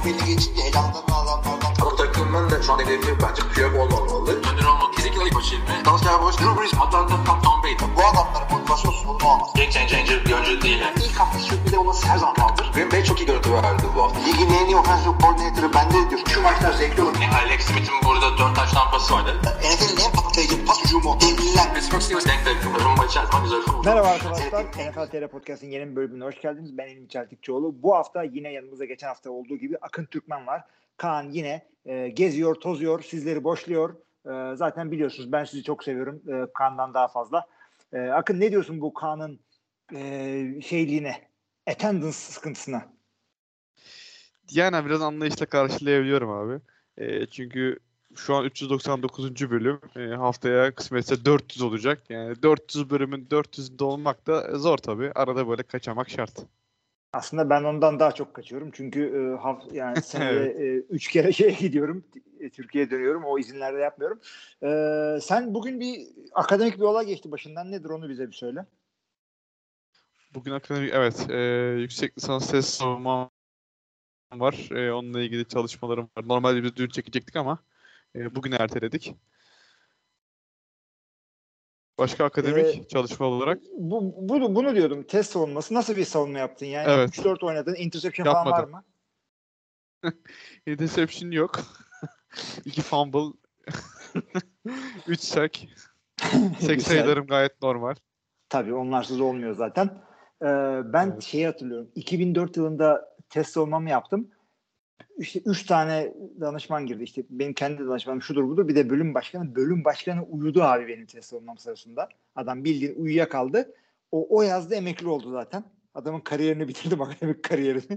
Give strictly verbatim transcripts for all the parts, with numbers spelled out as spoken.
belli geçince heyecanlanan adamlardan. Ama takımın da şu an hedefi bence Piyok olmamalı. Önder olmak kesinlikle ilk maçı ilmi. Dalsya Boş, Drew Brees, Atlanta, Tom, Tom Brady. Bu adamların motivasyon sorunu olmaz. Game changer bir oyuncu değil. Yani ilk hafta sürpriz olması her zaman kaldır. Green Bay çok iyi görüntü verdi bu hafta. Ligin en iyi offensive coordinator'ı bende diyor. Şu maçlar zevkli olur. Yani Alex Smith'in burada dört taş tampası vardı. N F L'in en patlayıcı pas hücumu. Devliler. Pittsburgh Steelers denk denk. Rumba içer zaman güzel. Merhaba arkadaşlar. N F L T R Podcast'ın yeni bir bölümüne hoş geldiniz. Ben Elim Çeltikçioğlu. Bu hafta yine yanımızda geçen hafta olduğu gibi Akın Türkmen var. Kaan yine e, geziyor, tozuyor, sizleri boşluyor. E, zaten biliyorsunuz ben sizi çok seviyorum. E, Kaan'dan daha fazla. E, Akın ne diyorsun bu Kaan'ın e, şeyliğine, attendance sıkıntısına? Yani biraz anlayışla karşılayabiliyorum abi. E, çünkü şu an üç yüz doksan dokuzuncu bölüm. E, haftaya kısmetse dört yüz olacak. Yani dört yüz bölümün dört yüzünde olmak da zor tabii. Arada böyle kaçamak şart. Aslında ben ondan daha çok kaçıyorum. Çünkü e, haf, yani senede Evet. e, üç kere şeye gidiyorum. E, Türkiye'ye dönüyorum. O izinlerde yapmıyorum. E, sen bugün bir akademik bir olay geçti başından. Nedir onu bize bir söyle. Bugün akademik, evet. E, yüksek lisans test savunma var. E, onunla ilgili çalışmalarım var. Normalde biz dün çekecektik ama e, bugün erteledik. Başka akademik Ee, çalışma olarak Bu, bunu, bunu diyordum. Test savunması. Nasıl bir savunma yaptın? Yani Evet. üç dört oynadın. Interception falan var Yapmadım. mı? interception yok. iki fumble. üç sack. Sack Güzel. sayılarım gayet normal. Tabii onlarsız olmuyor zaten. Ee, ben Evet. şeyi hatırlıyorum. iki bin dört yılında test savunmamı yaptım. İşte üç tane danışman girdi. İşte benim kendi danışmanım şudur budur. Bir de bölüm başkanı. Bölüm başkanı uyudu abi benim test savunmam sırasında. Adam bildiğin uyuyakaldı. O, o yazda emekli oldu zaten. Adamın kariyerini bitirdim, akademik kariyerini.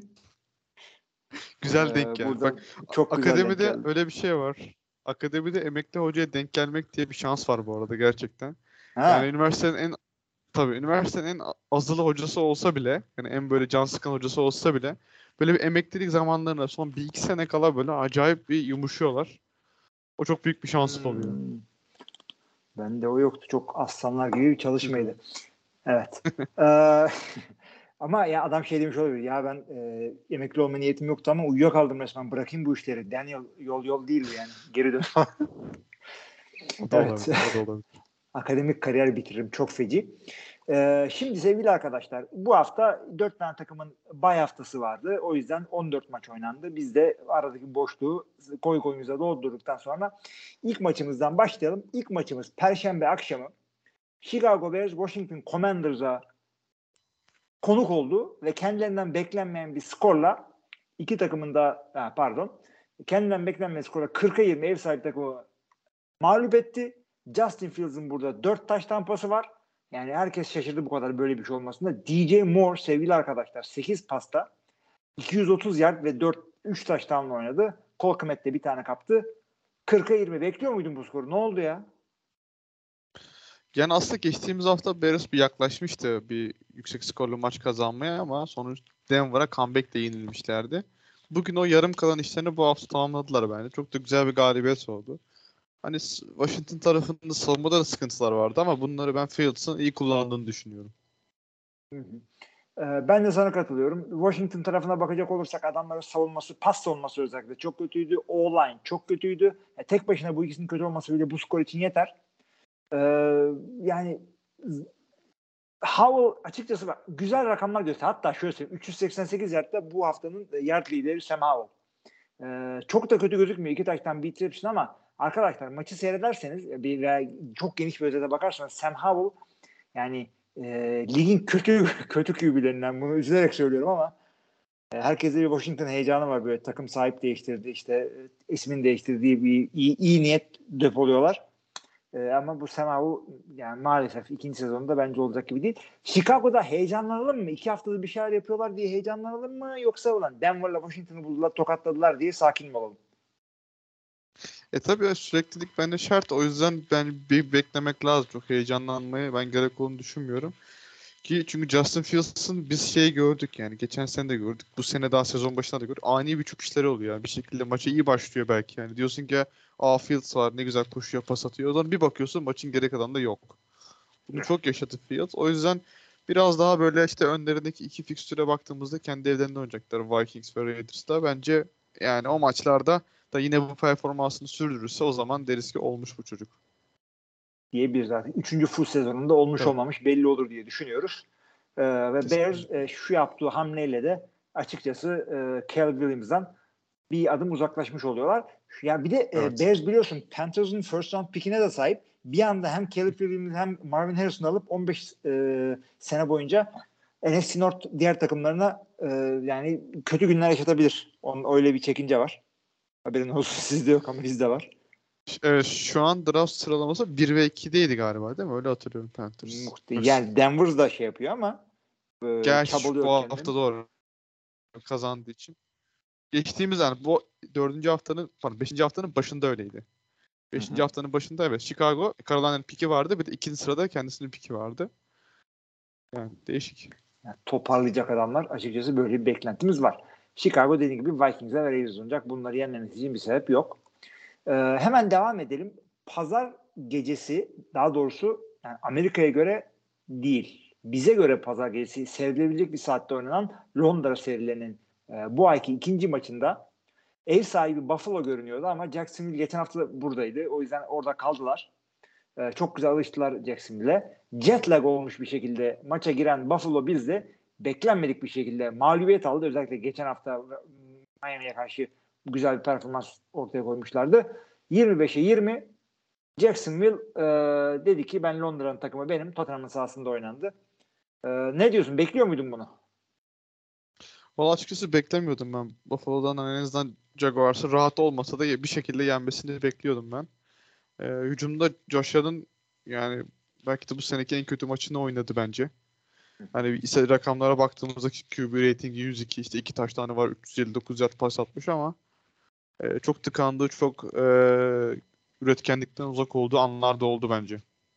Güzel Ee, denk geldi. burada Bak, çok güzel denk akademide geldi. öyle bir şey var. Akademide emekli hocaya denk gelmek diye bir şans var bu arada gerçekten. Ha. Yani üniversitenin en tabii üniversitenin en azılı hocası olsa bile, yani en böyle can sıkan hocası olsa bile böyle bir emeklilik zamanlarında son bir iki sene kala böyle acayip bir yumuşuyorlar. O çok büyük bir şans oluyor. Hmm. Bende o yoktu. Çok aslanlar gibi bir çalışmaydı. Evet. ee, ama ya adam şey demiş olabilir. Ya ben e, emekli olma niyetim yoktu ama uyuyakaldım resmen. Bırakayım bu işleri. Daniel yol yol değil yani. Geri dön. O da Evet. olabilir. O da olabilir. Akademik kariyer bitiririm. Çok feci. Ee, şimdi sevgili arkadaşlar, bu hafta dört tane takımın bay haftası vardı. O yüzden on dört maç oynandı. Biz de aradaki boşluğu koy koyumuza doldurduktan sonra ilk maçımızdan başlayalım. İlk maçımız Perşembe akşamı. Chicago Bears Washington Commanders'a konuk oldu ve kendilerinden beklenmeyen bir skorla iki takımın da ha, pardon kendinden beklenmeyen skorla kırka yirmi ev sahibi takımı mağlup etti. Justin Fields'ın burada dört taş tampası var. Yani herkes şaşırdı bu kadar böyle bir şey olmasında. D J Moore sevgili arkadaşlar sekiz pasta iki yüz otuz yard ve dört üç taştanla oynadı. Cole Kmet de bir tane kaptı. kırka yirmi bekliyor muydun bu skoru? Ne oldu ya? Yani aslında geçtiğimiz hafta Bears bir yaklaşmıştı bir yüksek skorlu maç kazanmaya ama sonuç Denver'a comeback'le yenilmişlerdi. Bugün o yarım kalan işlerini bu hafta tamamladılar bence. Çok da güzel bir galibiyet oldu. Hani Washington tarafında savunmada da sıkıntılar vardı ama bunları ben Fields'ın iyi kullandığını düşünüyorum. Hı hı. Ee, ben de sana katılıyorum. Washington tarafına bakacak olursak adamların savunması, pas savunması özellikle çok kötüydü. O-line çok kötüydü. Yani tek başına bu ikisinin kötü olması bile bu skor için yeter. Ee, yani Howell açıkçası bak, güzel rakamlar gösteriyor. Hatta şöyle söyleyeyim. üç yüz seksen sekiz yardta bu haftanın yard lideri Sam Howell. Ee, çok da kötü gözükmüyor. İki taştan bir interception ama arkadaşlar maçı seyrederseniz bir veya çok geniş bir özete bakarsanız Sam Howell yani e, ligin kötü kötü Q B'lerinden, bunu üzülerek söylüyorum ama e, herkeste bir Washington heyecanı var, böyle takım sahip değiştirdi, işte e, ismini değiştirdiği bir iyi, iyi niyet depoluyorlar. E, ama bu Sam Howell yani maalesef ikinci sezonda bence olacak gibi değil. Chicago'da heyecanlanalım mı? İki haftada bir şeyler yapıyorlar diye heyecanlanalım mı? Yoksa ulan Denver'la Washington'ı buldular, tokatladılar diye sakin mi olalım? E tabii ya, süreklilik bence şart. O yüzden ben bir beklemek lazım. Çok heyecanlanmaya ben gerek olduğunu düşünmüyorum. Ki çünkü Justin Fields'ın biz şeyi gördük yani. Geçen sene de gördük. Bu sene daha sezon başında da gördük. Ani bir çöküşleri oluyor. Yani bir şekilde maça iyi başlıyor belki. Yani diyorsun ki aa Fields var ne güzel koşuyor, pas atıyor. O zaman bir bakıyorsun maçın geri kalanında yok. Bunu çok yaşadı Fields. O yüzden biraz daha böyle işte önlerindeki iki fikstüre baktığımızda kendi evlerinde oynayacaklar Vikings ve Raiders'da. Bence yani o maçlarda da yine bu performansını sürdürürse o zaman deriz ki olmuş bu çocuk. Diye bir zaten. Üçüncü full sezonunda olmuş Evet. olmamış belli olur diye düşünüyoruz. Ee, ve Kesinlikle. Bears e, şu yaptığı hamleyle de açıkçası e, Caleb Williams'dan bir adım uzaklaşmış oluyorlar. Ya bir de Evet. e, Bears biliyorsun Panthers'ın first round pickine de sahip. Bir anda hem Caleb Williams hem Marvin Harrison'ı alıp on beş e, sene boyunca N F C North diğer takımlarına e, yani kötü günler yaşatabilir. Onun öyle bir çekince var. Haberin olsun, sizde yok ama bizde var. Evet, şu an draft sıralaması bir ve ikideydi galiba değil mi? Öyle hatırlıyorum Panthers. Muhtemelen. Yani Denver da şey yapıyor ama e, Gerçi çabalıyor bu kendini. hafta doğru kazandığı için. Geçtiğimiz yani bu dördüncü haftanın pardon beşinci haftanın başında öyleydi. Beşinci Hı hı. haftanın başında evet Chicago, Carolina'nın piki vardı. Bir de ikinci sırada kendisinin piki vardı. Yani değişik. Yani toparlayacak adamlar, açıkçası böyle bir beklentimiz var. Chicago dediğim gibi Vikings'e ve Raiders olacak. Bunları yenmemiz için bir sebep yok. Ee, hemen devam edelim. Pazar gecesi, daha doğrusu yani Amerika'ya göre değil, bize göre pazar gecesi sevilebilecek bir saatte oynanan Londra serilerinin e, bu ayki ikinci maçında ev sahibi Buffalo görünüyordu ama Jacksonville geçen hafta buradaydı. O yüzden orada kaldılar. Ee, çok güzel alıştılar Jacksonville'e. Jet lag olmuş bir şekilde maça giren Buffalo Bills de beklenmedik bir şekilde mağlubiyet aldı. Özellikle geçen hafta Miami'ye karşı güzel bir performans ortaya koymuşlardı. yirmi beşe yirmi Jacksonville e, dedi ki ben Londra'nın takımı benim. Tottenham'ın sahasında oynandı. E, ne diyorsun? Bekliyor muydun bunu? Valla açıkçası beklemiyordum ben. Buffalo'dan en azından Jaguars'ı rahat olmasa da bir şekilde yenmesini bekliyordum ben. Ee, hücumda Josh Allen yani belki de bu seneki en kötü maçını oynadı bence. Hani ise rakamlara baktığımızda Q B ratingi yüz iki, işte iki taştanı var, üç yüz elli dokuz yard pas atmış ama e, çok tıkandığı, çok e, üretkenlikten uzak olduğu anlar da oldu bence.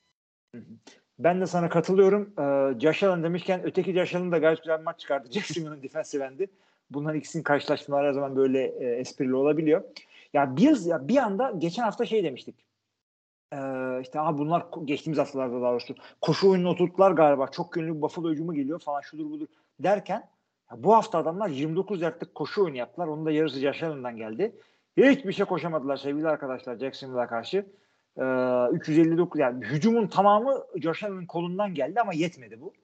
Ben de sana katılıyorum. Ee, Josh Allen demişken öteki Josh Allen da gayet güzel bir maç çıkardı. Jacksonville'ın defensive endi. Bunların ikisinin karşılaşmaları her zaman böyle e, esprili olabiliyor. Ya Bills ya bir anda geçen hafta şey demiştik. Ee, işte aha bunlar geçtiğimiz haftalarda daha doğrusu koşu oyununu oturttular galiba. Çok yönlü bir Buffalo hücumu geliyor falan şudur budur derken ya bu hafta adamlar yirmi dokuz yardlık koşu oyunu yaptılar. Onun da yarısı Josh Allen'dan geldi. Hiçbir şey koşamadılar sevgili arkadaşlar Jacksonville'a karşı. Ee, üç yüz elli dokuz yani hücumun tamamı Josh Allen'ın kolundan geldi ama yetmedi bu.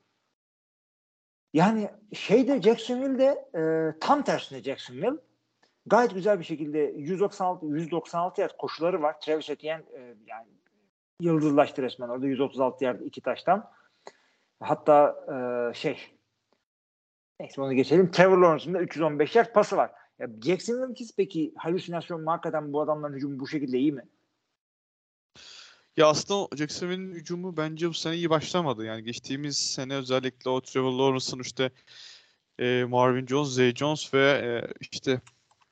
Yani şeyde Jacksonville'de e, tam tersine Jacksonville gayet güzel bir şekilde yüz doksan altı yüz doksan altı yard koşuları var. Travis Etienne e, yani yıldızlaştı resmen orada yüz otuz altı yard iki taştan. Hatta e, şey neyse onu geçelim. Trevor Lawrence'ın da üç yüz on beş yard pası var. Ya Jacksonville'ın ikisi peki halüsinasyon mu, hakikaten bu adamların hücumu bu şekilde iyi mi? Ya aslında Jacksonville'in hücumu bence bu sene iyi başlamadı. Yani geçtiğimiz sene özellikle o Trevor Lawrence'ın işte e, Marvin Jones, Zay Jones ve e, işte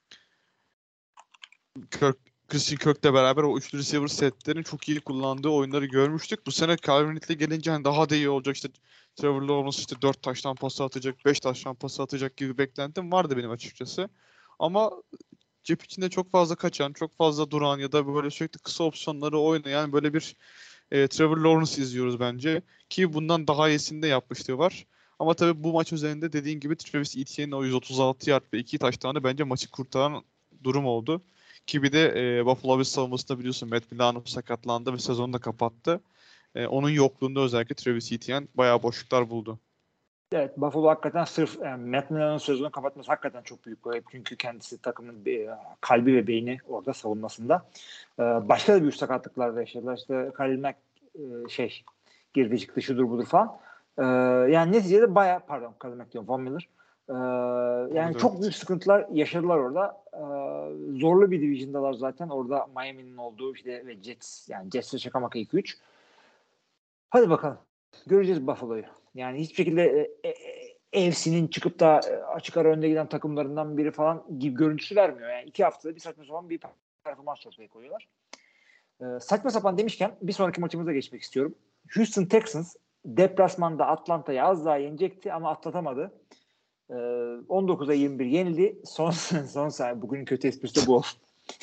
Kirk, Christian Kirk'le beraber o üçlü receiver setlerin çok iyi kullandığı oyunları görmüştük. Bu sene Calvin Ridley gelince hani daha da iyi olacak. İşte Trevor Lawrence işte dört taştan pası atacak, beş taştan pası atacak gibi beklentim vardı benim açıkçası. Ama cep içinde çok fazla kaçan, çok fazla duran ya da böyle sürekli kısa opsiyonları oynayan böyle bir e, Trevor Lawrence izliyoruz bence. Ki bundan daha iyisini de yapmışlığı var. Ama tabii bu maç üzerinde dediğin gibi Travis Etienne'in o yüz otuz altı yard ve iki taştanı bence maçı kurtaran durum oldu. Ki bir de e, Buffalo Bills savunmasında biliyorsun Matt Milano sakatlandı ve sezonu da kapattı. E, onun yokluğunda özellikle Travis Etienne bayağı boşluklar buldu. Evet, Buffalo hakikaten sırf yani Matt Milano'nun sezonu kapatması hakikaten çok büyük bir. Çünkü kendisi takımın bir, kalbi ve beyni orada savunmasında. Ee, başka da büyük sakatlıklar da yaşadılar. İşte Khalil Mack e, şey girdi çıktı şudur budur falan. Ee, yani neticede bayağı pardon Khalil Mack diyorum Von Miller. Ee, yani Evet. çok büyük sıkıntılar yaşadılar orada. Ee, zorlu bir division'dalar zaten. Orada Miami'nin olduğu işte ve Jets yani Jets'e şaka maka iki üç. Hadi bakalım. Göreceğiz Buffalo'yu. Yani hiçbir şekilde e, e, F C'nin çıkıp da e, açık ara önde giden takımlarından biri falan gibi görüntüsü vermiyor. Yani iki haftada bir saçma sapan bir performans ortaya koyuyorlar. E, saçma sapan demişken bir sonraki maçımıza geçmek istiyorum. Houston Texans deplasmanda Atlanta'yı az daha yenecekti ama atlatamadı. E, on dokuza yirmi bir yenildi. Son son saniye. Bugünün kötü esprisi de bu olsun.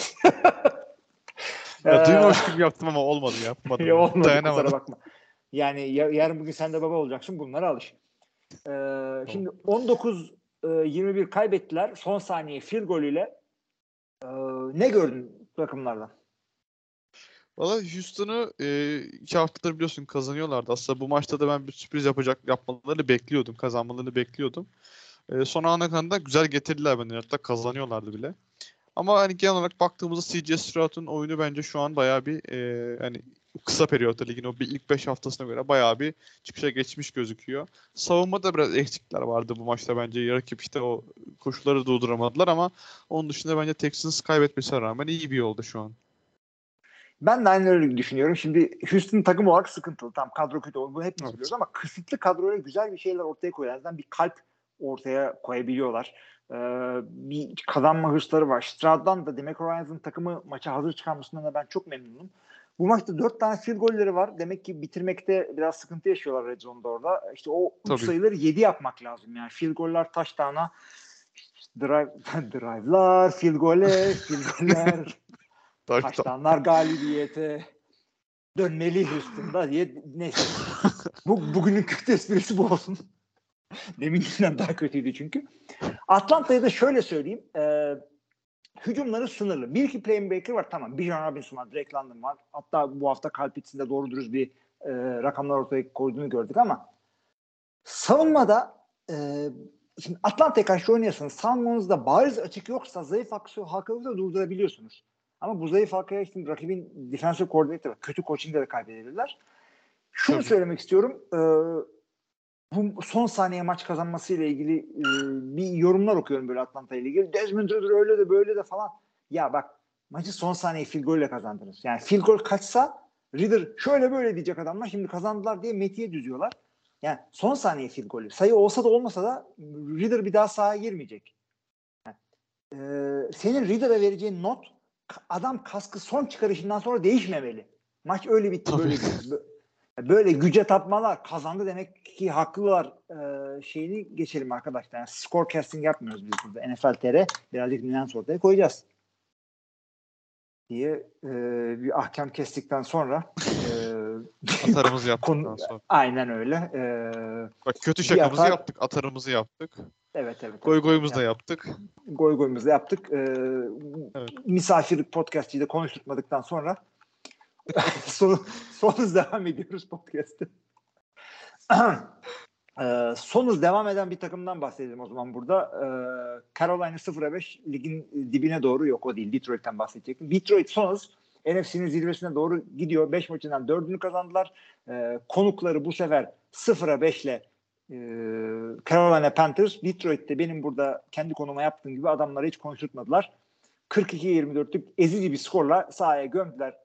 Ya duymamış gibi yaptım ama olmadı, yapmadım. Ya olmadı, Dayanamadım. kusura bakma. Yani ya, yarın bugün sen de baba olacaksın. Bunlara alış. Ee, şimdi on dokuz yirmi bir kaybettiler. Son saniye field golüyle Ee, ne gördün takımlardan? Valla Houston'u e, iki haftadır biliyorsun kazanıyorlardı. Aslında bu maçta da ben bir sürpriz yapacak yapmalarını bekliyordum. Kazanmalarını bekliyordum. E, son ana kadar da güzel getirdiler beni. Hatta kazanıyorlardı bile. Ama hani genel olarak baktığımızda C J Stroud'un oyunu bence şu an bayağı bir e, hani kısa periyotta ligin o bir ilk beş haftasına göre bayağı bir çıkışa geçmiş gözüküyor. Savunmada biraz eksikler vardı bu maçta bence. Rakip işte o koşuları durduramadılar ama onun dışında bence Texans kaybetmesine rağmen iyi bir yolda şu an. Ben de aynı öyle düşünüyorum. Şimdi Houston takım olarak sıkıntılı. Tam kadro kötü olduğunu hepimiz Evet. biliyoruz ama kısıtlı kadroyla güzel bir şeyler ortaya koyuyorlar. En azından bir kalp ortaya koyabiliyorlar. Ee, bir kazanma hırsları var. Stroud'dan da Demek Ryans'ın takımı maça hazır çıkarmasından da ben çok memnunum. Bu maçta dört tane field golleri var. Demek ki bitirmekte biraz sıkıntı yaşıyorlar Red Zone'da orada. İşte o Tabii. üç sayıları yedi yapmak lazım. Yani field goller touchdown'a drive, drive'lar, field goller, field goller. Taştanlar galibiyete dönmeli Houston'da diye neyse. Bu, bugünün kötü esprisi bu olsun. Deminkinden daha kötüydü çünkü. Atlanta'ya da şöyle söyleyeyim. E, hücumları sınırlı. Bir iki playmaker var tamam. Bijan Robinson var. Drake London var. Hatta bu hafta Kalpitz'in doğru dürüst bir e, rakamlar ortaya koyduğunu gördük ama savunmada e, şimdi Atlanta'ya karşı oynuyorsanız savunmanızda bariz açık yoksa zayıf halkaları da durdurabiliyorsunuz. Ama bu zayıf halkaya işte rakibin defensive coordinator kötü coaching'de de kaybedebilirler. Şunu Tabii. söylemek istiyorum. E, bu son saniye maç kazanması ile ilgili e, bir yorumlar okuyorum böyle Atlanta ile ilgili. Desmond Ridder öyle de böyle de falan. Ya bak maçı son saniye field goal ile kazandınız. Yani field goal kaçsa Ridder şöyle böyle diyecek adamlar şimdi kazandılar diye metiye düzüyorlar. Yani son saniye field golü. Sayı olsa da olmasa da Ridder bir daha sahaya girmeyecek. Yani, e, senin Ridder'a vereceğin not adam kaskı son çıkarışından sonra değişmemeli. Maç öyle bitti Tabii. böyle bitti. Böyle güce tapmalar kazandı demek ki haklılar e, şeyini geçelim arkadaşlar. Yani score casting yapmıyoruz biz burada. N F L T R birazcık nüans ortaya koyacağız. Diye e, bir ahkam kestikten sonra e, atarımızı yaptıktan konu, sonra. Aynen öyle. E, Bak kötü şakamızı atar, yaptık. Atarımızı yaptık. Evet evet. Goy evet, goyumuzu evet. da yaptık. Goy goyumuzu da yaptık. E, evet. Misafir podcast'ı da konuşturmadıktan sonra son, son hız devam ediyoruz podcast'ı. ee, son hız devam eden bir takımdan bahsedelim o zaman burada. Ee, Carolina sıfıra beş ligin dibine doğru yok o değil. Detroit'ten bahsedecektim. Detroit son hız N F C'nin zirvesine doğru gidiyor. beş maçından dördünü kazandılar. Ee, konukları bu sefer sıfıra beş ile e, Carolina Panthers. Detroit'te benim burada kendi konuma yaptığım gibi adamları hiç konuşturtmadılar. kırk iki yirmi dörtlük ezici bir skorla sahaya gömdüler.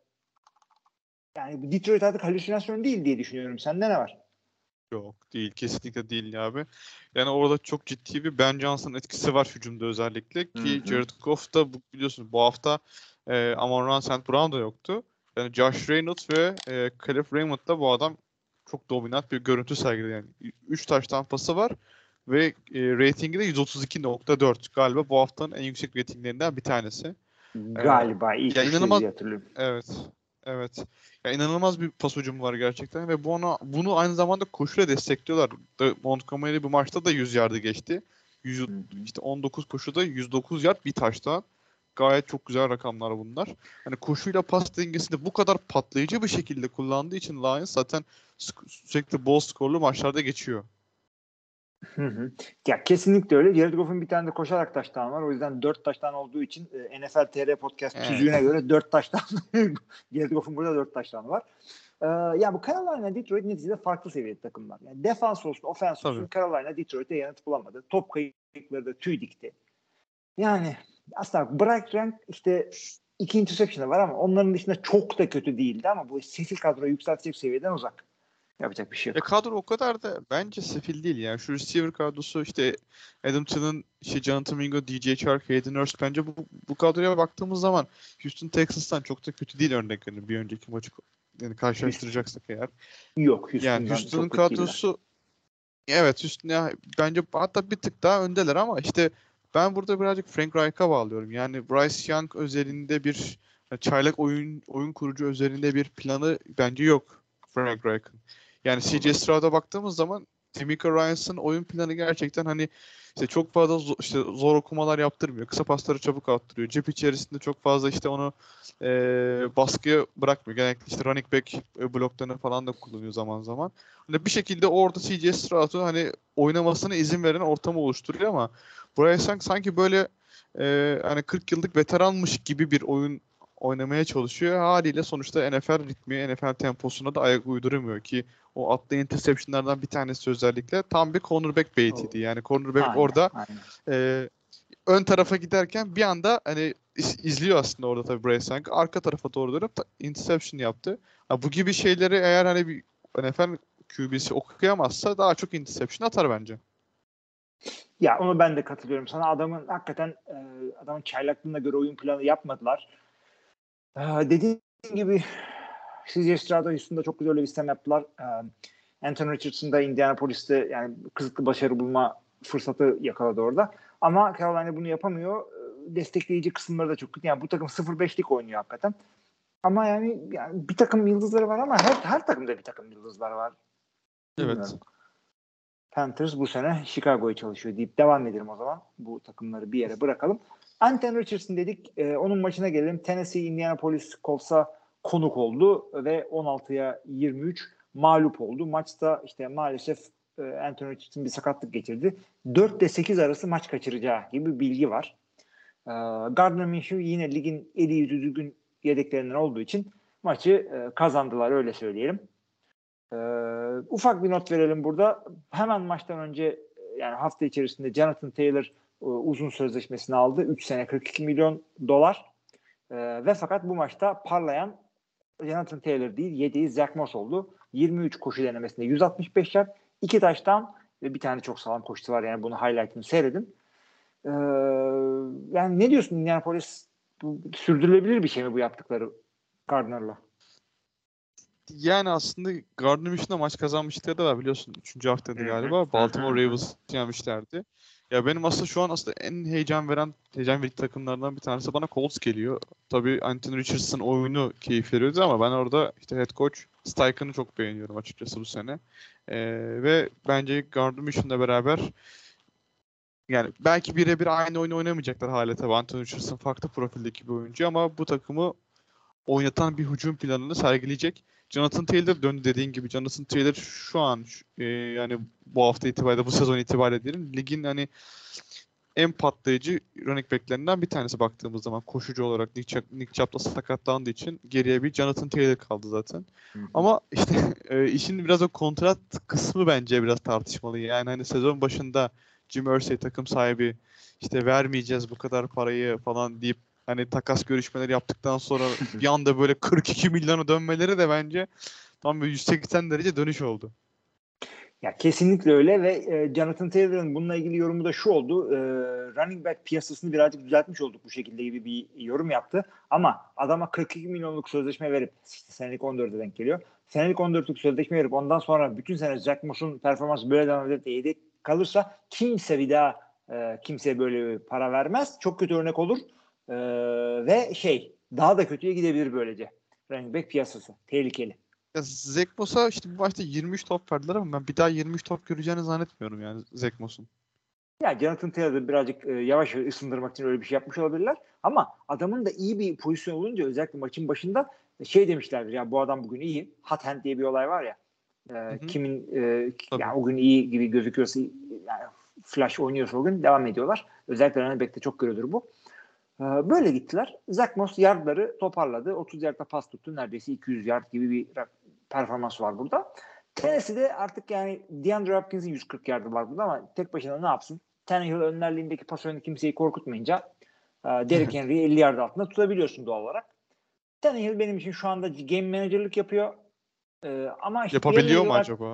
Yani Detroit artık halüsinasyon değil diye düşünüyorum. Sende ne var? Yok değil. Kesinlikle değil ya abi. Yani orada çok ciddi bir Ben Johnson etkisi var hücumda özellikle. Ki Hı-hı. Jared Goff da bu, biliyorsun bu hafta e, Amon-Ra Saint Brown da yoktu. Yani Josh Reynolds ve e, Caleb Raymond da bu adam çok dominant bir görüntü sergiledi. Yani üç taştan pası var ve e, ratingi de yüz otuz iki nokta dört. Galiba bu haftanın en yüksek ratinglerinden bir tanesi. Galiba. Ee, ilk ya inanılmaz, hatırlıyorum. Evet. Evet. Ya inanılmaz bir pas hücumu var gerçekten ve bunu bunu aynı zamanda koşuyla destekliyorlar. Montgomery bu maçta da yüz yardı geçti. yüz, işte on dokuz koşuda yüz dokuz yard bir taştan. Gayet çok güzel rakamlar bunlar. Hani koşuyla pas dengesini bu kadar patlayıcı bir şekilde kullandığı için Lions zaten sürekli bol skorlu maçlarda geçiyor. Hı hı. Ya kesinlikle öyle. Jared Goff'un bir tane de koşarak taştan var. O yüzden dört taştan olduğu için e, N F L T R podcast evet. tüzüğüne göre dört taştan. Jared Goff'un burada dört taştan var. Ee, yani bu Carolina Detroit neticede farklı seviyede takımlar. Yani defans olsun, ofens olsun Carolina Detroit'e yanıt bulamadı. Top kayıpları da tüy dikti. Yani aslında Bryce Young işte iki interception'ı var ama onların dışında çok da kötü değildi ama bu sefil kadroyu yükseltecek seviyeden uzak. Yapacak bir şey yok. Ya kadro o kadar da bence sefil değil yani. Şu receiver kadrosu işte Adam Thielen, işte Jonathan Mingo, D J Chark, Hayden Hurst bence bu, bu kadroya baktığımız zaman Houston Texans'tan çok da kötü değil örneklerini bir önceki maçı yani karşılaştıracaksak eğer. Yok Houston'dan yani Houston'ın kadrosu evet Houston ya, bence hatta bir tık daha öndeler ama işte ben burada birazcık Frank Reich'a bağlıyorum. Yani Bryce Young özelinde bir çaylak oyun oyun kurucu özelinde bir planı bence yok Frank Reich'ın. Yani C J Stroud'a baktığımız zaman D'Amico Ryans'ın oyun planı gerçekten hani işte çok fazla zo- işte zor okumalar yaptırmıyor. Kısa pasları çabuk attırıyor. Cep içerisinde çok fazla işte onu e, baskıya bırakmıyor. Genellikle işte running back e, bloklarını falan da kullanıyor zaman zaman. Hani bir şekilde orada C J Stroud'un hani oynamasına izin veren ortamı oluşturuyor ama Bryce Young sanki böyle e, hani kırk yıllık veteranmış gibi bir oyun oynamaya çalışıyor. Haliyle sonuçta N F L ritmi, N F L temposuna da ayak uyduramıyor ki o attığı interception'lardan bir tanesi özellikle tam bir cornerback baitiydi. Yani cornerback Aynen, orada aynen. e, ön tarafa giderken bir anda hani iz- izliyor aslında orada tabii Bryce Young. Arka tarafa doğru dönüp ta- interception yaptı. Ha, bu gibi şeyleri eğer hani bir N F L Q B'si okuyamazsa daha çok interception atar bence. Ya onu ben de katılıyorum sana. Adamın hakikaten e, adamın çaylaklığına göre oyun planı yapmadılar. E, dediğim gibi C J Stroud'a Houston'da çok güzel öyle bir sistem yaptılar. E, Anthony Richardson da Indianapolis'te yani kısıtlı başarı bulma fırsatı yakaladı orada. Ama Carolina bunu yapamıyor. E, Destekleyici kısımları da çok kötü. Yani bu takım sıfır beşlik oynuyor hakikaten. Ama yani, yani bir takım yıldızları var ama her her takımda bir takım yıldızlar var. Bilmiyorum. Evet. Panthers bu sene Chicago'ya çalışıyor deyip devam edelim o zaman. Bu takımları bir yere bırakalım. Anthony Richardson dedik. E, onun maçına gelelim. Tennessee Indianapolis Colts'a konuk oldu ve on altıya yirmi üç mağlup oldu. Maçta işte maalesef e, Anthony Richardson bir sakatlık geçirdi. dörtte sekiz arası maç kaçıracağı gibi bir bilgi var. E, Gardner Minshew yine ligin eli yüzü düzgün yedeklerinden olduğu için maçı e, kazandılar öyle söyleyelim. Ee, ufak bir not verelim burada. Hemen maçtan önce yani hafta içerisinde Jonathan Taylor e, uzun sözleşmesini aldı. üç sene kırk iki milyon dolar. Ee, ve fakat bu maçta parlayan Jonathan Taylor değil, yedeği Zach Moss oldu. yirmi üç koşu denemesinde yüz altmış beş yard, iki touchdown ve bir tane çok sağlam koşusu var. Yani bunu highlight'ını seyredin. Ee, yani ne diyorsun Indianapolis? Bu, sürdürülebilir bir şey mi bu yaptıkları Gardner'la? Yani aslında Gardner Minshew'la maç kazanmışları da var biliyorsun. Üçüncü haftaydı galiba. Baltimore Ravens yenmişlerdi. Ya benim aslında şu an aslında en heyecan veren, heyecan verici takımlardan bir tanesi bana Colts geliyor. Tabii Anthony Richardson oyunu keyif veriyordu ama ben orada işte head coach Steichen'ı çok beğeniyorum açıkçası bu sene. Ee, ve bence Gardner Minshew'la beraber yani belki birebir aynı oyunu oynamayacaklar hala tabii. Anthony Richardson farklı profildeki bir oyuncu ama bu takımı oynatan bir hücum planını sergileyecek. Jonathan Taylor döndü dediğin gibi. Jonathan Taylor şu an e, yani bu hafta itibariyle, bu sezon itibariyle diyelim ligin hani en patlayıcı running backlerinden bir tanesi baktığımız zaman koşucu olarak Nick, Chubb, Nick Chubb da sakatlandığı için geriye bir Jonathan Taylor kaldı zaten. Hı-hı. Ama işte e, işin biraz o kontrat kısmı bence biraz tartışmalı. Yani hani sezon başında Jim Irsay takım sahibi işte vermeyeceğiz bu kadar parayı falan deyip hani takas görüşmeleri yaptıktan sonra bir anda böyle kırk iki milyona dönmeleri de bence tam bir yüz seksen derece dönüş oldu. Ya kesinlikle öyle ve e, Jonathan Taylor'ın bununla ilgili yorumu da şu oldu. E, running back piyasasını birazcık düzeltmiş olduk bu şekilde gibi bir yorum yaptı. Ama adama kırk iki milyonluk sözleşme verip işte senelik on dörde denk geliyor. Senelik on dörtlük sözleşme verip ondan sonra bütün sene Zach Moss'un performansı böyle devam edip de yedek kalırsa kimse bir daha e, kimseye böyle bir para vermez. Çok kötü örnek olur. E, ve şey daha da kötüye gidebilir böylece. Running back piyasası. Tehlikeli. Ya Zach Moss'a işte bu maçta yirmi üç top verdiler ama ben bir daha yirmi üç top göreceğini zannetmiyorum yani Zach Moss'un. Ya Jonathan Taylor'ı birazcık e, yavaş ısındırmak için öyle bir şey yapmış olabilirler. Ama adamın da iyi bir pozisyon olunca özellikle maçın başında şey demişlerdir ya bu adam bugün iyi. Hot hand diye bir olay var ya. E, hı hı. Kimin e, yani o gün iyi gibi gözüküyorsa yani flash oynuyorsa o gün devam ediyorlar. Özellikle running back'te çok görülür bu. E, böyle gittiler. Zach Moss yardları toparladı. otuz yardta pas tuttu. Neredeyse iki yüz yard gibi bir performans var burada. Tennessee'de artık yani DeAndre Hopkins'in yüz kırk yardı var burada ama tek başına ne yapsın? Tannehill önlerliğindeki pas oyunu kimseyi korkutmayınca Derrick Henry'i elli yard altında tutabiliyorsun doğal olarak. Tannehill benim için şu anda game manager'lık yapıyor. Ee, ama işte yapabiliyor mu acaba?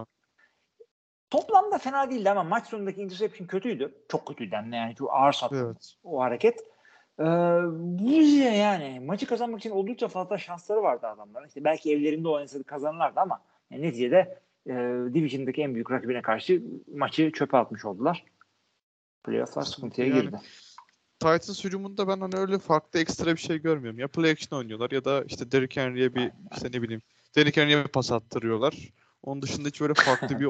Toplamda fena değildi ama maç sonundaki interception kötüydü. Çok kötüydü yani çok ağır sattı evet. O hareket. Ee, bu yani maçı kazanmak için oldukça fazla şansları vardı adamların. İşte belki evlerinde oynasaydı kazanırlardı ama yani neticede e, Division'daki en büyük rakibine karşı maçı çöpe atmış oldular. Playoff'lar sıkıntıya yani, girdi. Titans hücumunda ben hani öyle farklı ekstra bir şey görmüyorum. Ya play action oynuyorlar ya da işte Derrick Henry'e bir işte ne bileyim Derrick Henry'e bir pas attırıyorlar. Onun dışında hiç böyle farklı bir oyun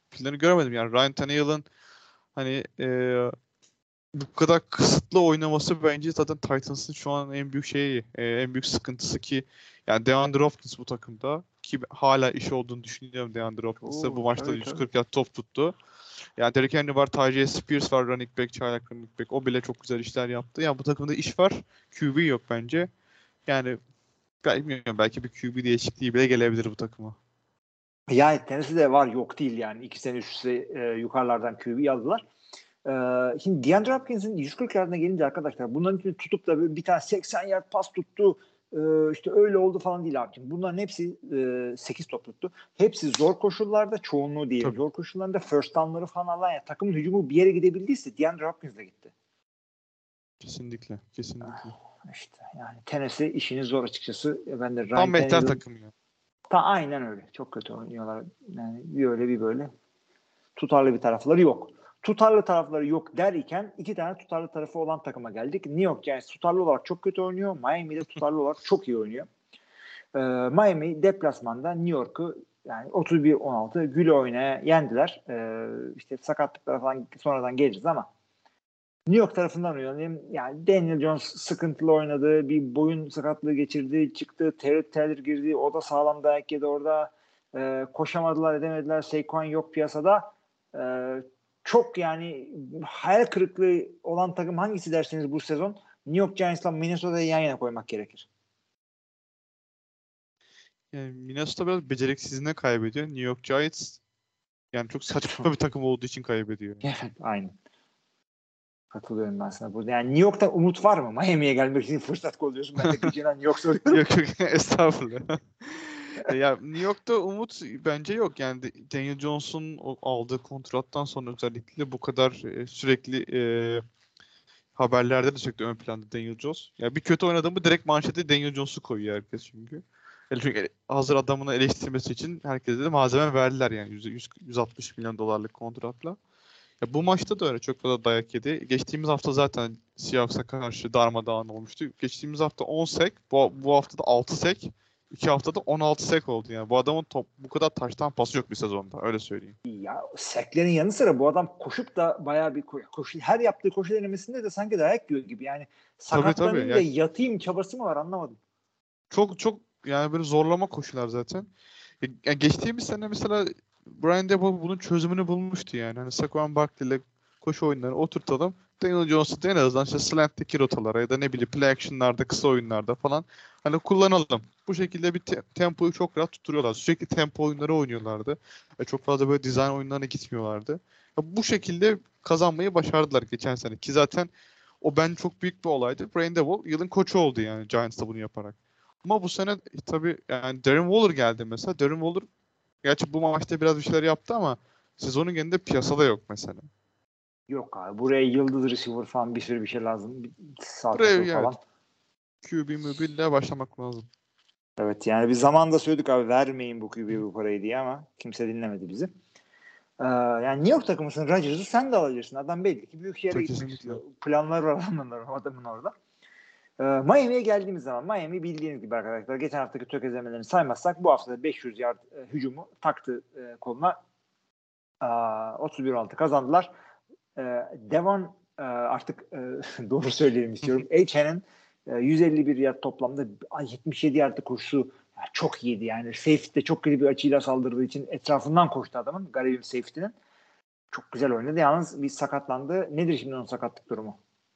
planı göremedim. Yani Ryan Tannehill'in hani e, bu kadar kısıtlı oynaması bence zaten Titans'ın şu an en büyük şeyi, e, en büyük sıkıntısı ki yani DeAndre Hopkins bu takımda ki hala iş olduğunu düşünüyorum DeAndre Hopkins'e. Bu Oo, maçta tabii, yüz tabii. kırk yard top tuttu. Yani Derrick Henry var, Tyjae Spears var, running back, çaylak running back. O bile çok güzel işler yaptı. Yani bu takımda iş var. Q B yok bence. Yani bilmiyorum, belki bir Q B değişikliği bile gelebilir bu takıma. Yani Tennessee'de var, yok değil yani. İki sene üst üste e, yukarılardan Q B aldılar. E, şimdi DeAndre Hopkins'in yüz kırk yardına gelince arkadaşlar bunların için tutup da bir tane seksen yard pas tuttu, e, işte öyle oldu falan değil abi. Bunların hepsi e, sekiz top tuttu. Hepsi zor koşullarda, çoğunluğu değil. Tabii. Zor koşullarında first down'ları falan alan, yani takımın hücumu bir yere gidebildiyse DeAndre Hopkins'le gitti. Kesinlikle. Kesinlikle. İşte yani Tennessee işini zor açıkçası. Ben de Ryan Tam mehter Tannehill'in- takımı ya. Ta aynen öyle. Çok kötü oynuyorlar. Yani bir öyle bir böyle. Tutarlı bir tarafları yok. Tutarlı tarafları yok derken iki tane tutarlı tarafı olan takıma geldik. New York Giants tutarlı olarak çok kötü oynuyor. Miami'de tutarlı olarak çok iyi oynuyor. Ee, Miami deplasmanda New York'u yani otuz bir on altı güle oynaya yendiler. Ee, işte sakatlıklara falan sonradan geliriz ama New York tarafından oynayayım. Yani Daniel Jones sıkıntılı oynadı. Bir boyun sakatlığı geçirdi. Çıktı. Terry Taylor girdi. O da sağlam dayak yedi orada. Ee, koşamadılar, edemediler. Saquon yok piyasada. Ee, çok yani hayal kırıklığı olan takım hangisi derseniz bu sezon New York Giants'la Minnesota'yı yan yana koymak gerekir. Yani Minnesota biraz beceriksizliğine kaybediyor. New York Giants yani çok saçma bir takım olduğu için kaybediyor. Evet, aynen. Katılıyorum ben sana burada. Yani New York'ta umut var mı? Miami'ye gelmek için fırsat kolluyorsun. Ben de gücünden New York soruyorum. Yok yok estağfurullah. Ya New York'ta umut bence yok. Yani Daniel Jones'un o aldığı kontrattan sonra özellikle bu kadar e, sürekli e, haberlerde de sürekli ön planda Daniel Jones. Ya bir kötü oynadı mı direkt manşete Daniel Jones'u koyuyor herkes çünkü. Yani çünkü hazır adamını eleştirmesi için herkese de malzeme verdiler yani yüz, yüz altmış milyon dolarlık kontratla. Ya bu maçta da öyle çok fazla dayak yedi. Geçtiğimiz hafta zaten Seahawks'a karşı darmadağın olmuştu. Geçtiğimiz hafta on sek, bu, bu hafta da altı sek, iki haftada on altı sek oldu yani. Bu adamın top, bu kadar taştan pası yok bir sezonda, öyle söyleyeyim. Ya seklerin yanı sıra bu adam koşup da bayağı bir ko- koşu, her yaptığı koşu denemesinde de sanki dayak yiyor gibi. Yani sakatlanınca tabii. Yani- yatayım çabası mı var anlamadım. Çok çok yani böyle zorlama koşular zaten. Ya, ya geçtiğimiz sene mesela Brian Daboll bunun çözümünü bulmuştu yani. Hani Saquon Barkley'le koşu oyunlarını oturtalım. Daniel Jones'u en azından işte slant'teki rotalara ya da ne bileyim play action'larda, kısa oyunlarda falan hani kullanalım. Bu şekilde bir te- tempoyu çok rahat tutturuyorlar. Sürekli tempo oyunları oynuyorlardı. E, çok fazla böyle dizayn oyunlarına gitmiyorlardı. Ya, bu şekilde kazanmayı başardılar geçen sene. Ki zaten o ben çok büyük bir olaydı. Brian Daboll yılın koçu oldu yani Giants'ta bunu yaparak. Ama bu sene e, tabii yani Darren Waller geldi mesela. Darren Waller gerçi bu maçta biraz bir şeyler yaptı ama sezonun genelinde piyasada yok mesela. Yok abi buraya yıldız receiver falan bir sürü bir şey lazım. Bir sağ Buraya, tackle falan. evet. Q B mübille başlamak lazım. Evet yani bir zamanda söyledik abi vermeyin bu Q B'ye bu parayı diye ama kimse dinlemedi bizi. Ee, yani New York takımısın, Rodgers'ı sen de alabilirsin. Adam belli ki büyük yere Kesinlikle. gitmek istiyor. Planlar var adamın, adamın orada. Ee, Miami'ye geldiğimiz zaman Miami bildiğiniz gibi arkadaşlar geçen haftaki tökezlemelerini saymazsak bu hafta beş yüz yard e, hücumu taktı e, koluna. E, otuz bir on altı kazandılar. E, Devon e, artık e, doğru söyleyelim istiyorum. H N'in e, yüz elli bir yard toplamda yetmiş yedi yardlık koşusu yani çok iyiydi yani. Safety'de çok kötü bir açıyla saldırdığı için etrafından koştu adamın. Garibim safety'nin. Çok güzel oynadı. Yalnız bir sakatlandı. Nedir şimdi onun sakatlık durumu?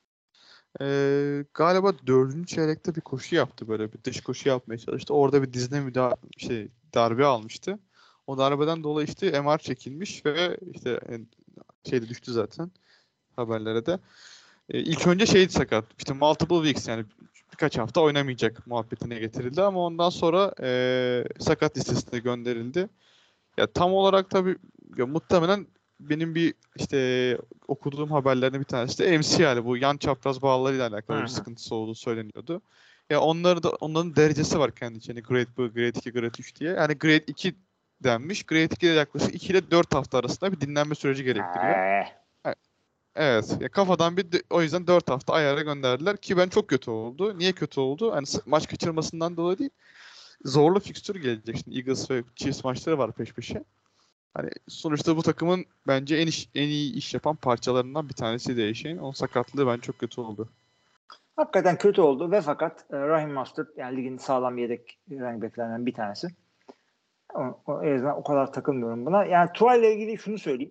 Ee, galiba dördüncü çeyrekte bir koşu yaptı, böyle bir dış koşu yapmaya çalıştı. Orada bir dizine müda şey darbe almıştı. O darbeden dolayı işte M R çekilmiş ve işte yani şeyde düştü zaten haberlere de. Ee, ilk önce şeydi sakat. İşte multiple weeks yani birkaç hafta oynamayacak muhabbetine getirildi ama ondan sonra ee, sakat listesine gönderildi. Ya tam olarak tabii ya muhtemelen benim bir işte okuduğum haberlerden bir tanesi de M C L, bu yan çapraz bağlarıyla alakalı Hı bir hı. sıkıntısı olduğu söyleniyordu. Ya onları da onların derecesi var kendi içinde. Grade bir, Grade iki, Grade üç diye. Yani Grade iki denmiş. Grade iki de yaklaşık iki ile dört hafta arasında bir dinlenme süreci gerektiriyor. Ee, Evet. Ya kafadan bir de- o yüzden dört hafta ayara gönderdiler ki ben çok kötü oldu. Niye kötü oldu? Hani s- maç kaçırmasından dolayı değil. Zorlu fikstür gelecek. Şimdi Eagles ve Chiefs maçları var peş peşe. Hani sonuçta bu takımın bence en iş, en iyi iş yapan parçalarından bir tanesi de Eşeğin. Onun sakatlığı bence çok kötü oldu. Hakikaten kötü oldu ve fakat e, Raheem Mostert yani ligin sağlam yedek running back'lerinden bir tanesi. O, o, o yüzden o kadar takılmıyorum buna. Yani Tua ile ilgili şunu söyleyeyim.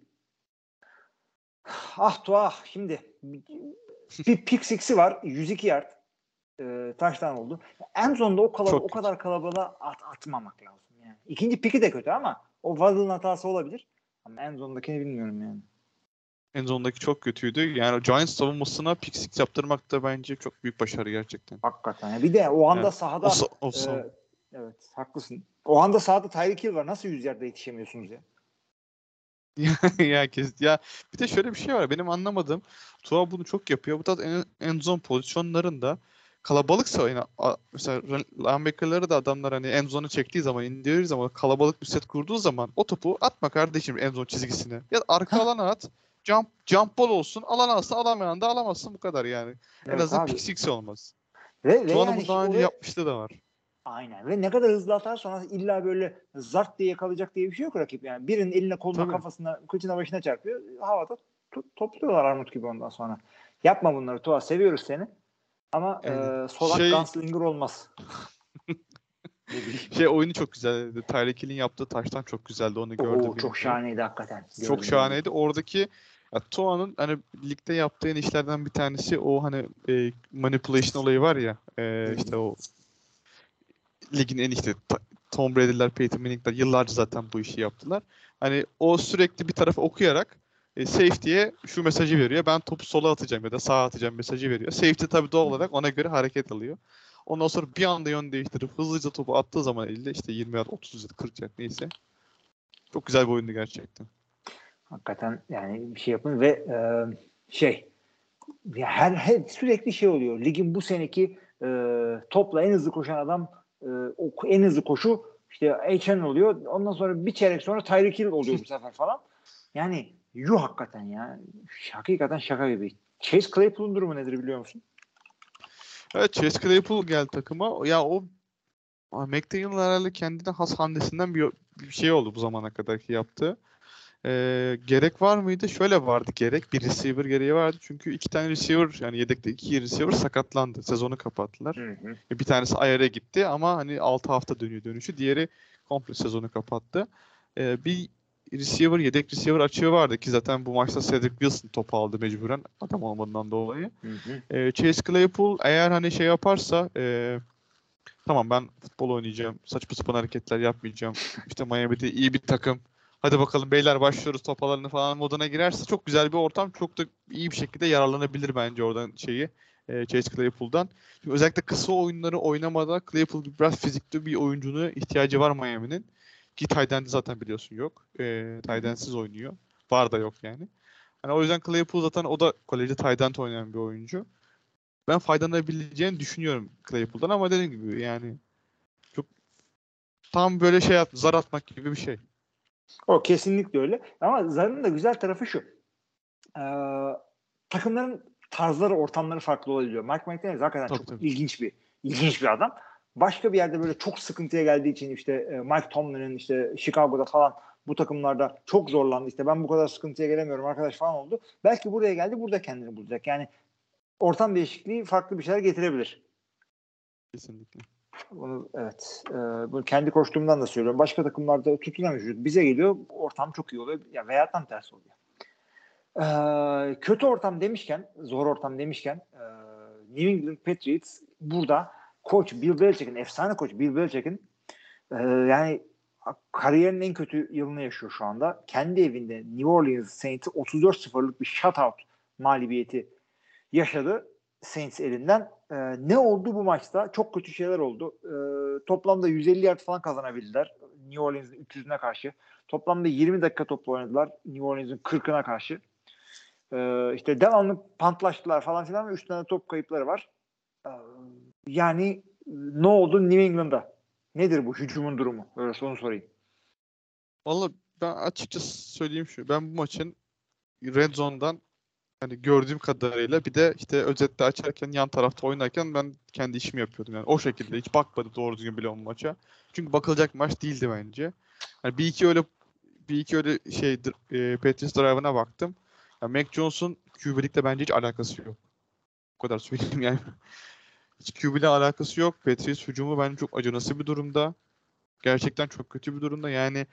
Ah Tua şimdi bir pick six'i var. yüz iki yard. E, taştan oldu. En sonunda o kalab- o kadar kalabalığa at, atmamak lazım. Yani. İkinci pick'i de kötü ama o Waddle'ın hatası olabilir. Ama en sondakini bilmiyorum yani. En sondaki çok kötüydü. Yani o Giants savunmasına pick six yaptırmak da bence çok büyük başarı gerçekten. Hakikaten. Bir de o anda yani, sahada o, o, o, e, evet haklısın. O anda sahada Tyreek Hill var. Nasıl yüz yerde yetişemiyorsunuz ya? ya kes ya bir de şöyle bir şey var. Benim anlamadığım Tua bunu çok yapıyor. Bu tarz en, en zone pozisyonlarında kalabalıksa yani, mesela linebacker'ları da adamlar hani en zone'u çektiği zaman indirir zaman kalabalık bir set kurduğu zaman o topu atma kardeşim en zone çizgisine. Ya arka alana at. Jump jump ball olsun. Alan alsa alamayan da alamazsın bu kadar yani. Evet, en azından abi. pick six olmaz. Ve, ve Tua'nın yani bu daha önce oraya... yapmışlığı da var. Aynen. Ve ne kadar hızlı atarsan illa böyle zart diye yakalayacak diye bir şey yok rakip. Yani birinin eline koluna Tabii. kafasına kıçına başına çarpıyor. Havada to- topluyorlar armut gibi ondan sonra. Yapma bunları Tua. Seviyoruz seni. Ama Yani e, solak şey- gunslinger olmaz. Şey oyunu çok güzeldi. Tyreek Hill'in yaptığı taştan çok güzeldi. Onu gördüm. Oo, çok şahaneydi hakikaten. Çok Gördüm, şahaneydi. gördüm. Oradaki ya, Tua'nın hani ligde yaptığı en işlerden bir tanesi o hani e, manipulation olayı var ya e, işte o ligin en işte ta- Tom Brady'ler, Peyton Manning'ler yıllarca zaten bu işi yaptılar. Hani o sürekli bir tarafa okuyarak e, safety'ye şu mesajı veriyor. Ben topu sola atacağım ya da sağa atacağım mesajı veriyor. Safety tabii doğal olarak ona göre hareket alıyor. Ondan sonra bir anda yön değiştirip hızlıca topu attığı zaman elde işte yirmi yard, otuz yard, kırk yard neyse. Çok güzel bir oyundu gerçekten. Hakikaten yani bir şey yapın ve e, şey ya her, her sürekli şey oluyor. Ligin bu seneki e, topla en hızlı koşan adam e, o en hızlı koşu işte H N oluyor. Ondan sonra bir çeyrek sonra Tyreek Hill oluyor bu sefer falan. Yani yuh hakikaten ya. Hakikaten şaka gibi. Chase Claypool'un durumu nedir biliyor musun? Evet, Chase Claypool geldi takıma. Ya o McDaniel'la herhalde kendine has hamlesinden bir, bir şey oldu bu zamana kadarki yaptığı. Ee, gerek var mıydı? Şöyle vardı gerek. Bir receiver gereği vardı. Çünkü iki tane receiver yani yedekte iki receiver sakatlandı. Sezonu kapattılar. Hı hı. Bir tanesi I R'e gitti ama hani altı hafta dönüyor dönüşü. Diğeri komple sezonu kapattı. Ee, bir receiver, yedek receiver açığı vardı ki zaten bu maçta Cedric Wilson topu aldı mecburen adam olmadığından dolayı. Hı hı. Ee, Chase Claypool eğer hani şey yaparsa e, tamam ben futbol oynayacağım, saçma sapan hareketler yapmayacağım. İşte Miami'de iyi bir takım. Hadi bakalım beyler başlıyoruz top alanı falan moduna girerse çok güzel bir ortam. Çok da iyi bir şekilde yararlanabilir bence oradan şeyi. E, Chase Claypool'dan. Çünkü özellikle kısa oyunları oynamada Claypool biraz fizikli bir oyuncuna ihtiyacı var Miami'nin. Ki tight end'i zaten biliyorsun yok. E, tight end'siz oynuyor. Var da yok yani. Hani o yüzden Claypool zaten o da kolejde tight end oynayan bir oyuncu. Ben faydalanabileceğini düşünüyorum Claypool'dan ama dediğim gibi yani çok tam böyle şey at, zar atmak gibi bir şey. O kesinlikle öyle. Ama Zar'ın da güzel tarafı şu. Ee, takımların tarzları, ortamları farklı olabiliyor. Mike McDaniel hakikaten Tabii, çok tabii. ilginç bir ilginç bir adam. Başka bir yerde böyle çok sıkıntıya geldiği için işte e, Mike Tomlin'in işte Chicago'da falan bu takımlarda çok zorlandı. İşte ben bu kadar sıkıntıya gelemiyorum arkadaş falan oldu. Belki buraya geldi, burada kendini bulacak. Yani ortam değişikliği farklı bir şeyler getirebilir. Kesinlikle. Bunu evet. E, bunu kendi koştuğumdan da söylüyorum. Başka takımlarda tutunamıyor. Bize geliyor, ortam çok iyi oluyor. Ya veya tam tersi oluyor. Ee, kötü ortam demişken, zor ortam demişken e, New England Patriots burada koç Bill Belichick'in, efsane koç Bill Belichick'in e, yani kariyerinin en kötü yılını yaşıyor şu anda. Kendi evinde New Orleans Saints'i otuz dört sıfırlık bir shutout mağlubiyeti yaşadı Saints elinden. E, ne oldu bu maçta? Çok kötü şeyler oldu. E, toplamda yüz elli yard falan kazanabildiler. New Orleans'ın üç yüzüne karşı. Toplamda yirmi dakika topla oynadılar. New Orleans'ın kırkına karşı. Ee, işte devamlı pantlaştılar falan filan ve üç tane top kayıpları var. Ee, yani ne oldu New England'da? Nedir bu hücumun durumu? Öyle onu sorayım. Vallahi ben açıkçası söyleyeyim şu. Ben bu maçın Red Zone'dan hani gördüğüm kadarıyla bir de işte özette açarken yan tarafta oynarken ben kendi işimi yapıyordum. Yani o şekilde hiç bakmadım doğru düzgün bile o maça. Çünkü bakılacak maç değildi bence. Hani bir iki öyle bir iki öyle şey e, Patriots drive'ına baktım. Ya Mac Jones'un Q B'likle bence hiç alakası yok. O kadar söyleyeyim yani. Hiç Q B ile alakası yok. Patriots hücumu bence çok acınası bir durumda. Gerçekten çok kötü bir durumda. Yani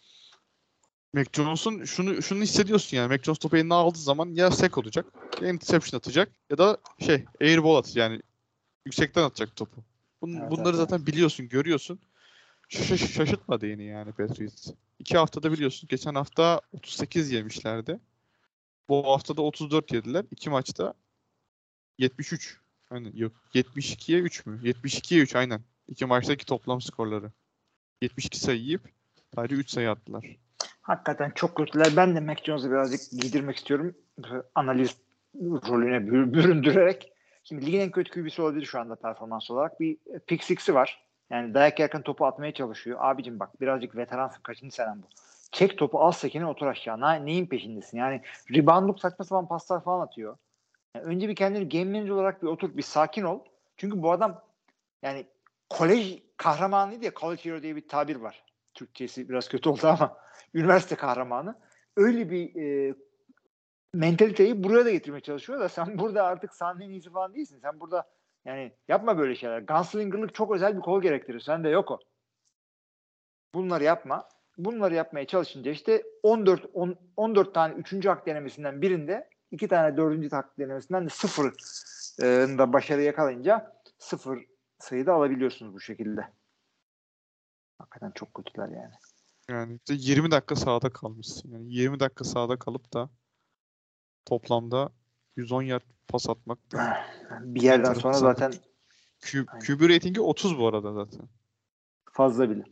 Mac Jones'un şunu şunu hissediyorsun yani. Mac Jones topu eline aldığı zaman ya sack olacak, ya interception atacak ya da şey airball atacak yani yüksekten atacak topu. Bun, Evet, bunları evet. zaten biliyorsun, görüyorsun. Şaş şaşırtmadı yeni yani Patriots. İki haftada biliyorsun. Geçen hafta otuz sekiz yemişlerdi. Bu haftada otuz dört yediler. İki maçta yetmiş üç. Hani yok yetmiş ikiye üç mü? yetmiş ikiye üç aynen. İki maçtaki toplam skorları. yetmiş iki sayı yiyip sadece üç sayı attılar. Hakikaten çok kötüler. Ben de Mac Jones'u birazcık giydirmek istiyorum. Analiz rolüne bür- büründürerek. Şimdi ligin en kötü Q B'si olabilir şu anda performans olarak. Bir pick six'i var. Yani dayak yerken topu atmaya çalışıyor. Abicim bak birazcık veteransın. Kaçıncı senen bu? Çek topu, al sekine, otur aşağı. Ne, neyin peşindesin? Yani reboundluk saçma sapan paslar falan atıyor. Yani önce bir kendini game manager olarak bir otur, bir sakin ol. Çünkü bu adam yani kolej kahramanıydı ya, college hero diye bir tabir var. Türkçesi biraz kötü oldu ama üniversite kahramanı. Öyle bir e, mentaliteyi buraya da getirmeye çalışıyor da sen burada artık sahnenin iyisi falan değilsin. Sen burada yani yapma böyle şeyler. Gunslinger'lık çok özel bir kol gerektirir. Sende yok o. Bunları yapma. Bunları yapmaya çalışınca işte on dört on, on dört tane üçüncü hak denemesinden birinde iki tane dördüncü hak denemesinden de sıfır e, da başarı yakalayınca sıfır sayıda alabiliyorsunuz bu şekilde. Hakikaten çok kötüler yani. Yani işte yirmi dakika sahada kalmışsın. Yani yirmi dakika sahada kalıp da toplamda yüz on yard pas atmak da Bir yerden sonra enteresan. zaten Q, aynen, Q B ratingi otuz bu arada zaten. fazla bile.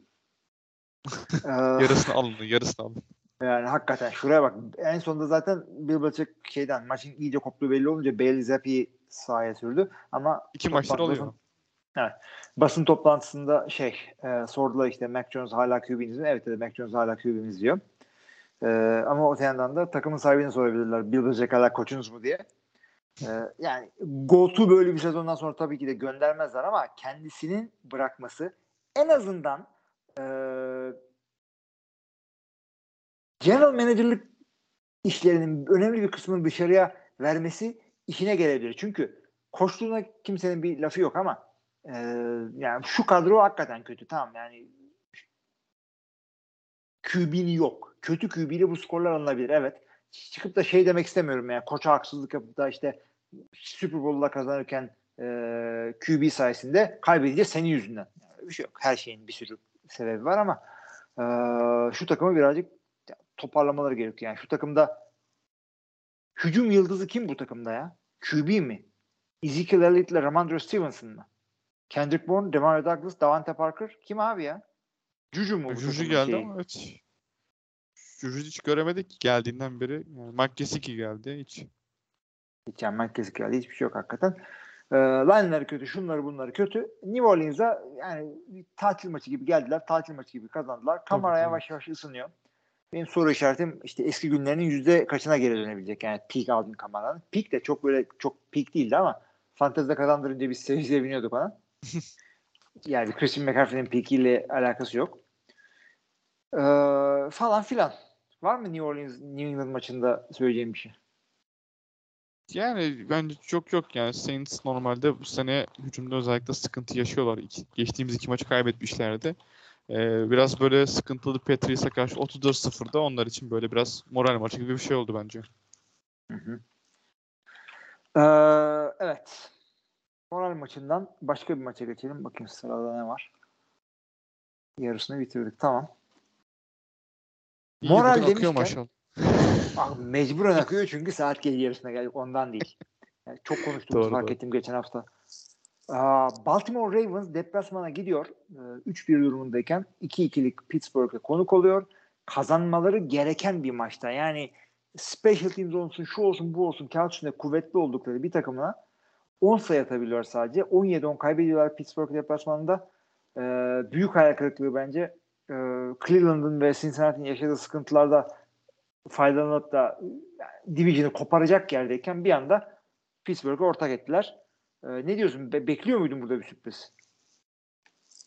Ee, Yarısını alın, yarısını alın. Yani hakikaten şuraya bak. En sonunda zaten Bill Belichick şeyden maçın iyice koptuğu belli olunca Bailey Zappi'yi sahaya sürdü. Ama İki maçtır toplantı- oluyor. basın, evet, basın toplantısında şey e, sordular işte Mac Jones hala Q B'niz mi? Evet dedi, Mac Jones hala Q B'miz diyor. E, ama öte yandan da takımın sahibini sorabilirler. Bill Belichick hala koçunuz mu diye. E, yani go-to böyle bir sezondan sonra tabii ki de göndermezler ama kendisinin bırakması en azından e, general manager'lık işlerinin önemli bir kısmını dışarıya vermesi işine gelebilir. Çünkü koçluğuna kimsenin bir lafı yok ama e, yani şu kadro hakikaten kötü. Tamam yani Q B'ni yok. Kötü Q B ile bu skorlar alınabilir. Evet. Çıkıp da şey demek istemiyorum yani koça haksızlık yapıp da işte Super Bowl'la kazanırken e, Q B sayesinde kaybedince senin yüzünden. Yani bir şey yok. Her şeyin bir sürü sebebi var ama e, şu takımı birazcık toparlamaları gerekiyor. Yani şu takımda hücum yıldızı kim bu takımda ya? Q B mi? Ezekiel Elliott ile Ramondre Stevenson mı? Kendrick Bourne, Demario Douglas, Davante Parker. Kim abi ya? Juju mu bu Juju takımın geldi şeyi? ama evet. Juju hiç göremedik geldiğinden beri. Yani Mike Gesicki geldi hiç. Hiç yani Mike Gesicki geldi. Hiçbir şey yok hakikaten. Ee, line'ları kötü, şunları bunları kötü. New Orleans'a yani bir tatil maçı gibi geldiler. Tatil maçı gibi kazandılar. Tabii, Kamara tabii. yavaş yavaş ısınıyor. Benim soru işaretim işte eski günlerinin yüzde kaçına geri dönebilecek. Yani peak aldın Kamara'nın. Peak de çok böyle çok peak değildi ama fantezide kazandırınca biz sevinç seviniyorduk ona. Yani Christian McCaffrey'nin peak'iyle alakası yok. Ee, falan filan. Var mı New Orleans New England maçında söyleyeceğim bir şey? Yani bence çok yok yani. Saints normalde bu sene hücumda özellikle sıkıntı yaşıyorlar. İki, geçtiğimiz iki maçı kaybetmişlerdi. Ee, biraz böyle sıkıntılı Patriots'a karşı otuz dört sıfırda onlar için böyle biraz moral maçı gibi bir şey oldu bence. Hı hı. Ee, evet. Moral maçından başka bir maça geçelim. Bakayım sırada ne var. Yarısını bitirdik. Tamam. İyi Moral bugün akıyor demişken maşallah. ah, mecburen akıyor çünkü saat gece yarısına geldik. Ondan değil. Yani çok konuştuğumuzu Doğru, fark doğru. ettim geçen hafta. Aa, Baltimore Ravens deplasmana gidiyor. Ee, üç bir durumundayken iki ikilik Pittsburgh'e konuk oluyor. Kazanmaları gereken bir maçta. Yani special teams olsun, şu olsun, bu olsun, kağıt üstünde kuvvetli oldukları bir takımına on sayı atabiliyorlar sadece. on yedi on kaybediyorlar Pittsburgh deplasmanında. Ee, büyük hayal kırıklığı bence. Ee, Cleveland'ın ve Cincinnati'nin yaşadığı sıkıntılarda faydalanıp da yani, division'ı koparacak yerdeyken bir anda Pittsburgh'e ortak ettiler. Ee, ne diyorsun? Be- bekliyor muydun burada bir sürpriz?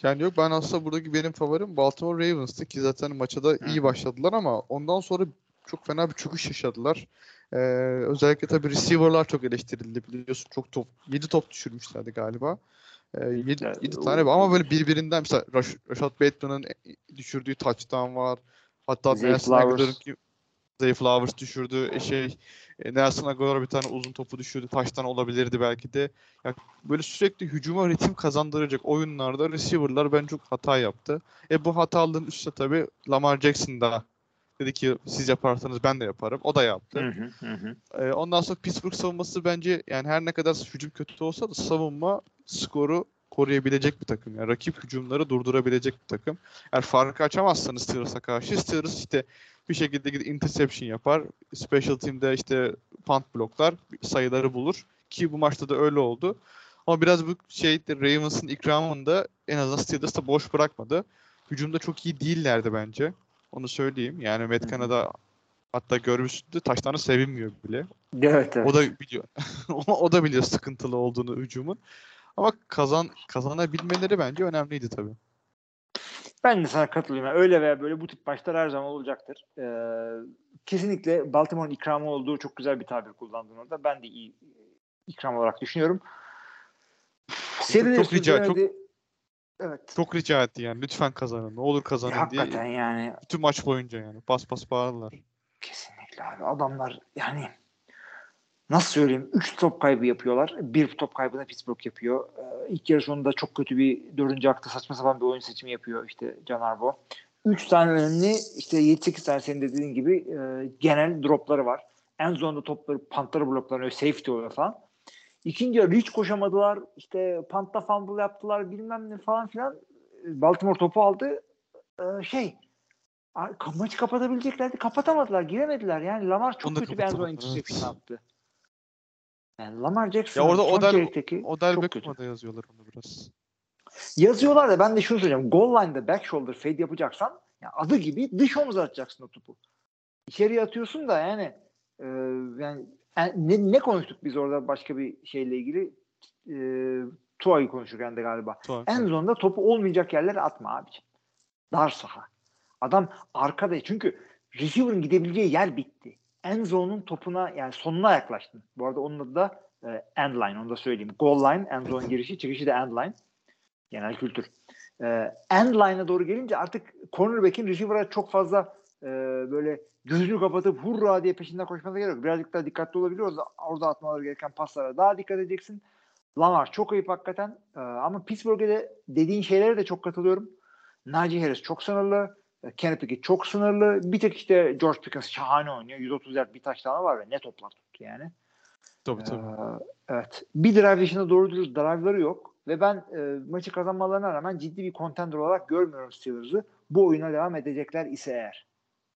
Yani yok, ben aslında buradaki benim favorim Baltimore Ravens'tı ki zaten maça da iyi başladılar ama ondan sonra çok fena bir çöküş yaşadılar. Ee, özellikle tabii receiver'lar çok eleştirildi, biliyorsun. Çok top, yedi top düşürmüşlerdi galiba. Ee, yedi, Yani yedi o- tane ama böyle birbirinden, mesela Rash, Rashad Bateman'ın düşürdüğü touchdown var. Hatta Zay Nelson Flowers. Aguilar'ın Zay Flowers düşürdü. E şey, e, Nelson Aguilar bir tane uzun topu düşürdü. Taştan olabilirdi belki de. Ya böyle sürekli hücuma ritim kazandıracak oyunlarda receiver'lar ben çok hata yaptı. E bu hataların üstüne tabii Lamar Jackson da dedi ki siz yaparsanız ben de yaparım. O da yaptı. Hı hı, hı hı. E, ondan sonra Pittsburgh savunması bence, yani her ne kadar hücum kötü olsa da savunma skoru koruyabilecek bir takım. Yani rakip hücumları durdurabilecek bir takım. Eğer farkı açamazsanız Steelers'a karşı, Steelers işte bir şekilde gidip interception yapar. Special team'de işte punt bloklar, sayıları bulur. Ki bu maçta da öyle oldu. Ama biraz bu şey, Ravens'ın ikramında en azından Steelers'ta boş bırakmadı. Hücumda çok iyi değillerdi bence. Onu söyleyeyim. Yani Matt Canada hatta görmüştü, taşlarına sevinmiyor bile. Evet, evet. O da biliyor. o da biliyor sıkıntılı olduğunu hücumun. Ama kazan kazanabilmeleri bence önemliydi tabii. Ben de sana katılıyorum. Yani öyle veya böyle bu tip maçlar her zaman olacaktır. Ee, kesinlikle Baltimore'un ikramı olduğu çok güzel bir tabir kullandın orada. Ben de iyi ikram olarak düşünüyorum. Seride çok rica çok sürdüremedi. Evet. çok rica etti yani, lütfen kazanın, ne olur Ya, kazanın hakikaten diye yani bütün maç boyunca yani bas bas bağırdılar. kesinlikle abi. Adamlar yani nasıl söyleyeyim, üç top kaybı yapıyorlar. Bir top kaybını Pittsburgh yapıyor. Ee, ilk yarı sonunda çok kötü bir dördüncü akta saçma sapan bir oyun seçimi yapıyor işte Can Harbaugh. üç tane önemli, işte yedi sekiz tane senin dediğin gibi e, genel dropları var. En zonda topları, pantları bloklanıyor, safety oluyor falan. İkinci yarı hiç koşamadılar. İşte pantta fumble yaptılar, bilmem ne falan filan. Baltimore topu aldı. Ee, şey maçı kapatabileceklerdi. Kapatamadılar. Giremediler. Yani Lamar çok Onu da kötü bir en zone kapatamadılar, evet. interception attı. Yani Lamar Ya Jackson'ın orada son Odell, çeyrekteki Odell çok kötü. Beckham'a da yazıyorlar onu biraz. Yazıyorlar da ben de şunu söyleyeceğim. Goal line'da back shoulder fade yapacaksan yani adı gibi dış omuz atacaksın o topu. İçeriye atıyorsun da yani e, yani ne, ne konuştuk biz orada başka bir şeyle ilgili? E, Tua'yı konuşurken de galiba. Tuhaf, En evet. zonda topu olmayacak yerlere atma abiciğim. Dar saha. Adam arkada, çünkü receiver'ın gidebileceği yer bitti. End zone'un topuna, yani sonuna yaklaştın. Bu arada onun adı da e, end line, onu da söyleyeyim. Goal line, end zone girişi, çıkışı da end line. Genel kültür. E, end line'a doğru gelince artık cornerback'in receiver'a çok fazla e, böyle gözünü kapatıp hurra diye peşinden koşmasına gerek yok. Birazcık daha dikkatli olabiliyoruz. Orada atmaları gereken paslara daha dikkat edeceksin. Lamar çok ayıp hakikaten. E, ama Pittsburgh'e de dediğin şeylere de çok katılıyorum. Najee Harris çok sınırlı. Kenny Pickett çok sınırlı. Bir tek işte George Pickens şahane oynuyor. yüz otuz yard bir taştanı var ve ne toplar tuttu yani. Tabii Ee, tabii. evet. Bir drive dışında doğru dürüst drive'ları yok. Ve ben e, maçı kazanmalarına rağmen ciddi bir contender olarak görmüyorum Steelers'ı. Bu oyuna devam edecekler ise eğer.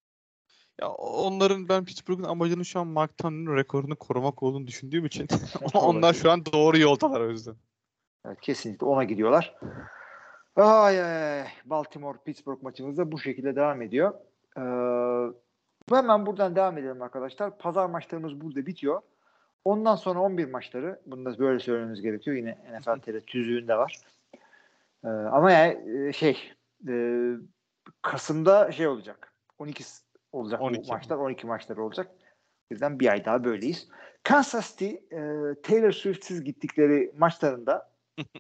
Ya onların, ben Pittsburgh'un amacının şu an Mark Tannen'ın rekorunu korumak olduğunu düşündüğüm için onlar Olabilir. şu an doğru yoldalar o yüzden. Evet, kesinlikle ona gidiyorlar. Ay ay, Baltimore Pittsburgh maçımız da bu şekilde devam ediyor. Ee, hemen buradan devam edelim arkadaşlar. Pazar maçlarımız burada bitiyor. Ondan sonra on bir maçları, bunu da böyle söylememiz gerekiyor. Yine N F L T R tüzüğünde var. Ee, ama yani şey e, Kasım'da şey olacak. on iki olacak on bu iki. maçlar. on iki maçları olacak. Birden bir ay daha böyleyiz. Kansas City e, Taylor Swift'siz gittikleri maçlarında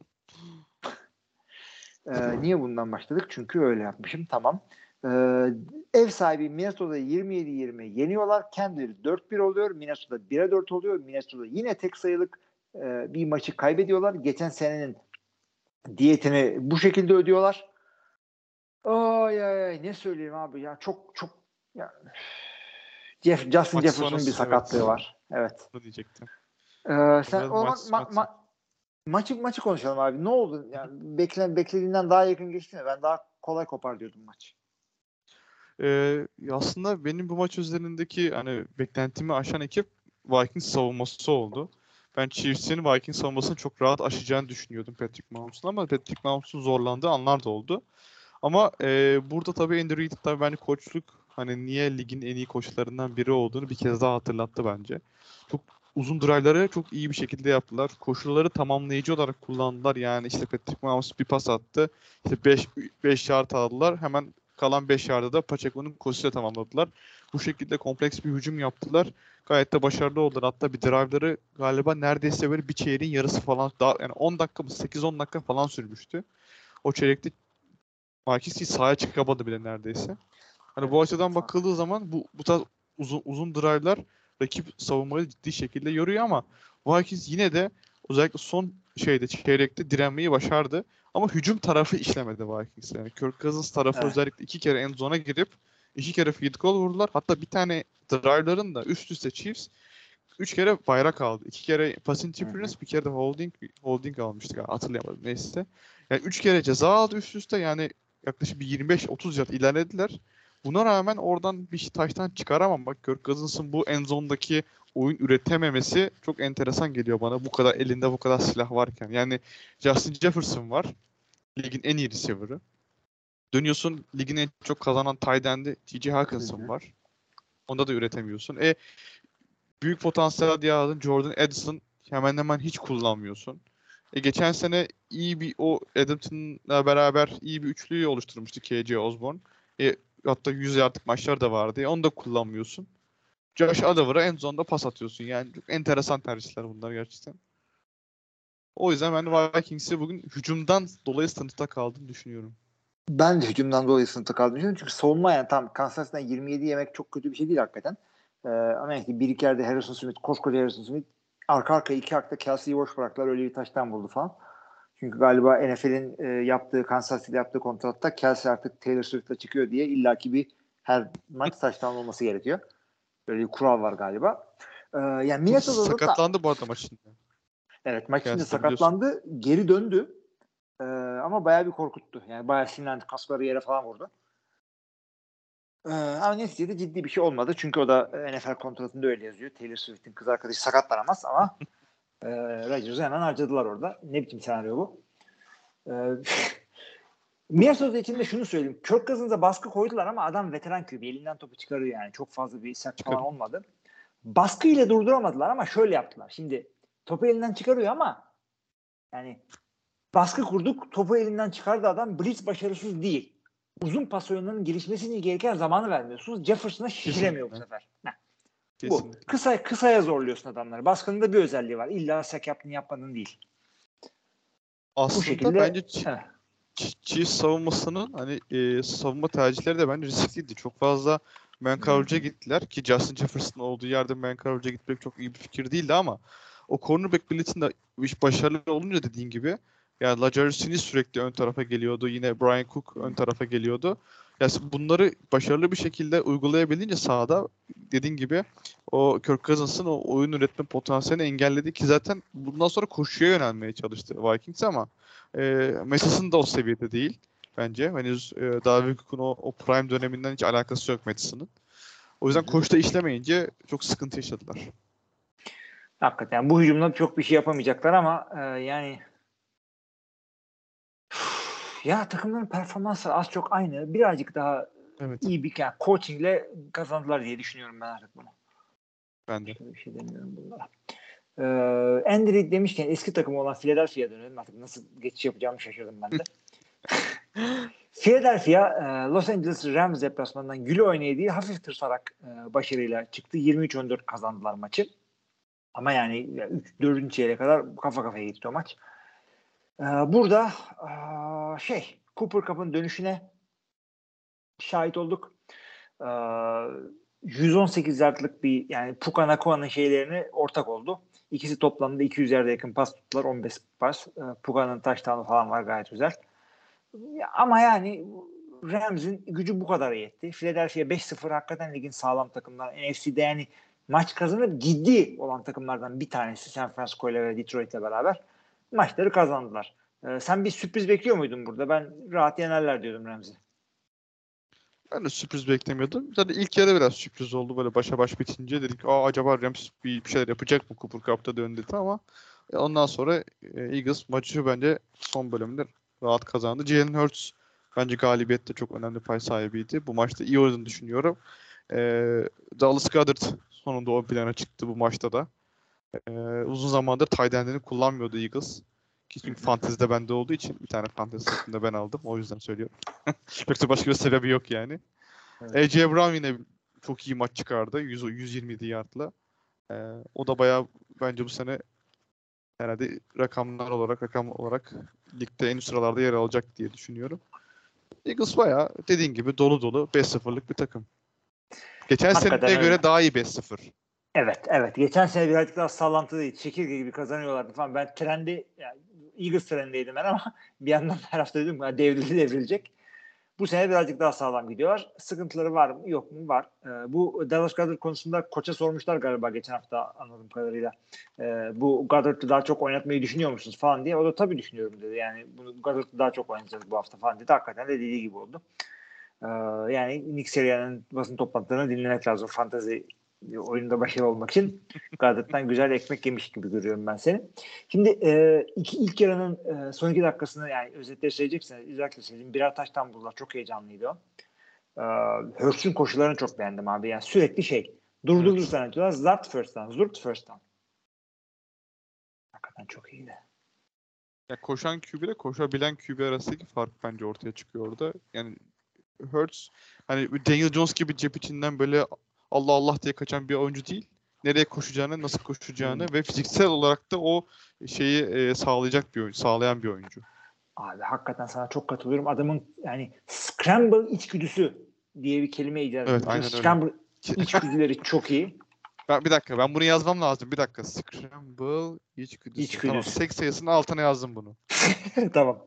e, niye bundan başladık? Çünkü öyle yapmışım. Tamam. E, ev sahibi Minnesota'yı yirmi yedi yirmi yeniyorlar. Kendileri dört bir oluyor. Minnesota bire dört oluyor. Minnesota yine tek sayılık e, bir maçı kaybediyorlar. Geçen senenin diyetini bu şekilde ödüyorlar. Ay ay ay, ne söyleyeyim abi ya, çok çok ya, Jeff, Justin Maç Jefferson'ın bir sonrası, sakatlığı evet. var. Evet. Ne diyecektim. Ee, sen Biraz o maç, zaman ma- maç. ma- maçı maçı konuşalım abi. Ne oldu? Yani beklen beklediğinden daha yakın geçti mi? Ben daha kolay kopar diyordum maç. Ee, aslında benim bu maç üzerindeki hani beklentimi aşan ekip Vikings savunması oldu. Ben Chiefs'in Vikings savunmasını çok rahat aşacağını düşünüyordum Patrick Mahomes'un, ama Patrick Mahomes'un zorlandığı anlar da oldu. Ama e, burada tabii Andy Reid tabii bence koçluk, hani niye ligin en iyi koçlarından biri olduğunu bir kez daha hatırlattı bence. Çok uzun drive'ları çok iyi bir şekilde yaptılar. Koşuları tamamlayıcı olarak kullandılar. Yani işte Patrick Mahomes bir pas attı. İşte beş beş yard aldılar. Hemen kalan beş yardta da Pacheco'nun koşusuyla tamamladılar. Bu şekilde kompleks bir hücum yaptılar. Gayet de başarılı oldular. Hatta bir drive'ları galiba neredeyse böyle bir çeyreğin yarısı falan, daha yani on dakika mı sekiz on dakika falan sürmüştü. O çeyrekte Vikings hiç sahaya çıkamadı bile neredeyse. Hani Evet, bu açıdan çok bakıldığı zaman bu bu tarz uzun uzun drive'lar rakip savunmayı ciddi şekilde yoruyor ama Vikings yine de özellikle son şeyde çeyrekte direnmeyi başardı. Ama hücum tarafı işlemedi Vikings. Yani Kirk Cousins tarafı Evet. özellikle iki kere end zone'a girip iki kere field goal vurdular. Hatta bir tane drive'ların da üst üste Chiefs üç kere bayrak aldı. İki kere pass interference, bir kere de holding holding almıştık. Yani hatırlayamadım neyse. Yani üç kere ceza aldı üst üste. Yani yaklaşık bir yirmi beş otuz yard ilerlediler. Buna rağmen oradan bir şey taştan çıkaramamak, Kirk Cousins'ın bu end zone'daki oyun üretememesi çok enteresan geliyor bana. Bu kadar elinde bu kadar silah varken. Yani Justin Jefferson var. Ligin en iyi receiver'ı. Dönüyorsun ligin en çok kazanan tight end'i T J Hawkinson var. Onda da üretemiyorsun. E büyük potansiyel diye aldın Jordan Addison, hemen hemen hiç kullanmıyorsun. E geçen sene iyi bir o Adamson'la beraber iyi bir üçlüyü oluşturmuştu K J Osborne. E, hatta yüz yardlık maçlar da vardı. E, onu da kullanmıyorsun. Josh Oliver'a en sonunda pas atıyorsun. Yani çok enteresan tercihler bunlar gerçekten. O yüzden ben Vikings'i bugün hücumdan dolayı sınıfta kaldığını düşünüyorum. Ben de hücumdan dolayı sınıfta kaldım düşünüyorum. Çünkü savunma, yani tam Kansas City'den yirmi yedi yemek çok kötü bir şey değil hakikaten. Ee, ama yani bir iki yerde Harrison Smith, koskoca Harrison Smith arka arkaya iki hakta Kelsey'yi boş bıraktılar. Öyle bir taştan buldu falan. Çünkü galiba N F L'in e, yaptığı, Kansas City'de yaptığı kontratta Kelsey artık Taylor Swift'la çıkıyor diye illaki bir her maç taştan olması gerekiyor. Böyle bir kural var galiba. Ee, yani Minnesota'da da Sakatlandı bu arada maçında. evet, maç içinde Kelsey biliyorsun. sakatlandı. Geri döndü. Ee, ama bayağı bir korkuttu. Yani bayağı sinirlendi. Kasları yere falan vurdu. Ee, ama neticede ciddi bir şey olmadı. Çünkü o da N F L kontratında öyle yazıyor. Taylor Swift'in kız arkadaşı sakatlanamaz ama e, Rodgers'ı hemen harcadılar orada. Ne biçim senaryo bu? Ee, Minnesota için de şunu söyleyeyim. Kirk Cousins'a baskı koydular ama adam veteran Q B. Elinden topu çıkarıyor yani. Çok fazla bir sack falan olmadı. Baskı ile durduramadılar ama şöyle yaptılar. Şimdi topu elinden çıkarıyor ama yani baskı kurduk. Topu elinden çıkardı adam. Blitz başarısız değil. Uzun pas oyunlarının gelişmesini gereken zamanı vermiyorsunuz. Jefferson'a şişiremiyor bu sefer. Heh. Bu. Kısa, kısaya zorluyorsun adamları. Baskının da bir özelliği var. İlla sack yaptın yapmadın değil. Aslında bu şekilde, bence Ch- Chiefs savunmasının hani e, savunma tercihleri de bence riskliydi. Çok fazla man coverage'a gittiler ki Justin Jefferson olduğu yerde man coverage'a gitmek çok iyi bir fikir değildi ama o cornerback blitz'in de iş başarılı olunca dediğin gibi yani L'Jarius Smith sürekli ön tarafa geliyordu. Yine Brian Cook ön tarafa geliyordu. Yani bunları başarılı bir şekilde uygulayabilince sahada dediğin gibi o Kirk Cousins'ın o oyun üretme potansiyelini engelledi ki zaten bundan sonra koşuya yönelmeye çalıştı Vikings ama e, Mattis'in de o seviyede değil bence. Henüz e, Dalvin Cook'un o, o prime döneminden hiç alakası yok Mattis'in. O yüzden koşta işlemeyince çok sıkıntı yaşadılar. Hakikaten bu hücumda çok bir şey yapamayacaklar ama e, yani ya takımların performansı az çok aynı. Birazcık daha Evet. iyi bir yani coachingle kazandılar diye düşünüyorum ben artık bunu. Ben de. Şöyle bir şey demiyorum bunlara. Ee, Andy Reid demişken eski takımı olan Philadelphia'ya dönelim. Artık nasıl geçiş yapacağımı şaşırdım ben de. Philadelphia Los Angeles Rams deplasmanından güle oynaya değil hafif tırsarak başarıyla çıktı. yirmi üç on dört kazandılar maçı. Ama yani dördüncü çeyreğe kadar kafa kafaya gitti o maç. Burada şey Cooper Cup'ın dönüşüne şahit olduk. yüz on sekiz yardlık bir yani Puka Nakua'nın şeylerini ortak oldu. İkisi toplamda iki yüz yarda yakın pas tuttular. on beş pas. Puka'nın touchdown'u falan var, gayet güzel. Ya, ama yani Rams'in gücü bu kadar yetti. Philadelphia beş sıfır hakikaten ligin sağlam takımları. N F C'de yani maç kazanıp ciddi olan takımlardan bir tanesi San Francisco ile ve Detroit ile beraber maçları kazandılar. Ee, sen bir sürpriz bekliyor muydun burada? Ben rahat yenerler diyordum Rams'i. Ben de sürpriz beklemiyordum. Zaten ilk yarıda biraz sürpriz oldu. Böyle başa baş bitince dedik aa acaba Rams bir, bir şeyler yapacak mı Cooper Cup'ta döndü ama e, ondan sonra e, Eagles maçı bence son bölümde rahat kazandı. Jalen Hurts bence galibiyette çok önemli pay sahibiydi. Bu maçta iyi oynadığını düşünüyorum. E, Dallas Goedert sonunda o plana çıktı bu maçta da. Ee, uzun zamandır tight end'ini kullanmıyordu Eagles. Ki çünkü fantezide bende olduğu için bir tane fantezi setinde ben aldım. O yüzden söylüyorum. Yoksa başka bir sebebi yok yani. Evet. A J Brown yine çok iyi maç çıkardı. yüz, yüz yirmi yedi yardla. Ee, o da bayağı bence bu sene herhalde rakamlar olarak rakam olarak ligde en üst sıralarda yer alacak diye düşünüyorum. Eagles bayağı dediğin gibi dolu dolu beş sıfırlık bir takım. Geçen Hakikaten seneye göre öyle. daha iyi beş sıfır. Evet, evet. Geçen sene birazcık daha sallantılıydı. Çekirge gibi kazanıyorlardı falan. Ben trendi, yani Eagles trendindeydim ben ama bir yandan her hafta dedim ki devrildi devrilecek. Bu sene birazcık daha sağlam gidiyorlar. Sıkıntıları var mı? Yok mu? Var. Ee, bu Dallas Goedert konusunda koça sormuşlar galiba geçen hafta anladığım kadarıyla. Ee, bu Goedert'ı daha çok oynatmayı düşünüyor musunuz falan diye. O da tabii düşünüyorum dedi. Yani bunu Goedert'ı daha çok oynayacağız bu hafta falan dedi. Hakikaten de dediği gibi oldu. Ee, yani Nick Sirianni'nin basın toplantılarını dinlemek lazım. Fantezi oyunda başarılı olmak için. Goedert'tan güzel ekmek yemiş gibi görüyorum ben seni. Şimdi e, iki, ilk yarının e, son iki dakikasını yani özetle söyleyecekseniz özellikle söyleyeyim. Birer taştan buldular. Çok heyecanlıydı o. E, Hurst'un koşularını çok beğendim abi. Yani sürekli şey durdurursan evet. Atıyorlar. Zart first down. Zurt first down. Hakikaten çok iyiydi. Ya koşan Q B ile koşabilen Q B arasındaki fark bence ortaya çıkıyor orada. Yani Hurts hani Daniel Jones gibi cep içinden böyle Allah Allah diye kaçan bir oyuncu değil. Nereye koşacağını, nasıl koşacağını hmm. ve fiziksel olarak da o şeyi e, sağlayacak bir oyuncu, sağlayan bir oyuncu. Abi hakikaten sana çok katılıyorum. Adamın yani scramble içgüdüsü diye bir kelime icat edilmiş. Evet, aynen scramble öyle. içgüdüleri çok iyi. Ben, bir dakika ben bunu yazmam lazım. Bir dakika. Scramble içgüdüsü. İçgüdüsü. Tamam. Sek sayısının altına yazdım bunu. Tamam.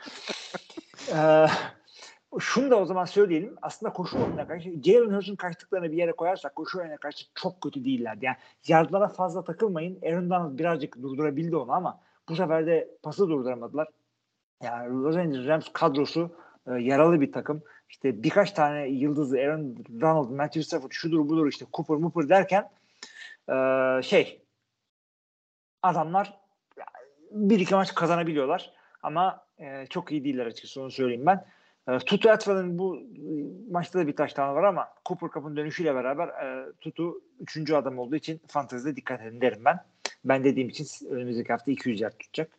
ee, şunu da o zaman söyleyelim. Aslında koşu oyununa karşı Jalen Hurts'un kaçtıklarını bir yere koyarsak koşu oyununa karşı çok kötü değillerdi. Yani yardlara fazla takılmayın. Aaron Donald birazcık durdurabildi onu ama bu sefer de pası durduramadılar. Yani Los Angeles Rams kadrosu e, yaralı bir takım. İşte birkaç tane yıldızı Aaron Donald, Matthew Stafford, şudur budur işte Cooper, Mooper derken e, şey adamlar bir iki maç kazanabiliyorlar ama e, çok iyi değiller açıkçası onu söyleyeyim ben. E, Tutu Atwell'in bu e, maçta da bir taştan var ama Cooper Cup'ın dönüşüyle beraber e, Tutu üçüncü adam olduğu için fantezide dikkat edin derim ben. Ben dediğim için önümüzdeki hafta iki yüz yard tutacak.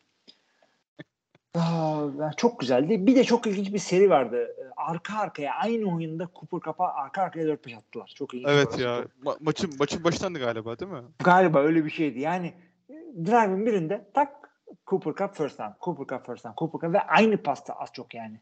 Aa, çok güzeldi. Bir de çok ilginç bir seri vardı. Arka arkaya aynı oyunda Cooper Cup'a arka arkaya dört beş attılar. Çok ilginç. Evet ya. Ma- maçın maçın başındandı galiba değil mi? Galiba öyle bir şeydi. Yani drive'ın birinde tak Cooper Cup first down. Cooper Cup first down. Cooper Cup ve aynı pasta az çok yani.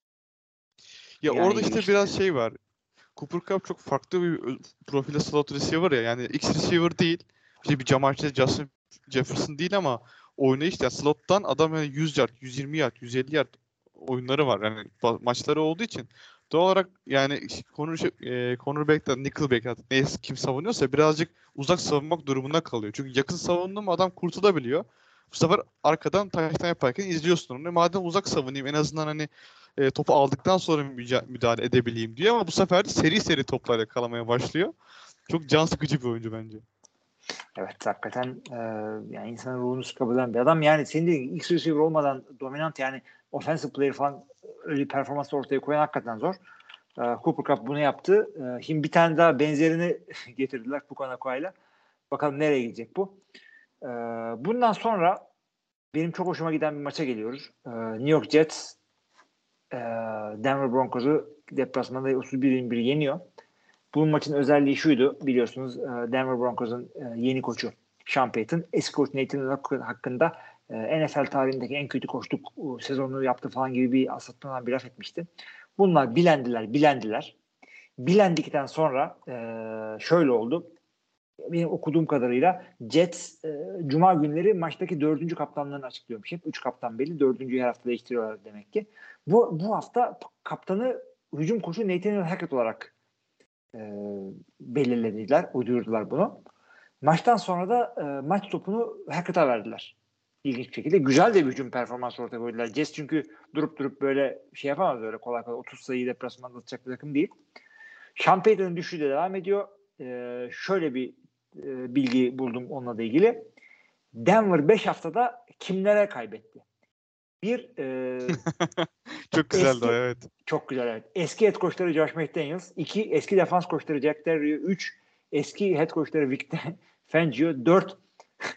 Ya yani orada işte işte biraz şey var. Cooper Cup çok farklı bir profilde slot receiver ya. Yani X receiver değil. İşte bir Jamar Chase, Justin Jefferson değil ama oynayış ya slottan adam yani yüz yard, yüz yirmi yard, yüz elli yard oyunları var. Yani maçları olduğu için doğal olarak yani corner e, cornerback'ten nickelback artık neyse kim savunuyorsa birazcık uzak savunmak durumunda kalıyor. Çünkü yakın savundu mu adam kurtulabiliyor. Bu sefer arkadan taştan yaparken izliyorsun onu. Madem uzak savunayım en azından hani e, topu aldıktan sonra müdahale edebileyim diyor ama bu sefer de seri seri toplarla kalamaya başlıyor. Çok can sıkıcı bir oyuncu bence. Evet hakikaten e, yani insanın ruhunu sıkabilen bir adam. Yani senin de X receiver olmadan dominant yani offensive player falan öyle bir performans ortaya koyan hakikaten zor. E, Cooper Cup bunu yaptı. E, şimdi bir tane daha benzerini getirdiler Pukanaka'yla. Bakalım nereye gidecek bu. E, bundan sonra benim çok hoşuma giden bir maça geliyoruz. E, New York Jets e, Denver Broncos'u deplasmanda otuz bir yirmi bir yeniyor. Bu maçın özelliği şuydu biliyorsunuz Denver Broncos'un yeni koçu Sean Payton eski koç Nathan hakkında N F L tarihindeki en kötü koçluk sezonunu yaptı falan gibi bir asatlanan bir laf etmişti. Bunlar bilendiler bilendiler. Bilendikten sonra şöyle oldu. Benim okuduğum kadarıyla Jets Cuma günleri maçtaki dördüncü kaptanlarını açıklıyormuş. Hep üç kaptan belli. Dördüncüyü her hafta değiştiriyorlar demek ki. Bu, bu hafta kaptanı hücum koçu Nathaniel Hackett olarak E, belirlediler, uydurdular bunu. Maçtan sonra da e, maç topunu Hackett'a verdiler. İlginç bir şekilde. Güzel de bir hücum performansı ortaya koydular. Jets çünkü durup durup böyle şey yapamaz öyle kolay kolay otuz sayıyı deplasmanda atacak bir takım değil. Sean Payton'ın düşüşü de devam ediyor. E, şöyle bir e, bilgi buldum onunla da ilgili. Denver beş haftada kimlere kaybetti? Bir e, çok güzeldi eski, o evet. Çok güzel evet. Eski head coachları Josh McDaniels. iki eski defans koçları Jack Del Rio. üç eski head coachları Vic Fangio. dört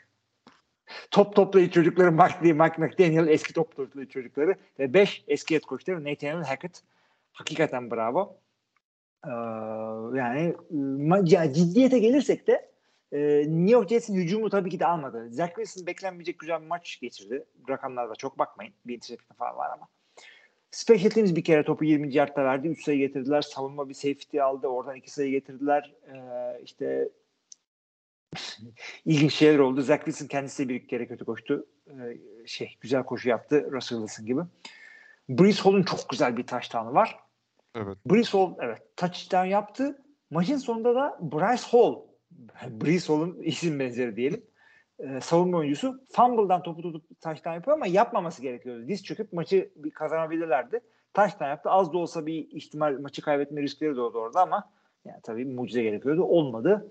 top toplayıcı çocukları Mark, Mike McDaniel, eski top toplayıcı çocukları ve beş eski head coachları Nathaniel Hackett. Hakikaten bravo. Ee, yani ma- ciddiyete gelirsek de e, New York Jets'in hücumu tabii ki de almadı. Zach Wilson beklenmeyecek güzel bir maç geçirdi. Rakamlarda çok bakmayın. Bir interception falan var ama. Special Teams bir kere topu yirminci yardta verdi. üç sayı getirdiler. Savunma bir safety aldı. Oradan iki sayı getirdiler. Ee, işte ilginç şeyler oldu. Zach Wilson kendisi de bir kere kötü koştu. Ee, şey güzel koşu yaptı. Russell Wilson gibi. Breece Hall'un çok güzel bir touchdown'u var. Evet. Breece Hall evet touchdown yaptı. Maçın sonunda da Bryce Hall, Breece Hall'un isim benzeri diyelim. Ee, savunma oyuncusu fumble'dan topu tutup touchdown yapıyor ama yapmaması gerekiyordu. Diz çöküp maçı bir kazanabilirlerdi. Touchdown yaptı. Az da olsa bir ihtimal maçı kaybetme riskleri doğdu orada ama yani tabii mucize gerekiyordu. Olmadı.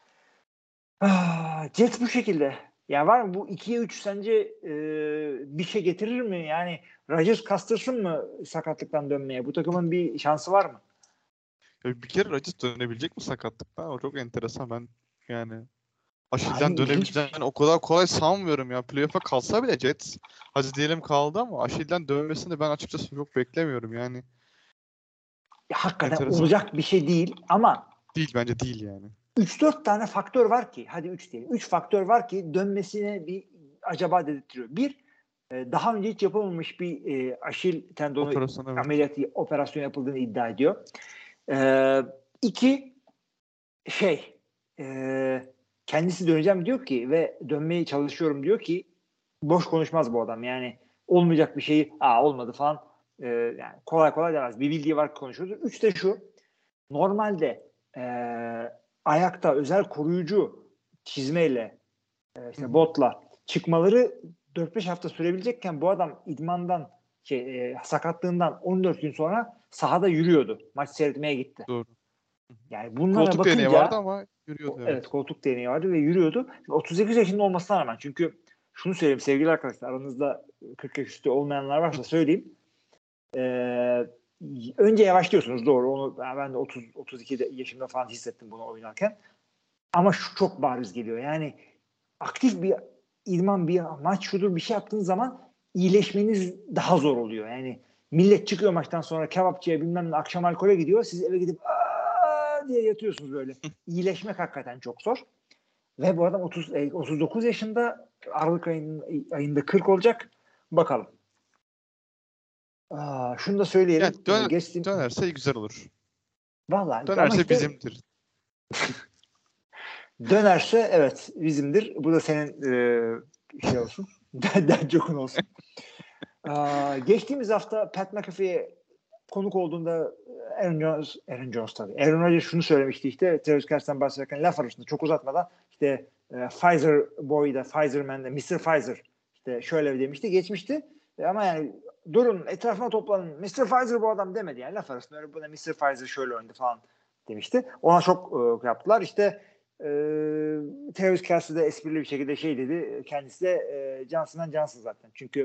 Ah, Jets bu şekilde. Ya var mı bu ikiye üç sence e, bir şey getirir mi? Yani Rodgers kastırsın mı sakatlıktan dönmeye? Bu takımın bir şansı var mı? Ya bir kere Rodgers dönebilecek mi sakatlıktan? O çok enteresan. Ben yani Aşil'den Yani ilginç bir dönebileceğini şey. o kadar kolay sanmıyorum ya. Playoff'a kalsa bile Jets, hadi diyelim kaldı ama Aşil'den dönmesini ben açıkçası çok beklemiyorum yani. Ya, hakikaten Enteresan. olacak bir şey değil ama Değil, bence değil yani. üç dört tane faktör var ki, hadi üç diyelim. üç faktör var ki dönmesine bir acaba dedirtiyor. Bir, e, daha önce hiç yapılmamış bir e, Aşil tendonu Operasyon, evet. ameliyatı, operasyon yapıldığını iddia ediyor. E, iki, şey, e, kendisi döneceğim diyor ki ve dönmeye çalışıyorum diyor ki boş konuşmaz bu adam. Yani olmayacak bir şeyi, aa olmadı falan e, yani kolay kolay demez. Bir bildiği var konuşuyordur. Üç de şu, normalde e, ayakta özel koruyucu çizmeyle e, işte botla çıkmaları dört beş hafta sürebilecekken bu adam idmandan şey, e, sakatlığından on dört gün sonra sahada yürüyordu. Maç seyretmeye gitti. Doğru. Yani bunlara Koltuk bakınca değneği vardı ama yürüyordu. o, Evet. evet koltuk değneği vardı ve yürüyordu. otuz sekiz yaşında olmasına rağmen, çünkü şunu söyleyeyim sevgili arkadaşlar, aranızda kırk yaş üstü olmayanlar varsa söyleyeyim. Ee, önce yavaşlıyorsunuz, doğru. Onu ben de otuz otuz iki yaşımda falan hissettim bunu oynarken. Ama şu çok bariz geliyor. Yani aktif bir idman, bir maç şudur bir şey yaptığınız zaman iyileşmeniz daha zor oluyor. Yani millet çıkıyor maçtan sonra kebapçıya bilmem ne akşam alkole gidiyor. Siz eve gidip aa diye yatıyorsunuz böyle. İyileşmek hakikaten çok zor. Ve bu adam otuz, otuz dokuz yaşında, Aralık ayının, ayında kırk olacak. Bakalım. Aa, şunu da söyleyelim. Yani dön- Geçtim. dönerse güzel olur. Vallahi Dönerse işte, bizimdir. dönerse evet bizimdir. Bu da senin e, şey olsun. Dencokun olsun. Aa, geçtiğimiz hafta Pat McAfee'ye konuk olduğunda Aaron Jones, Aaron Jones tabii. Aaron Rodgers şunu söylemişti işte. Travis Kelce'den bahsederken laf arasında çok uzatmadan işte e, Pfizer boy'da, Pfizer man'de, mister Pfizer işte şöyle demişti, geçmişti. E, ama yani durun etrafına toplanın. mister Pfizer bu adam demedi yani. Laf arasında öyle buna mister Pfizer şöyle oynadı falan demişti. Ona çok e, yaptılar. İşte e, Travis Kelce de esprili bir şekilde şey dedi. Kendisi de e, Johnson'dan Johnson zaten. Çünkü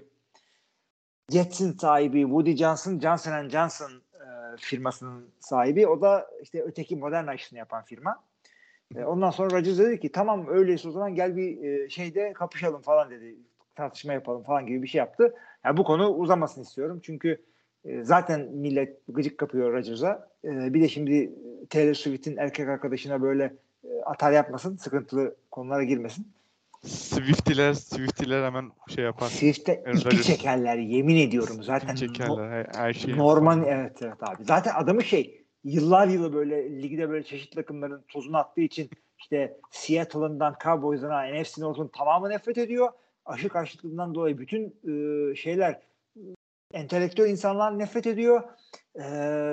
Jets'in sahibi Woody Johnson, Johnson and Johnson e, firmasının sahibi. O da işte öteki Moderna işini yapan firma. E, ondan sonra Rodgers dedi ki tamam öyleyse o zaman gel bir e, şeyde kapışalım falan dedi. Tartışma yapalım falan gibi bir şey yaptı. Yani bu konu uzamasını istiyorum. Çünkü e, zaten millet gıcık kapıyor Rodgers'a. E, bir de şimdi Taylor Swift'in erkek arkadaşına böyle e, atar yapmasın. Sıkıntılı konulara girmesin. Swiftiler, Swiftiler hemen şey yapar. Swift'te Aaron ipi Rodgers. çekerler. Yemin ediyorum zaten. Kim çekerler her, her şeyi. Norman evet evet abi. Zaten adamı şey yıllar yılı böyle ligde böyle çeşitli takımların tozunu attığı için işte Seattle'ından Cowboys'ına N F C North'un tamamı nefret ediyor. Aşı karşıtlığından dolayı bütün e, şeyler entelektüel insanlar nefret ediyor. E,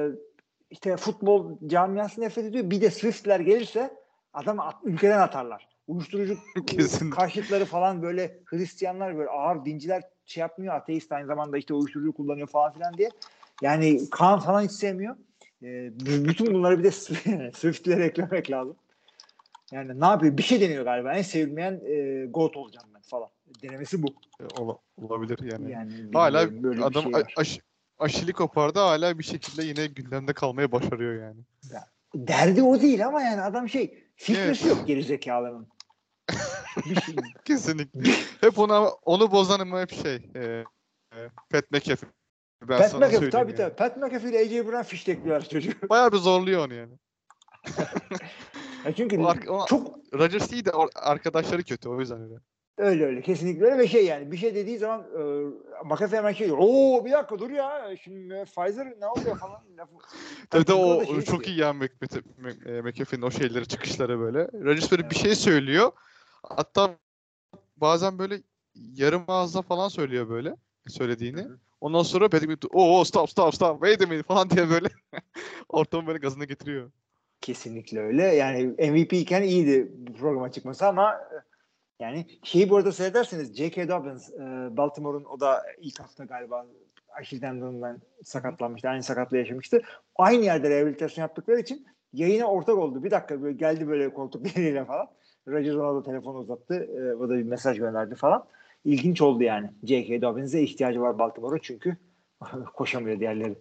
işte futbol camiası nefret ediyor. Bir de Swift'ler gelirse adam at, ülkeden atarlar. Uyuşturucu karşıtları falan böyle Hristiyanlar böyle ağır dinciler şey yapmıyor. Ateist aynı zamanda işte uyuşturucu kullanıyor falan filan diye. Yani Kaan falan hiç sevmiyor. E, bütün bunları bir de Swift'lere eklemek lazım. Yani ne yapıyor? Bir şey deniyor galiba. En sevilmeyen e, GOAT olacağım ben falan. Denemesi bu. Ola, olabilir yani. Yani hala böyle adam bir şey var. aş, aşili kopardı, hala bir şekilde yine gündemde kalmaya başarıyor yani. Ya, derdi o değil ama yani adam şey fikresi Evet. yok gerizekalının. Bir şey, Kesinlikle. Hep ona onu bozan ama hep şey. E, e, Pat McAfee. Ben Pat sana McAfee söyleyeyim tabii yani. tabii. Pat McAfee ile A J Brown fiştekliyor çocuk. Bayağı bir zorluyor onu yani. Ya çünkü O, ar- o çok Rodgers iyi de o- arkadaşları kötü o yüzden öyle. öyle öyle kesinlikle öyle ve şey yani bir şey dediği zaman e, McAfee hemen şey diyor. Oo bir dakika dur ya şimdi Pfizer ne oluyor falan. Lafı. Tabii de Çünkü o da şey çok istiyor. iyi yani Mc- Mc- Mc- e, McAfee'nin o şeyleri çıkışları böyle. Rodgers böyle bir Evet. şey söylüyor. Hatta bazen böyle yarım ağızda falan söylüyor böyle söylediğini. Hı hı. Ondan sonra Patrick McAfee oo stop stop stop wait a minute falan diye böyle ortamı böyle gazına getiriyor. Kesinlikle öyle. Yani M V P iken iyiydi bu programa çıkması ama yani şeyi bu arada seyrederseniz J K. Dobbins e, Baltimore'un o da ilk hafta galiba Achilles tendonundan sakatlanmıştı. Aynı sakatlığı yaşamıştı. Aynı yerde rehabilitasyon yaptıkları için yayına ortak oldu. Bir dakika böyle geldi böyle koltukleriyle falan. Rodgers ona da telefonu uzattı. E, o da bir mesaj gönderdi falan. İlginç oldu yani. J K. Dobbins'e ihtiyacı var Baltimore'un çünkü koşamıyor diğerleri.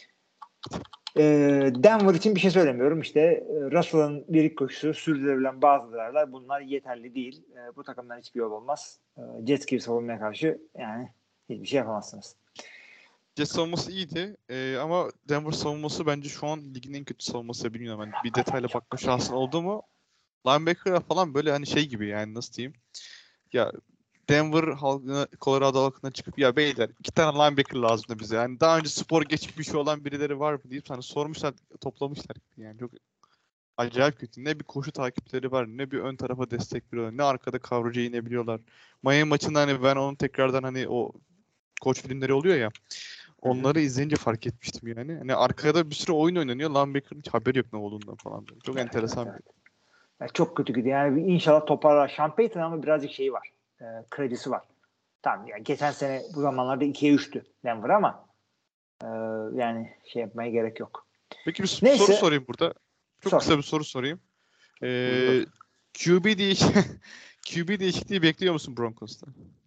E, Denver için bir şey söylemiyorum. İşte e, Russell'ın lirik koşusu, sürdürülebilen bazı değerler bunlar yeterli değil. E, bu takımdan hiçbir yol olmaz. E, Jets gibi savunmaya karşı yani hiçbir şey yapamazsınız. Jets savunması iyiydi ee, ama Denver savunması bence şu an ligin en kötü savunması bilmiyorum. Yani bir detayla bakma şansın oldu mu? Linebacker'lar falan böyle hani şey gibi yani nasıl diyeyim? Ya Denver halkına, Colorado halkına çıkıp ya beyler iki tane linebacker lazım bize. Yani daha önce spor geçmişi olan birileri var mı deyip hani sormuşlar, toplamışlar yani çok acayip kötü. Ne bir koşu takipleri var, ne bir ön tarafa destek veriyorlar, ne arkada coverage inebiliyorlar. Miami maçında hani ben onun tekrardan hani o koç filmleri oluyor ya. Onları izleyince fark etmiştim yani. Hani arkada bir sürü oyun oynanıyor. Linebacker'ın hiç haberi yok ne olduğundan falan. Böyle. Çok Evet, enteresan evet, bir. evet. Yani çok kötü gidiyor. Yani inşallah toparlar. Sean Payton ama birazcık şeyi var. E, kredisi var. Tamam yani geçen sene bu zamanlarda ikiye üçtü Denver ama e, yani şey yapmaya gerek yok. Peki bir Neyse. soru sorayım burada. Çok Sor. kısa bir soru sorayım. Buyur. Ee, Q B değiş Q B değişikliği bekliyor musun Broncos'ta?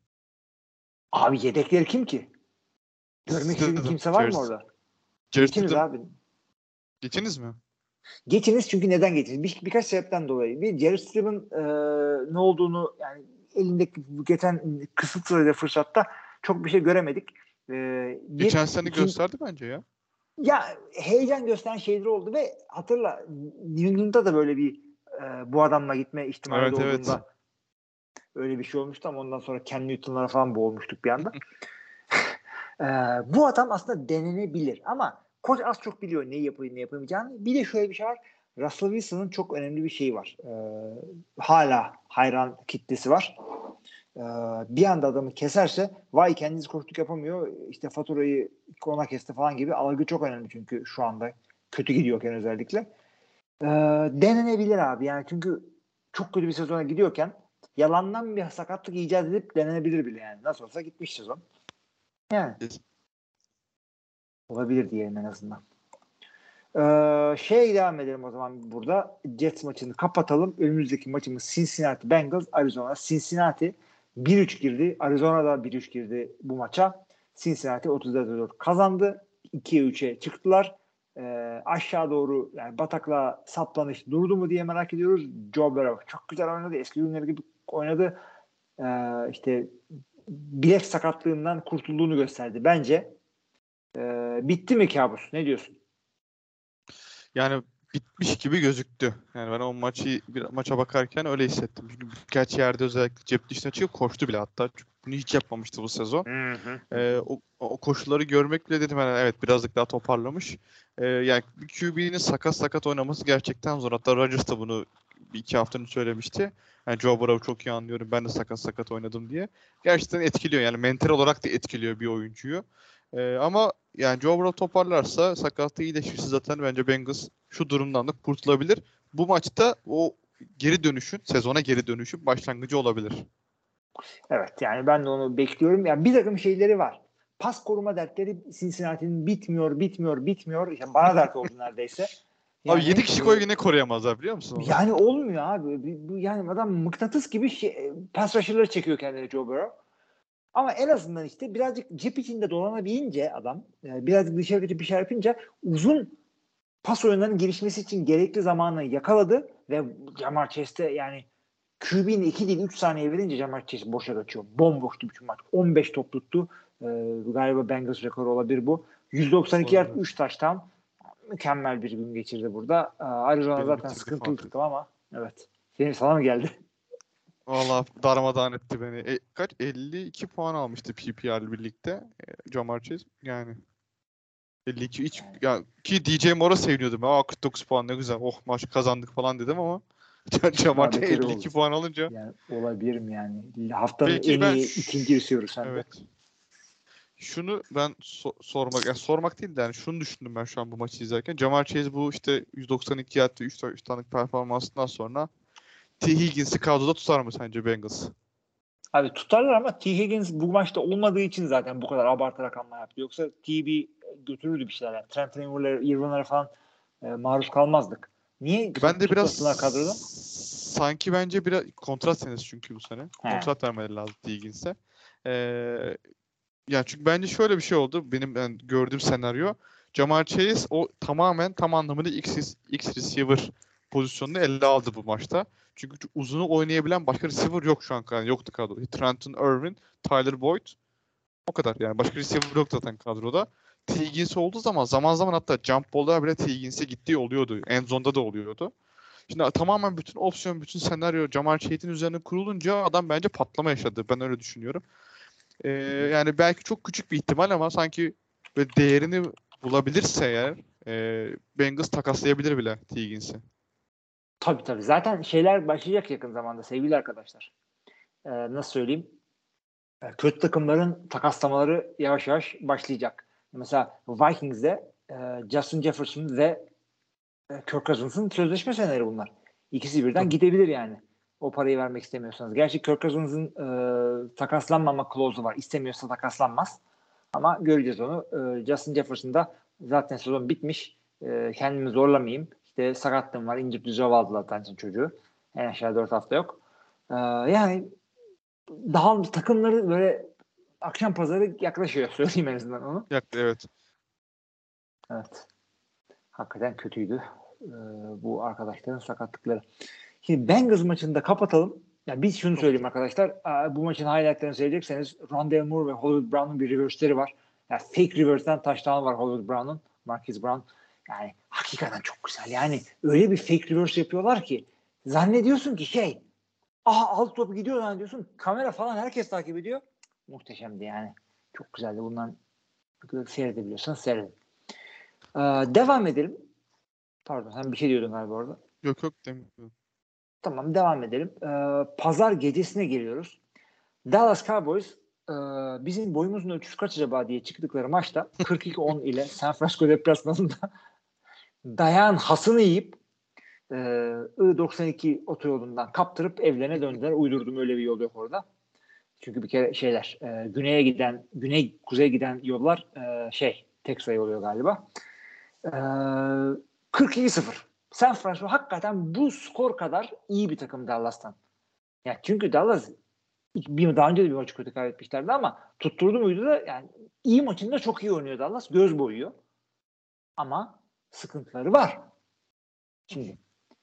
Abi yedekleri kim ki? Görmek istediğin Stidham, kimse var mı Jared- orada? Jared Geçiniz Stidham. abi. Geçiniz mi? Geçiniz çünkü neden geçiniz? Bir, birkaç sebepten dolayı. Bir Jared Stidham'ın e, ne olduğunu yani elindeki geçen kısıtlı sürede fırsatta çok bir şey göremedik. E, bir, Geçen sene ikin- gösterdi bence ya. Ya heyecan gösteren şeyler oldu ve hatırla New England'da da böyle bir e, bu adamla gitme ihtimali Evet, olduğunda evet. öyle bir şey olmuştu ama ondan sonra Cam Newton'lara falan boğulmuştuk bir anda. e, bu adam aslında denenebilir ama koç az çok biliyor ne yapayım ne yapamayacağını. Bir de şöyle bir şey var. Russell Wilson'ın çok önemli bir şeyi var. E, hala hayran kitlesi var. E, bir anda adamı keserse vay kendisi koçluk yapamıyor işte faturayı ona kesti falan gibi algı çok önemli çünkü şu anda kötü gidiyorken özellikle. E, denenebilir abi yani çünkü çok kötü bir sezona gidiyorken yalandan bir sakatlık icat edip denenebilir bile yani. Nasıl olsa gitmiş sezon. Yani olabilir diyelim en azından. Ee, şeye devam edelim o zaman burada. Jets maçını kapatalım. Önümüzdeki maçımız Cincinnati Bengals, Arizona. Cincinnati bir üç girdi. Arizona da bir üç girdi bu maça. Cincinnati otuz dört dört kazandı. ikiye üçe çıktılar. Ee, aşağı doğru yani bataklığa saplanış durdu mu diye merak ediyoruz. Joe Burrow çok güzel oynadı. Eski günleri gibi oynadı. Ee, işte bilek sakatlığından kurtulduğunu gösterdi. Bence ee, bitti mi kabus? Ne diyorsun? Yani bitmiş gibi gözüktü. Yani ben o maçı bir maça bakarken öyle hissettim. Çünkü birkaç yerde özellikle cep dışına çıkıp koştu bile hatta. Çünkü bunu hiç yapmamıştı bu sezon. Hı hı. Ee, o, o koşulları görmek bile dedim yani evet birazcık daha toparlamış. Ee, yani bir Q B'nin sakat sakat oynaması gerçekten zor. Hatta Rodgers da bunu bir iki hafta önce söylemişti. Yani Joe Burrow'u çok iyi anlıyorum. Ben de sakat sakat oynadım diye. Gerçekten etkiliyor. Yani mental olarak da etkiliyor bir oyuncuyu. Ee, ama yani Joe Burrow toparlarsa sakatlığı iyileşirse zaten bence Bengals şu durumdan da kurtulabilir. Bu maçta o geri dönüşün, sezona geri dönüşün başlangıcı olabilir. Evet yani ben de onu bekliyorum. Yani bir takım şeyleri var. Pas koruma dertleri Cincinnati'nin bitmiyor, bitmiyor, bitmiyor. İşte bana dert oldu neredeyse. Yani, Abi yedi kişi koy yine koruyamazlar biliyor musun? Onu? Yani olmuyor abi. Bu, yani adam mıknatıs gibi şey, pass rusher'ları çekiyor kendine Joe Burrow. Ama en azından işte birazcık cep içinde dolanabilince adam, yani birazcık dışarı kaçıp bir şey yapınca uzun pas oyunlarının gelişmesi için gerekli zamanı yakaladı ve Ja'Marr Chase'de yani Q B'nin iki değil üç saniye verince Jamar Chase boşa kaçıyor. Bomboştu bütün maç. on beş top tuttu. Ee, galiba Bengals rekoru olabilir bu. yüz doksan iki yard üç taştan mükemmel bir gün geçirdi burada. Ee, Arizona Beni zaten bitirdi sıkıntılı falan. takım ama evet. Senin sana mı geldi? Valla darmadağın etti beni. E, kaç? elli iki puan almıştı P P R'le birlikte. E, Jamar Chase. Yani elli iki hiç ya ki D J Moore'a seviniyordum. Aa kırk dokuz puan ne güzel. Oh maç kazandık falan dedim ama Jamar Chase beteri elli iki oldu. puan alınca Yani olabilir mi yani? Haftanın peki en ben iyi ş- ikinci receiver sende. evet. Şunu ben so- sormak yani sormak değil de yani şunu düşündüm ben şu an bu maçı izlerken. Jamar Chase bu işte yüz doksan iki yard ve üç tane performansından sonra T. Higgins'i kadroda tutar mı sence Bengals? Abi tutarlar ama T. Higgins bu maçta olmadığı için zaten bu kadar abartı rakamlar yaptı. Yoksa T B götürürdü bir şeyler. Yani. Trent Irwin'lere falan e, maruz kalmazdık. Niye Ben de biraz tutmasınlar kadroda? sanki bence biraz kontrat senesi çünkü bu sene. He. Kontrat vermeleri lazım T. Higgins'e. Ee, yani çünkü bence şöyle bir şey oldu. Benim yani gördüğüm senaryo. Jamar Chase o tamamen tam anlamıyla X, X receiver pozisyonunu ele aldı bu maçta. Çünkü uzunu oynayabilen başka receiver yok şu an. Yani yoktu kadroda. Trenton Irwin, Tyler Boyd. O kadar yani. Başka receiver yok zaten kadroda. T. Higgins olduğu zaman zaman zaman hatta jump ball'lar bile T. Higgins'e gittiği oluyordu. End zone'da da oluyordu. Şimdi tamamen bütün opsiyon, bütün senaryo Jamar Chase'in üzerine kurulunca adam bence patlama yaşadı. Ben öyle düşünüyorum. Ee, yani belki çok küçük bir ihtimal ama sanki böyle değerini bulabilirse eğer e, Bengals takaslayabilir bile T. Higgins'i. Tabii tabii. Zaten şeyler başlayacak yakın zamanda sevgili arkadaşlar. Ee, nasıl söyleyeyim? Ee, kötü takımların takaslamaları yavaş yavaş başlayacak. Mesela Vikings'de e, Justin Jefferson ve e, Kirk Cousins'ın sözleşme seneleri bunlar. İkisi birden Tabii. gidebilir yani. O parayı vermek istemiyorsanız. Gerçi Kirk Cousins'ın e, takaslanmama clause'u var. İstemiyorsa takaslanmaz. Ama göreceğiz onu. E, Justin Jefferson'da zaten sezon bitmiş. E, kendimi zorlamayayım. İşte sakatlığım var. İncir düzov aldılar zaten çocuğu. En aşağı dört hafta yok. E, yani daha takımları böyle akşam pazarı yaklaşıyor. Söyleyeyim en azından onu. Yak- Evet. Evet. Hakikaten kötüydü. Ee, bu arkadaşların sakatlıkları. Şimdi Bengals maçını da kapatalım. Yani biz şunu söyleyeyim arkadaşlar. Aa, bu maçın highlightlarını seyredecekseniz Rondale Moore ve Hollywood Brown'un bir reverse'leri var. Yani fake reverse'den touchdown var Hollywood Brown'un. Marquise Brown. Yani hakikaten çok güzel. Yani öyle bir fake reverse yapıyorlar ki zannediyorsun ki şey aha alt topu gidiyor zannediyorsun. Kamera falan herkes takip ediyor. Muhteşemdi yani. Çok güzeldi. Bundan seyredebiliyorsanız seyredin. Ee, devam edelim. Pardon sen bir şey diyordun galiba orada. Yok yok demiyorum. Tamam devam edelim. Ee, Pazar gecesine geliyoruz. Dallas Cowboys e, bizim boyumuzun ölçüsü kaç acaba diye çıktıkları maçta kırk iki on ile San Francisco deplasmanında dayan hasını yiyip e, I doksan iki otoyolundan kaptırıp evlerine döndüler. Uydurdum öyle bir yol yok orada. Çünkü bir kere şeyler e, güneye giden güney kuzeye giden yollar e, şey tek sayı oluyor galiba. E, kırk iki sıfır. San Francisco hakikaten bu skor kadar iyi bir takım Dallas'tan. Yani çünkü Dallas bir, daha önce de bir maçı kötü kaybetmişlerdi ama tutturdu muydu da yani iyi maçında çok iyi oynuyor Dallas. Göz boyuyor. Ama sıkıntıları var. Şimdi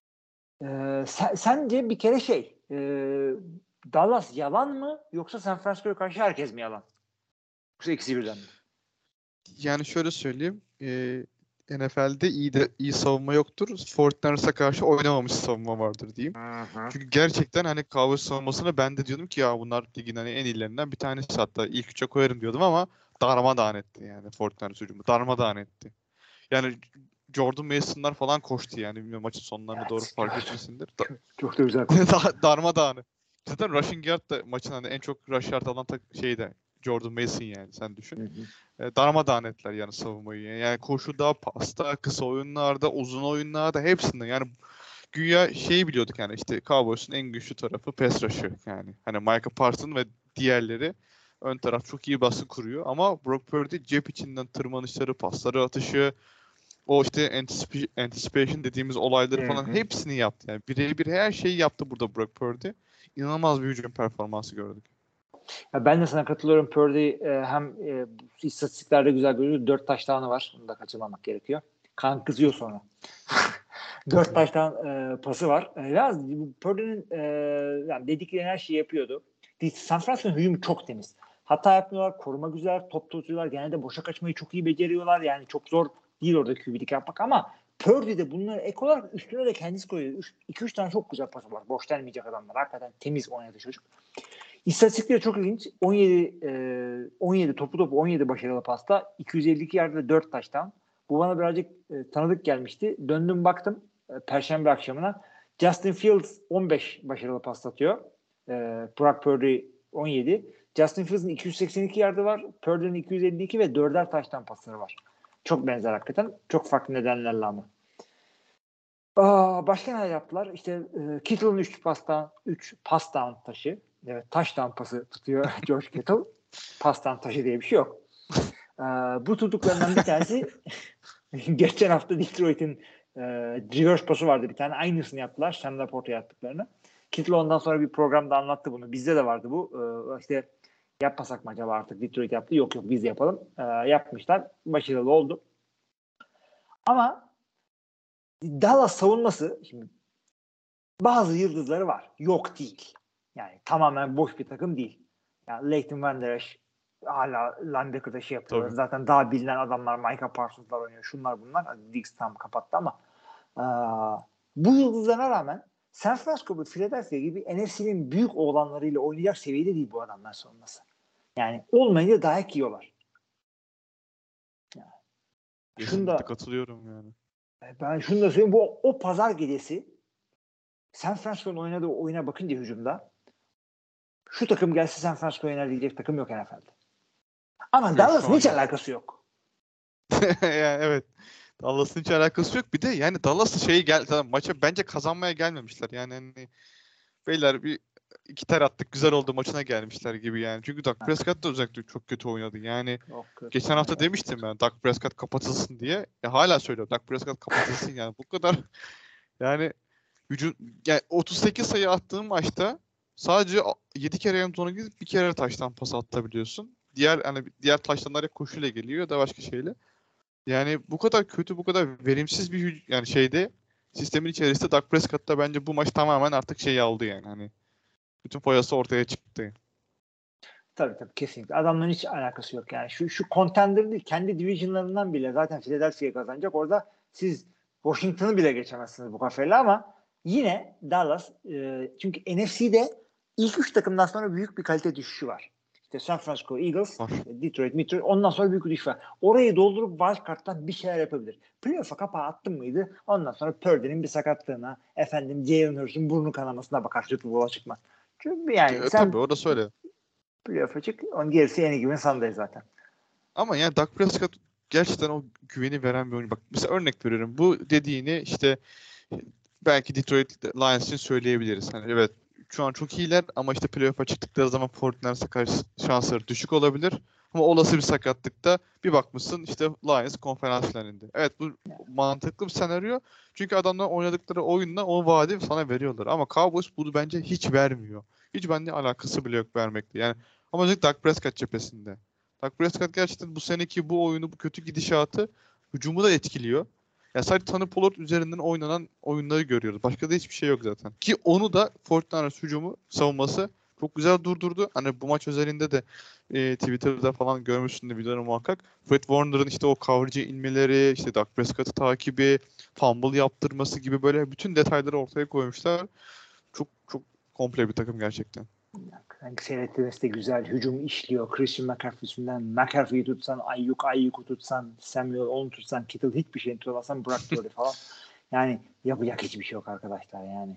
e, sen, sence bir kere şey e, Dallas yalan mı yoksa San Francisco'ya karşı herkes mi yalan? Yoksa ikisi birden mi? Yani şöyle söyleyeyim. E, N F L'de iyi de iyi savunma yoktur. Fortnite'a karşı oynamamış savunma vardır diyeyim. Hı-hı. Çünkü gerçekten hani Cowboys savunmasını ben de diyordum ki ya bunlar ligin hani en iyilerinden bir tanesi, hatta ilk üçe koyarım diyordum ama darmadağın etti yani Fortnite hücumu. Darmadağın etti. Yani Jordan Mason'lar falan koştu yani. Bilmiyorum maçın sonlarına Evet, doğru fark evet. etmişsindir. Da, Çok da güzel konu. darmadağın. Zaten rushing yard da maçın hani en çok rush yard alan tak- şey de Jordan Mason yani sen düşün. Hı-hı. E, darmadağın ettiler yani savunmayı. Yani, yani koşuda, pasta, kısa oyunlarda, uzun oyunlarda hepsinde yani güya şeyi biliyorduk yani işte Cowboys'un en güçlü tarafı pass rush'ı yani. Hani Micah Parsons ve diğerleri ön taraf çok iyi baskı kuruyor ama Brock Purdy cep içinden tırmanışları, pasları atışı, o işte anticip- anticipation dediğimiz olayları falan Hı hı. hepsini yaptı. Yani birebir her şeyi yaptı burada Brock Purdy. İnanılmaz bir hücum performansı gördük. Ya ben de sana katılıyorum. Purdy e, hem e, istatistiklerde güzel görüyor. Dört touchdown'ı var. Bunu da kaçırmamak gerekiyor. Kan kızıyor sonra. Dört taştan e, pası var. E, yalnız Purdy'nin e, yani dedikleri her şeyi yapıyordu. San Francisco'nun hücumu çok temiz. Hata yapmıyorlar, koruma güzel, top tutuyorlar. Genelde boşa kaçmayı çok iyi beceriyorlar. Yani çok zor değil orada Q B'lik yapmak ama Purdy de bunları ek olarak üstüne de kendisi koyuyor. iki üç tane çok güzel pası var. Boş denmeyecek adamlar. Hakikaten temiz oynadı çocuk. İstatistikleri çok ilginç. on yedi e, on yedi topu topu on yedi başarılı pasta. iki yüz elli iki yardta dört taştan. Bu bana birazcık e, tanıdık gelmişti. Döndüm baktım e, Perşembe akşamına. Justin Fields on beş başarılı pas atıyor. E, Brock Purdy on yedi. Justin Fields'ın iki yüz seksen iki yardı var. Purdy'nin iki yüz elli iki ve dörder taştan pasları var. Çok benzer hakikaten. Çok farklı nedenlerle ama. Aa, başka ne yaptılar? İşte e, Kittle'ın üç pastan üç pas down taşı. Evet, touchdown pası tutuyor George Kittle. Pas down taşı diye bir şey yok. Ee, bu tutuklarından bir tanesi geçen hafta Detroit'in e, reverse pası vardı bir tane. Aynısını yaptılar. Sam Laporte'ya yaptıklarını. Kittle ondan sonra bir programda anlattı bunu. Bizde de vardı bu. Ee, işte yapmasak mı acaba artık? Detroit yaptı. Yok yok biz yapalım. Ee, yapmışlar. Başarılı oldu. Ama Dallas savunması şimdi bazı yıldızları var. Yok değil. Yani tamamen boş bir takım değil. Yani Leighton Van Der Esch hala linebacker'da şey yapıyor. Tabii. Zaten daha bilinen adamlar Micah Parsons'lar oynuyor. Şunlar bunlar. Diggs tam kapattı ama aa, bu yıldızlara rağmen San Francisco ve Philadelphia gibi N F C'nin büyük oğlanlarıyla oynayacak seviyede değil bu adamlar savunması. Yani olmayınca dayak yiyorlar. Yani, şunda katılıyorum yani. Ben şunu da söyleyeyim. Bu o pazar gecesi San Francisco'nun oynadığı oyuna bakınca hücumda şu takım gelse San Francisco oynar diyecek takım yok N F L'de. Ama Dallas'ın hiç alakası yok. Yani evet. Dallas'ın hiç alakası yok. Bir de yani Dallas'ın şeyi gel maça bence kazanmaya gelmemişler. Yani hani beyler bir iki ter attık güzel oldu maçına gelmişler gibi yani. Çünkü Dak Prescott da özellikle çok kötü oynadı. Yani geçen hafta yani. Demiştim ben Dak Prescott kapatılsın diye. Ya hala söylüyorum Dak Prescott kapatılsın yani. Bu kadar yani hücum yani otuz sekiz sayı attığın maçta sadece yedi kere yan tona gidip bir kere taştan pas atabiliyorsun. Diğer hani diğer taştanlar ya koşuyla geliyor ya da başka şeyle. Yani bu kadar kötü, bu kadar verimsiz bir yani şeyde sistemin içerisinde Dak Prescott da bence bu maç tamamen artık şey aldı yani hani bütün foyası ortaya çıktı. Tabii tabii kesinlikle. Adamların hiç alakası yok yani. Şu şu contender değil, kendi divisionlarından bile zaten Philadelphia'ya kazanacak. Orada siz Washington'ı bile geçemezsiniz bu kafayla ama yine Dallas e, çünkü N F C'de ilk üç takımdan sonra büyük bir kalite düşüşü var. İşte San Francisco Eagles, var. Detroit, Detroit ondan sonra büyük bir düşüş var. Orayı doldurup wildcard'dan bir şeyler yapabilir. Playoff'a kapağı attın mıydı? Ondan sonra Purdy'nin bir sakatlığına, efendim Jalen Hurts'un burnu kanamasına bakar Super Bowl'a çıkmaz. Çünkü yani e, sen tabii o da söyle. Playoff'a çık. Onun gerisi yeni gibi Sunday zaten. Ama yani Dak Prescott gerçekten o güveni veren bir oyuncu. Bak mesela örnek veriyorum. Bu dediğini işte belki Detroit Lions için söyleyebiliriz. Hani evet şu an çok iyiler ama işte playoff'a çıktıkları zaman Fortnite'a karşı şansları düşük olabilir. Ama olası bir sakatlıkta bir bakmışsın işte Lions konferans finalinde. Evet bu mantıklı bir senaryo. Çünkü adamlar oynadıkları oyunla o vaadi sana veriyorlar. Ama Cowboys bunu bence hiç vermiyor. Hiç bende alakası bile yok vermekle. Yani ama özellikle Dak Prescott cephesinde. Dak Prescott gerçekten bu seneki bu oyunu, bu kötü gidişatı hücumu da etkiliyor. Yani sadece Tony Pollard üzerinden oynanan oyunları görüyoruz. Başka da hiçbir şey yok zaten. Ki onu da Fortnite hücumu savunması çok güzel durdurdu. Hani bu maç özelinde de e, Twitter'da falan görmüşsün de videoları muhakkak. Fred Warner'ın işte o coverage'e inmeleri, işte Dak Prescott'ı takibi, fumble yaptırması gibi böyle bütün detayları ortaya koymuşlar. Çok çok komple bir takım gerçekten. Yani seyretmesi de güzel. Hücum işliyor. Christian McCaffrey'sinden McCaffrey'i tutsan, Ayyuk Ayyuk'u tutsan, Samuel onu tutsan, Kittle hiçbir şeyini tutamazsan Brock Purdy falan. Yani yapacak hiçbir şey yok arkadaşlar yani.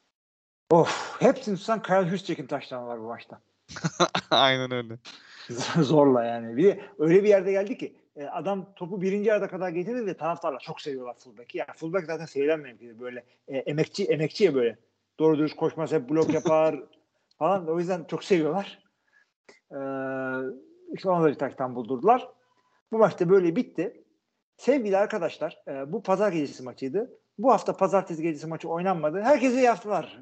Of. Hepsini tutsan Kyle Juszczyk'in taşları var bu maçta. Aynen öyle. Zorla yani. Bir de öyle bir yerde geldi ki adam topu birinci yarıda kadar getirdi ve taraftarlar çok seviyorlar fullback'i. Yani fullback zaten sevilen bir böyle e, emekçi emekçiye böyle. Doğru dürüst koşmaz, hep blok yapar falan. O yüzden çok seviyorlar. Ee, işte ona da bir taştan buldurdular. Bu maçta böyle bitti. Sevgili arkadaşlar, e, bu pazar gecesi maçıydı. Bu hafta pazartesi gecesi maçı oynanmadı. Herkese iyi haftalar.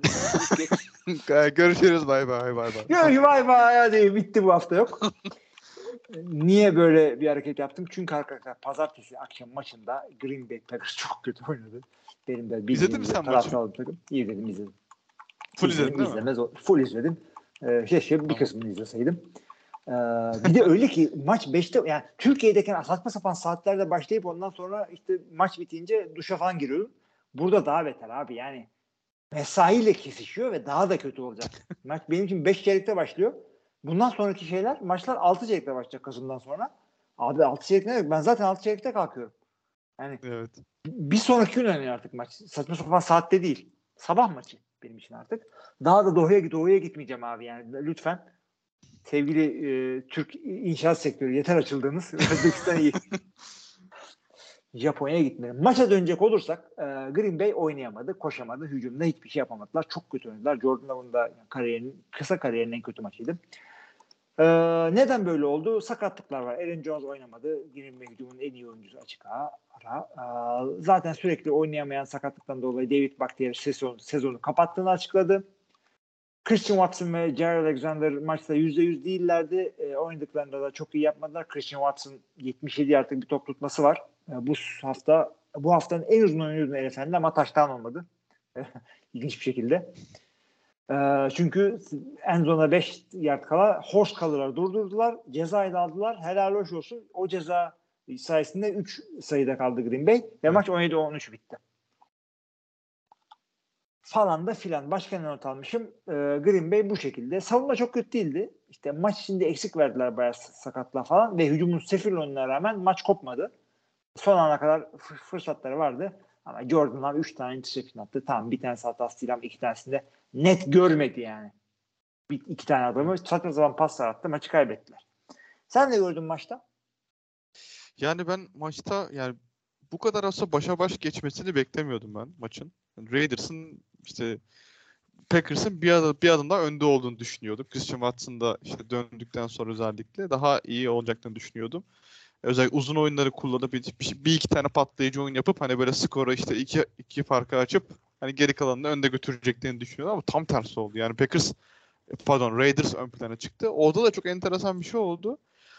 Görüşürüz. Bay bay. Bay bay. Görüşürüz. Bay bay. Hadi bitti bu hafta yok. Niye böyle bir hareket yaptım? Çünkü arkadaşlar pazartesi akşam maçında Green Bay Packers çok kötü oynadı. Benim böyle İzledin bildiğim mi bir sen taraftar maçı? olduğum takım. İzledim izledim. Full İzledim, izledin değil mi? izlemez o- Full izledim. Ee, keşke bir Tamam. kısmını izleseydim. Ee, bir de öyle ki maç beşte yani Türkiye'deki saçma sapan saatlerde başlayıp ondan sonra işte maç bitince duşa falan giriyorum. Burada daha beter abi yani. Mesaiyle kesişiyor ve daha da kötü olacak. Maç benim için beş çeyrekte başlıyor. Bundan sonraki şeyler maçlar altı çeyrekte başlayacak Kasım'dan sonra. Abi altı çeyrek ne demek? Ben zaten altı çeyrekte kalkıyorum. Yani Evet. bir sonraki gün oynanıyor artık maç. Saçma sapan saatte değil. Sabah maçı benim için artık. Daha da doğuya doğuya gitmeyeceğim abi yani. Lütfen sevgili e, Türk inşaat sektörü yeter açıldığınız. Özbekistan iyi. Japonya'ya gitmeyelim. Maça dönecek olursak e, Green Bay oynayamadı, koşamadı, hücumda hiçbir şey yapamadılar. Çok kötü oynadılar. Jordan Love'ın da kariyerinin, kısa kariyerinin en kötü maçıydı. E, neden böyle oldu? Sakatlıklar var. Aaron Jones oynamadı. Green Bay hücumunun en iyi oyuncusu açık ara. E, zaten sürekli oynayamayan sakatlıktan dolayı David Bakhtiari sezon, sezonu kapattığını açıkladı. Christian Watson ve Jair Alexander maçta yüzde yüz değillerdi. E, oynadıklarında da çok iyi yapmadılar. Christian Watson yetmiş yedi yardlık bir top tutması var. E, bu hafta bu haftanın en uzun oyuncusu N F L'de ama taştan olmadı. İlginç bir şekilde. E, çünkü en zona beş yard kala horse color'ları durdurdular. Cezayı da aldılar. Helal hoş olsun. O ceza sayesinde üç sayıda kaldı Green Bay ve Evet. maç on yedi on üç bitti. Falan da filan. Başka ne not almışım? Ee, Green Bay bu şekilde. Savunma çok kötü değildi. İşte maç içinde eksik verdiler bayağı sakatla falan ve hücumun sefil oyununa rağmen maç kopmadı. Son ana kadar f- fırsatları vardı. Ama Jordan abi üç tane interception attı. Tamam bir tanesi hatası değil ama iki tanesinde net görmedi yani. Bir, iki tane adamı saçma zaman paslar attı. Maçı kaybettiler. Sen ne gördün maçta? Yani ben maçta yani bu kadar aslında başa baş geçmesini beklemiyordum ben maçın. Yani Raiders'ın işte Packers'ın bir adım, bir adım daha önde olduğunu düşünüyordum. Christian Watson da işte döndükten sonra özellikle daha iyi olacaklarını düşünüyordum. Özellikle uzun oyunları kullanıp bir, bir, bir iki tane patlayıcı oyun yapıp hani böyle skoru işte iki, iki farkı açıp hani geri kalanını önde götüreceklerini düşünüyordum ama tam tersi oldu. Yani Packers pardon Raiders ön plana çıktı. Orada da çok enteresan bir şey oldu.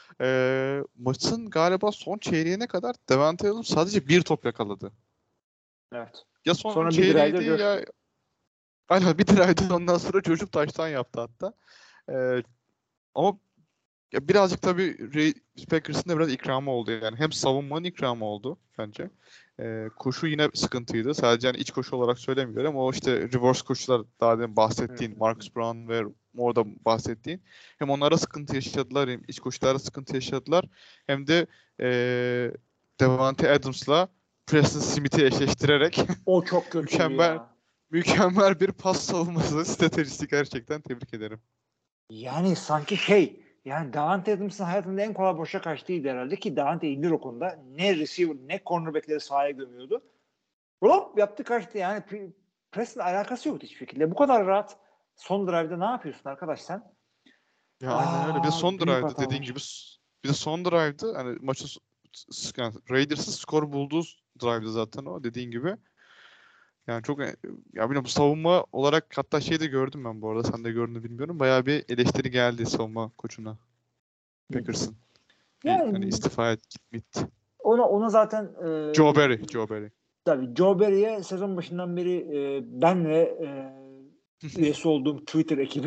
Ee, maçın galiba son çeyreğine kadar Davante Adams sadece bir top yakaladı. Evet. Ya son Sonra bir drive'da çeyreğiydi coştu. ya aynen bir drive'den ondan sonra çocuk taştan yaptı hatta. Ee, ama ya birazcık tabii Ray- Packers'ın da biraz ikramı oldu yani. Hem savunmanın ikramı oldu bence. Ee, koşu yine sıkıntıydı. Sadece hani iç koşu olarak söylemiyorum. O işte reverse koşular daha demin bahsettiğin Marcus Brown ve orada bahsettiğin. Hem onlara sıkıntı yaşadılar hem iç koşulara sıkıntı yaşadılar. Hem de ee, Davante Adams'la Preston Smith'i eşleştirerek O çok kötüydü mükemmel ya. mükemmel bir pas savunması stratejisi gerçekten tebrik ederim. Yani sanki şey yani Davante Adams'ın hayatında en kolay boşa kaçtığıydı herhalde ki Davante indir o konuda. Ne receiver ne cornerback'leri sahaya gömüyordu. Hop yaptı kaçtı yani. Preston alakası yoktu hiçbir şekilde. Bu kadar rahat son drive'da ne yapıyorsun arkadaş sen? Ya aynen öyle. Bir de Aa, son büyük drive'da dediğin hatalar. gibi s- bir de son drive'da hani maçın s- s- yani Raiders'ın skor bulduğu drive'da zaten o dediğin gibi. Yani çok e, ya bilmiyorum savunma olarak hatta şey de gördüm ben bu arada sen de gördüğünü bilmiyorum. Bayağı bir eleştiri geldi savunma koçuna Packers'ın. Bir hani Yani istifa et git git. ona ona zaten e, Joe Barry, Joe Barry. tabii Joe Barry'e sezon başından beri e, ben ve e, üyesi olduğum Twitter ekibi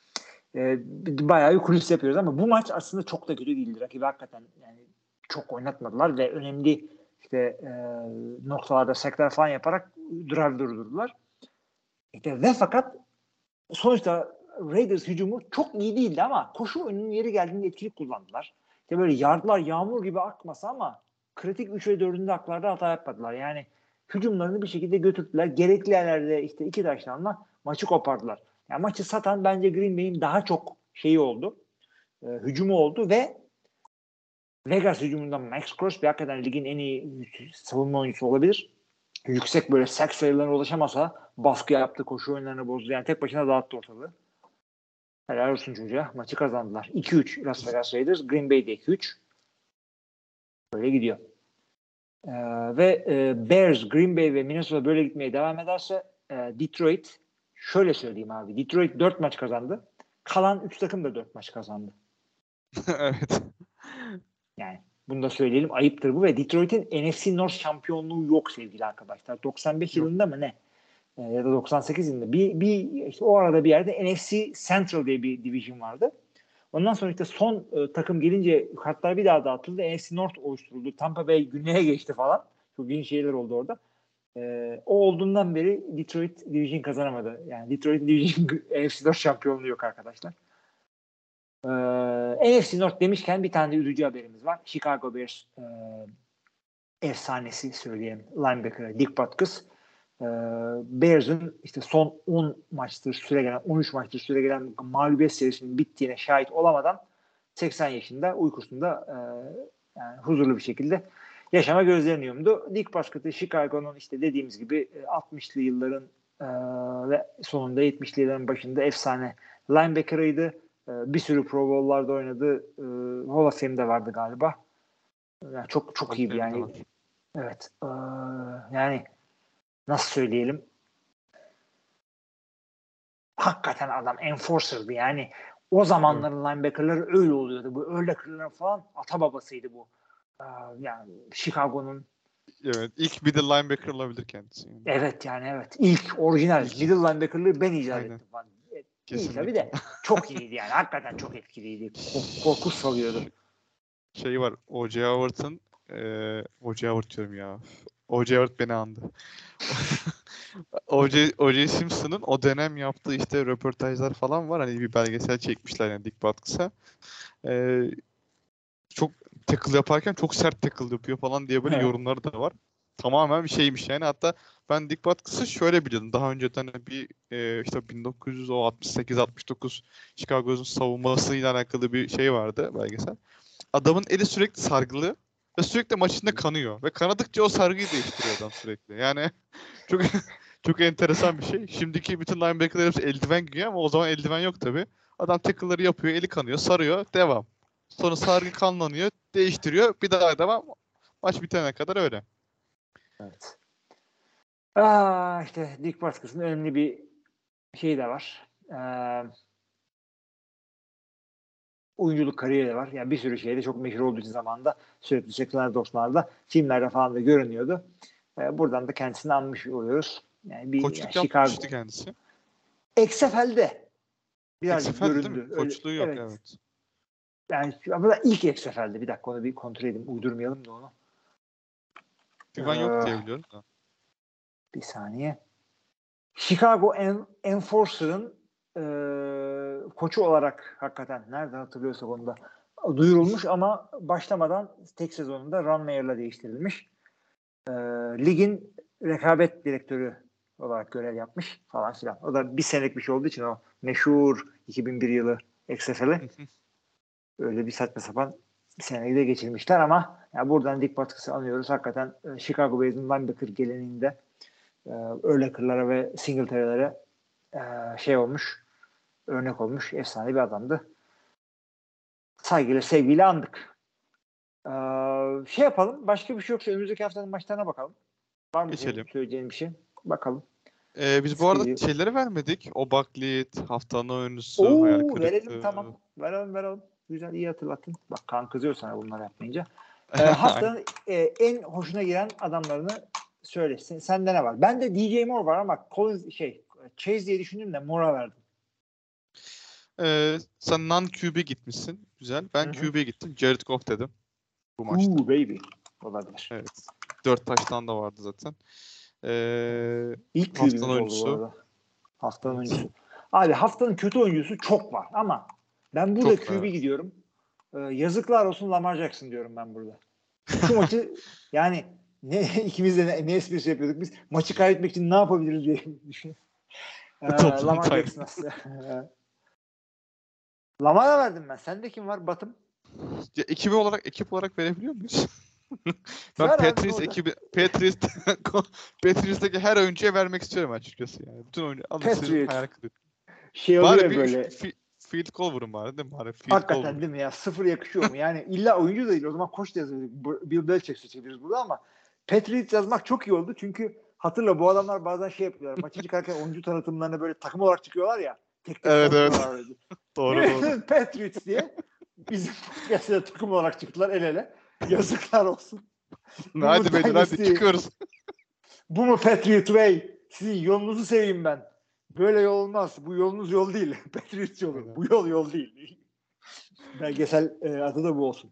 e, bayağı bir kulis yapıyoruz ama bu maç aslında çok da kötü değildi. Rakibi hakikaten yani çok oynatmadılar ve önemli işte e, noktalarda sekler falan yaparak drive durdurdular. İşte ve fakat sonuçta Raiders hücumu çok iyi değildi ama koşu oyununun yeri geldiğinde etkili kullandılar. İşte böyle yardlar yağmur gibi akmasa ama kritik üç ve dördüncü haklarda hata yapmadılar. Yani hücumlarını bir şekilde götürdüler. Gerekli yerlerde işte iki taşlarla maçı kopardılar. Yani maçı satan bence Green Bay'in daha çok şeyi oldu. E, hücumu oldu ve Vegas hücumundan Max Crosby hakikaten ligin en iyi savunma oyuncusu olabilir. Yüksek böyle sack sayılarına ulaşamasa baskı yaptı, koşu oyunlarını bozdu. Yani tek başına dağıttı ortalığı. Helal olsun çocuğa. Maçı kazandılar. iki üç Las Vegas Raiders. Green Bay'de iki üç. Böyle gidiyor. Ee, ve e, Bears, Green Bay ve Minnesota böyle gitmeye devam ederse e, Detroit şöyle söyleyeyim abi. Detroit dört maç kazandı. Kalan üç takım da dört maç kazandı. Evet. Yani Bunu da söyleyelim. Ayıptır bu ve Detroit'in N F C North şampiyonluğu yok sevgili arkadaşlar. doksan beş Yok. yılında mı ne? E, ya da doksan sekiz yılında. Bir, bir işte o arada bir yerde N F C Central diye bir division vardı. Ondan sonra işte son e, takım gelince kartlar bir daha dağıtıldı. N F C North oluşturuldu. Tampa Bay güneye geçti falan. Çok ilginç şeyler oldu orada. E, o olduğundan beri Detroit division kazanamadı. Yani Detroit division N F C North şampiyonluğu yok arkadaşlar. Ee, N F C North demişken bir tane de üzücü haberimiz var. Chicago Bears e, efsanesi söyleyelim. Linebacker'ı Dick Butkus. E, Bears'ın işte son on maçtır süre gelen, on üç maçtır süre gelen mağlubiyet serisinin bittiğine şahit olamadan seksen yaşında uykusunda e, yani huzurlu bir şekilde yaşama gözlerini yumdu. Dick Butkus'ı Chicago'nun işte dediğimiz gibi altmışlı yılların e, ve sonunda yetmişli yılların başında efsane linebacker'ıydı. Bir sürü Pro Bowl'larda oynadı. Hall of Fame'de vardı galiba. Yani çok çok iyiydi yani. Evet. Yani nasıl söyleyelim? Hakikaten adam enforcer'dı yani. O zamanların evet. Linebacker'ları öyle oluyordu. Bu Urlacher'ların falan ata babasıydı bu. Yani Chicago'nun evet, ilk middle linebacker olabilir kendisi. Yani. Evet yani evet. İlk orijinal İlk. middle linebacker'lığı ben icat Aynen. ettim falan. Kesinlikle. İyi tabii de çok iyiydi yani. Hakikaten çok etkiliydi. Korku salıyordu. Şey var. O J. Howard'ın e, O J. Howard diyorum ya. O J. Howard beni andı. O J. O J. Simpson'ın o dönem yaptığı işte röportajlar falan var. Hani bir belgesel çekmişler yani Dick Butkus'a. E, çok tackle yaparken çok sert tackle yapıyor falan diye böyle Evet. yorumları da var. Tamamen bir şeymiş yani. Hatta ben Dick Butkus'ı şöyle biliyordum. Daha önceden bir e, işte bin dokuz yüz altmış sekiz altmış dokuz Chicago'nun savunmasıyla alakalı bir şey vardı belgesel. Adamın eli sürekli sargılı ve sürekli maç içinde kanıyor. Ve kanadıkça o sargıyı değiştiriyor adam sürekli. Yani çok çok enteresan bir şey. Şimdiki bütün linebacker'lar hepsi eldiven giyiyor ama o zaman eldiven yok tabii. Adam tackle'ları yapıyor, eli kanıyor, sarıyor, devam. Sonra sargı kanlanıyor, değiştiriyor, bir daha devam. Maç bitene kadar öyle. Evet. Aa, işte Dick Butkus'un önemli bir şey de var. Ee, oyunculuk kariyeri de var. Yani bir sürü şeyde çok meşhur olduğu için zamanında sürekli seksenler doksanlarda filmlerde falan da görünüyordu. Ee, buradan da kendisini anmış oluyoruz. Yani bir Koçluk yani yapmıştı Chicago. kendisi. X F L'de birazcık X F L'de değil göründü. mi? Koçluğu yok evet. evet. Yani ama da ilk X F L'de bir dakika onu bir kontrol edeyim. Uydurmayalım da onu. Güven ee, yok diye biliyorum da. Bir saniye. Chicago en, Enforcer'ın e, koçu olarak hakikaten nerede hatırlıyorsak onu da duyurulmuş ama başlamadan tek sezonunda Ron Mayer'la değiştirilmiş. E, ligin rekabet direktörü olarak görev yapmış falan filan. O da bir senelik bir şey olduğu için o meşhur iki bin bir yılı X F L'i öyle bir saçma sapan bir seneyi de geçirmişler ama yani buradan Dick Butkus'ı anıyoruz. Hakikaten e, Chicago Bears'ın linebacker geleneğinde e, Urlacher'lara ve Singletary'lere e, şey olmuş, örnek olmuş, efsane bir adamdı. Saygıyla, sevgiyle andık. E, şey yapalım, başka bir şey yoksa önümüzdeki haftanın maçlarına bakalım. Var mı Geçelim. senin söyleyeceğin bir şey? Bakalım. Ee, biz bu arada şeyleri vermedik. O Baklit, haftanın oyuncusu, Oo, hayal kırıklığı. verelim tamam. Verelim verelim. Güzel iyi hatırlattın. Bak kan kızıyor sana bunları yapmayınca. E, haftanın e, en hoşuna giren adamlarını söylesin. Sende ne var? Ben de D J Moore var ama Collins şey Chase diye düşündüm de Moore'a verdim. Ee, sen non-Q B gitmişsin. Güzel. Ben Hı hı. Q B'ye gittim. Jared Goff dedim. Bu maçta. Ooh baby. Olabilir. Evet. Dört taştan da vardı zaten. Ee, İlk Q haftanın B'miz oldu bu oyuncusu. arada. Haftanın Evet. oyuncusu. Abi haftanın kötü oyuncusu çok var ama ben burada Çok Q B var. gidiyorum. Ee, yazıklar olsun Lamar Jackson diyorum ben burada. Şu maçı yani ne ikimiz de ne, ne esprisi yapıyorduk biz. Maçı kaybetmek için ne yapabiliriz diye düşünüyorum. Ee, Lamar Jackson aslında. Lamar'a verdim ben. Sende kim var? Batım. Ya, ekibi olarak ekip olarak verebiliyor muyuz? ben Ver abi, Patriots ne ekibi Patriots Patriots'taki her oyuncuya vermek istiyorum açıkçası yani. Bütün oyuncu alırsın Patriots. hayal kırıklığı. Şey oluyor Bari bir böyle. fi- field goal vurun bari değil mi? Bari field Hakikaten goal vurun. değil mi ya? Sıfır yakışıyor mu? Yani illa oyuncu da değil. O zaman koç da yazıyorduk. Bill Belichick seçebiliriz burada ama Patriots yazmak çok iyi oldu. Çünkü hatırla bu adamlar bazen şey yapıyorlar. Maçı çıkarken oyuncu tanıtımlarına böyle takım olarak çıkıyorlar ya. Tek tek Evet, evet. tanıtıyorlar. Doğru doğru. Patriots diye bizim podcast'ta takım olarak çıktılar el ele. Yazıklar olsun. Bu Hadi mu beyler hadi Dynasty? çıkıyoruz. Bu mu Patriot Way? Sizin yolunuzu seveyim ben. Böyle yol olmaz. Bu yolunuz yol değil. Patriot yolu. Aynen. Bu yol yol değil. Belgesel e, adı da bu olsun.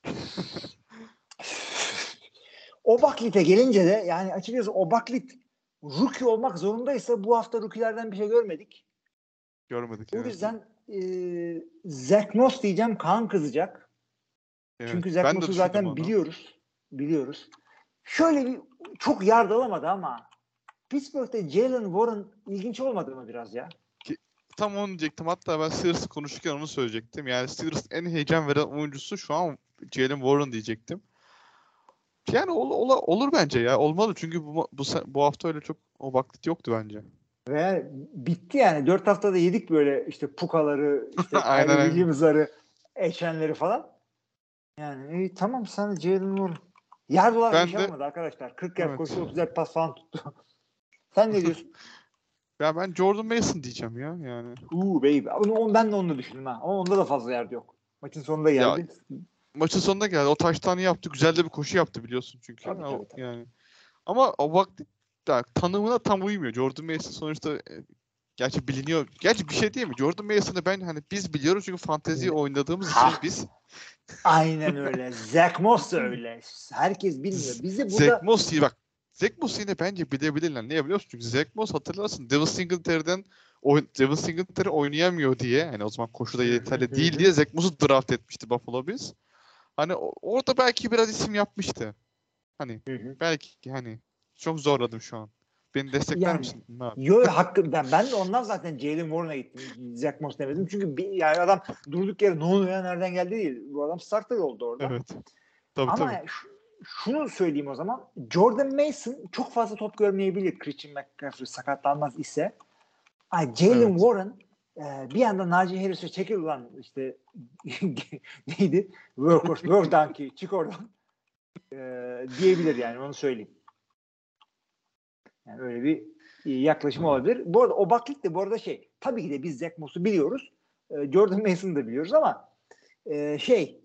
Obaklit'e gelince de yani açıkçası Obaklit rookie olmak zorundaysa bu hafta rookie'lerden bir şey görmedik. Görmedik. O Evet. yüzden e, Zach Moss diyeceğim. Kaan kızacak. Evet. Çünkü Zach Ben de Moss'u düşündüm zaten onu. biliyoruz. Biliyoruz. Şöyle bir çok yard alamadı ama Pittsburgh'te Jalen Warren ilginç olmadı mı biraz ya? Tam onu diyecektim. Hatta ben Steelers'ı konuşurken onu söyleyecektim. Yani Steelers'ın en heyecan veren oyuncusu şu an Jalen Warren diyecektim. Yani ol, ol, olur bence ya. Olmalı çünkü bu, bu, bu hafta öyle çok o vakit yoktu bence. Ve bitti yani. Dört haftada yedik böyle işte Puka'ları, işte Aynen, Kyrie aynen. Williams'ları, Eşenleri falan. Yani e, tamam sana Jalen Warren. Yard olarak Ben bir şey de- almadı arkadaşlar. kırk yard Evet. koşu, otuz yard pas falan tuttu. Sen ne diyorsun? Ya ben Jordan Mason diyeceğim ya yani. Uuu baby. Onu, onu, ben de onu düşündüm ha. Ama onda da fazla yard yok. Maçın sonunda geldi. Maçın sonunda geldi. O taştanı yaptı. Güzel de bir koşu yaptı biliyorsun çünkü. Tabii, Ya, tabii, tabii. Yani. Ama o vakti ya, tanımına tam uymuyor. Jordan Mason sonuçta e, gerçi biliniyor. Gerçi bir şey değil mi? Jordan Mason'ı ben hani biz biliyoruz çünkü fantezi oynadığımız Ha. için biz Aynen öyle. Zach Moss da öyle. Herkes bilmiyor. Bizi burada Zach Moss iyi bak. Zach Moss yine bence bilebilirler. Niye biliyor musun? Çünkü Zach Moss hatırlarsın Devin Singletary'den oyn- Devin Singletary oynayamıyor diye. Hani o zaman koşuda yeterli değil diye Zach Moss'u draft etmişti Buffalo Bills. Hani o- orada belki biraz isim yapmıştı. Hani Hı hı. belki hani çok zorladım şu an. Beni destekler Yani. misin? Ne yap- Yo, hakkı, ben, ben de ondan zaten Jalen Warren'a gittim. Zach Moss demedim. Çünkü bir, yani adam durduk yere ne oluyor nereden geldi değil. Bu adam starter oldu orada. Evet. Tabii Ama tabii. ş- şunu söyleyeyim o zaman. Jordan Mason çok fazla top görmeyebilir Christian McCaffrey sakatlanmaz ise. Ay, Jalen Evet. Warren e, bir anda Najee Harris'e çekil ulan işte neydi? Workhorse, work donkey çık oradan e, diyebilir yani onu söyleyeyim. Yani öyle bir yaklaşım olabilir. Bu arada Obaklik de bu arada şey tabii ki de biz Zach Moss'u biliyoruz. E, Jordan Mason'ı da biliyoruz ama e, şey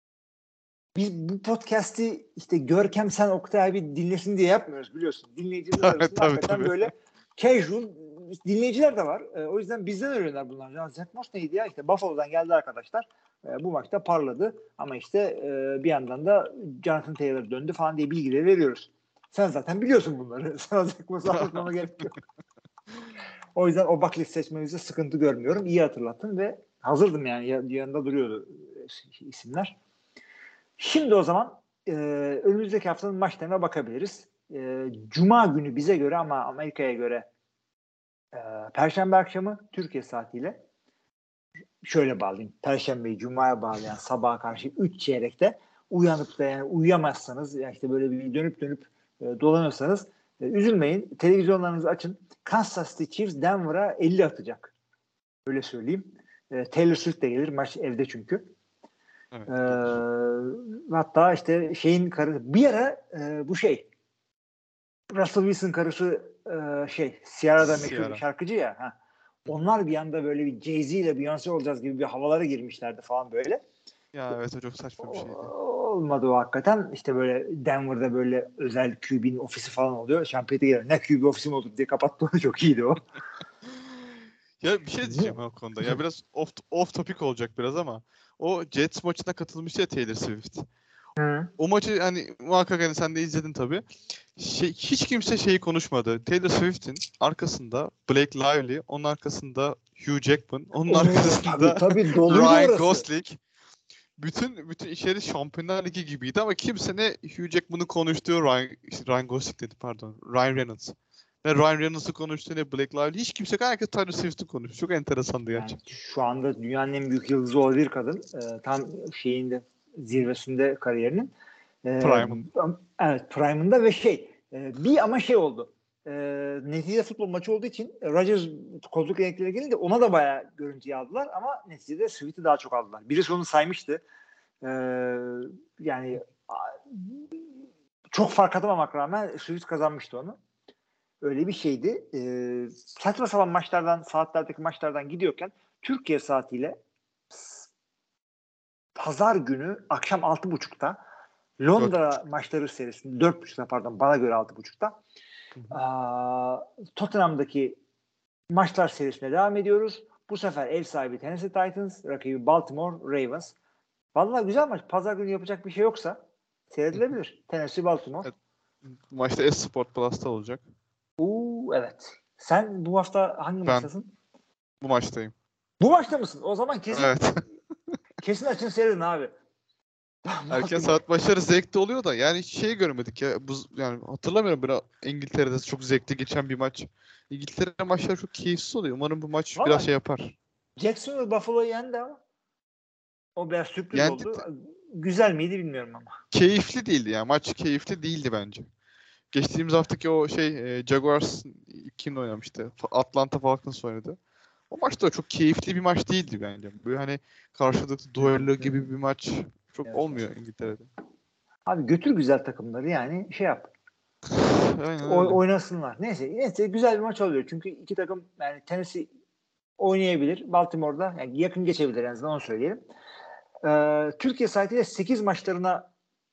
biz bu podcast'i işte Görkem sen Oktay abi dinlesin diye yapmıyoruz biliyorsun. Dinleyiciler Tabii, arasında tabii, hakikaten tabii. böyle casual dinleyiciler de var. E, o yüzden bizden öğreniyorlar bunlar. Ya Zach Moss neydi ya? İşte Buffalo'dan geldi arkadaşlar. E, bu maçta parladı. Ama işte e, bir yandan da Jonathan Taylor döndü falan diye bilgileri veriyoruz. Sen zaten biliyorsun bunları. Sana Zach Moss'u anlatmama gerek yok. O yüzden o backlist seçmemizde sıkıntı görmüyorum. İyi hatırlattın ve hazırdım yani. Yanında duruyordu isimler. Şimdi o zaman e, önümüzdeki haftanın maçlarına bakabiliriz. E, Cuma günü bize göre ama Amerika'ya göre e, Perşembe akşamı Türkiye saatiyle şöyle bağlayayım. Perşembeyi Cuma'ya bağlayan sabaha karşı üç çeyrekte uyanıp da yani uyuyamazsanız yani işte böyle bir dönüp dönüp e, dolanıyorsanız e, üzülmeyin. Televizyonlarınızı açın. Kansas City Chiefs Denver'a elli atacak. Öyle söyleyeyim. E, Taylor Swift de gelir. Maç evde çünkü. Evet. Ee, hatta işte şeyin karısı bir ara e, bu şey Russell Wilson karısı e, şey Ciara'da meşhur Ciara. bir şarkıcı ya ha. Onlar bir anda böyle bir Jay-Z ile Beyoncé olacağız gibi bir havalara girmişlerdi falan böyle. Ya evet o çok saçma bir şeydi. Olmadı o hakikaten. İşte böyle Denver'da böyle özel Q B'nin ofisi falan oluyor. Şampiyonete gelir. Ne Q B ofisi mi olur diye kapattı onu. Çok iyiydi o. Ya bir şey diyeceğim o konuda. Ya biraz off, off topic olacak biraz ama o Jets maçına katılmıştı ya Taylor Swift. Hı. O maçı hani muhakkak hani sen de izledin tabii. Şey, hiç kimse şeyi konuşmadı. Taylor Swift'in arkasında Blake Lively, onun arkasında Hugh Jackman, onun Oo, arkasında tabii, tabii, doluydu Ryan orası. Gosling. Bütün bütün içeri Şampiyonlar Ligi gibiydi ama kimse ne Hugh Jackman'ı konuştuğu Ryan, işte Ryan Gosling dedi pardon. Ryan Reynolds. Ne Ryan Reynolds'ı konuştu ne Blake Lively. Hiç kimse herkes Taylor Swift'i konuştu. Çok enteresandı Yani gerçekten. şu anda dünyanın en büyük yıldızı olabilir kadın. Ee, tam şeyinde zirvesinde kariyerinin. Ee, Prime'ın. Evet Prime'ında ve şey e, bir ama şey oldu. E, neticede futbol maçı olduğu için Rodgers koltuk renkleri gelince ona da bayağı görüntüyü aldılar ama neticede Swift'i daha çok aldılar. Birisi onu saymıştı. E, yani çok fark atamamak rağmen Swift kazanmıştı onu. Öyle bir şeydi. E, saçma sapan maçlardan, saatlerdeki maçlardan gidiyorken Türkiye saatiyle pazar günü akşam altı buçukta Londra maçları serisinde dört buçukta pardon bana göre altı buçukta. Aa, Tottenham'daki maçlar serisine devam ediyoruz. Bu sefer ev sahibi Tennessee Titans, rakibi Baltimore Ravens. Vallahi güzel maç. Pazar günü yapacak bir şey yoksa seyredilebilir. Tennessee Baltimore. Evet. Bu maçta Esport Plus'ta olacak. Oo, evet. Sen bu hafta hangi Ben maçtasın? bu maçtayım. Bu maçta mısın? O zaman kesin Evet. kesin açın seyredin abi. Erken saat maçları zevkli oluyor da yani hiç şey görmedik ya. Bu, yani hatırlamıyorum biraz İngiltere'de çok zevkli geçen bir maç. İngiltere maçları çok keyifsiz oluyor. Umarım bu maç Vallahi biraz şey yapar. Jacksonville Buffalo'yu yendi ama o biraz sürpriz Yendi oldu. de. Güzel miydi bilmiyorum ama. Keyifli değildi yani. Maç keyifli değildi bence. Geçtiğimiz haftaki o şey e, Jaguars kimle oynamıştı? Fa- Atlanta Falcons oynadı. O maç da çok keyifli bir maç değildi bence. Böyle hani karşılıklı duello gibi bir maç çok Evet. olmuyor İngiltere'de. Abi götür güzel takımları yani şey yap. Aynen O, öyle. oynasınlar. Neyse, neyse güzel bir maç oluyor. Çünkü iki takım yani Tennessee oynayabilir. Baltimore'da yani yakın geçebilir en azından onu söyleyelim. Ee, Türkiye saatiyle sekiz maçlarına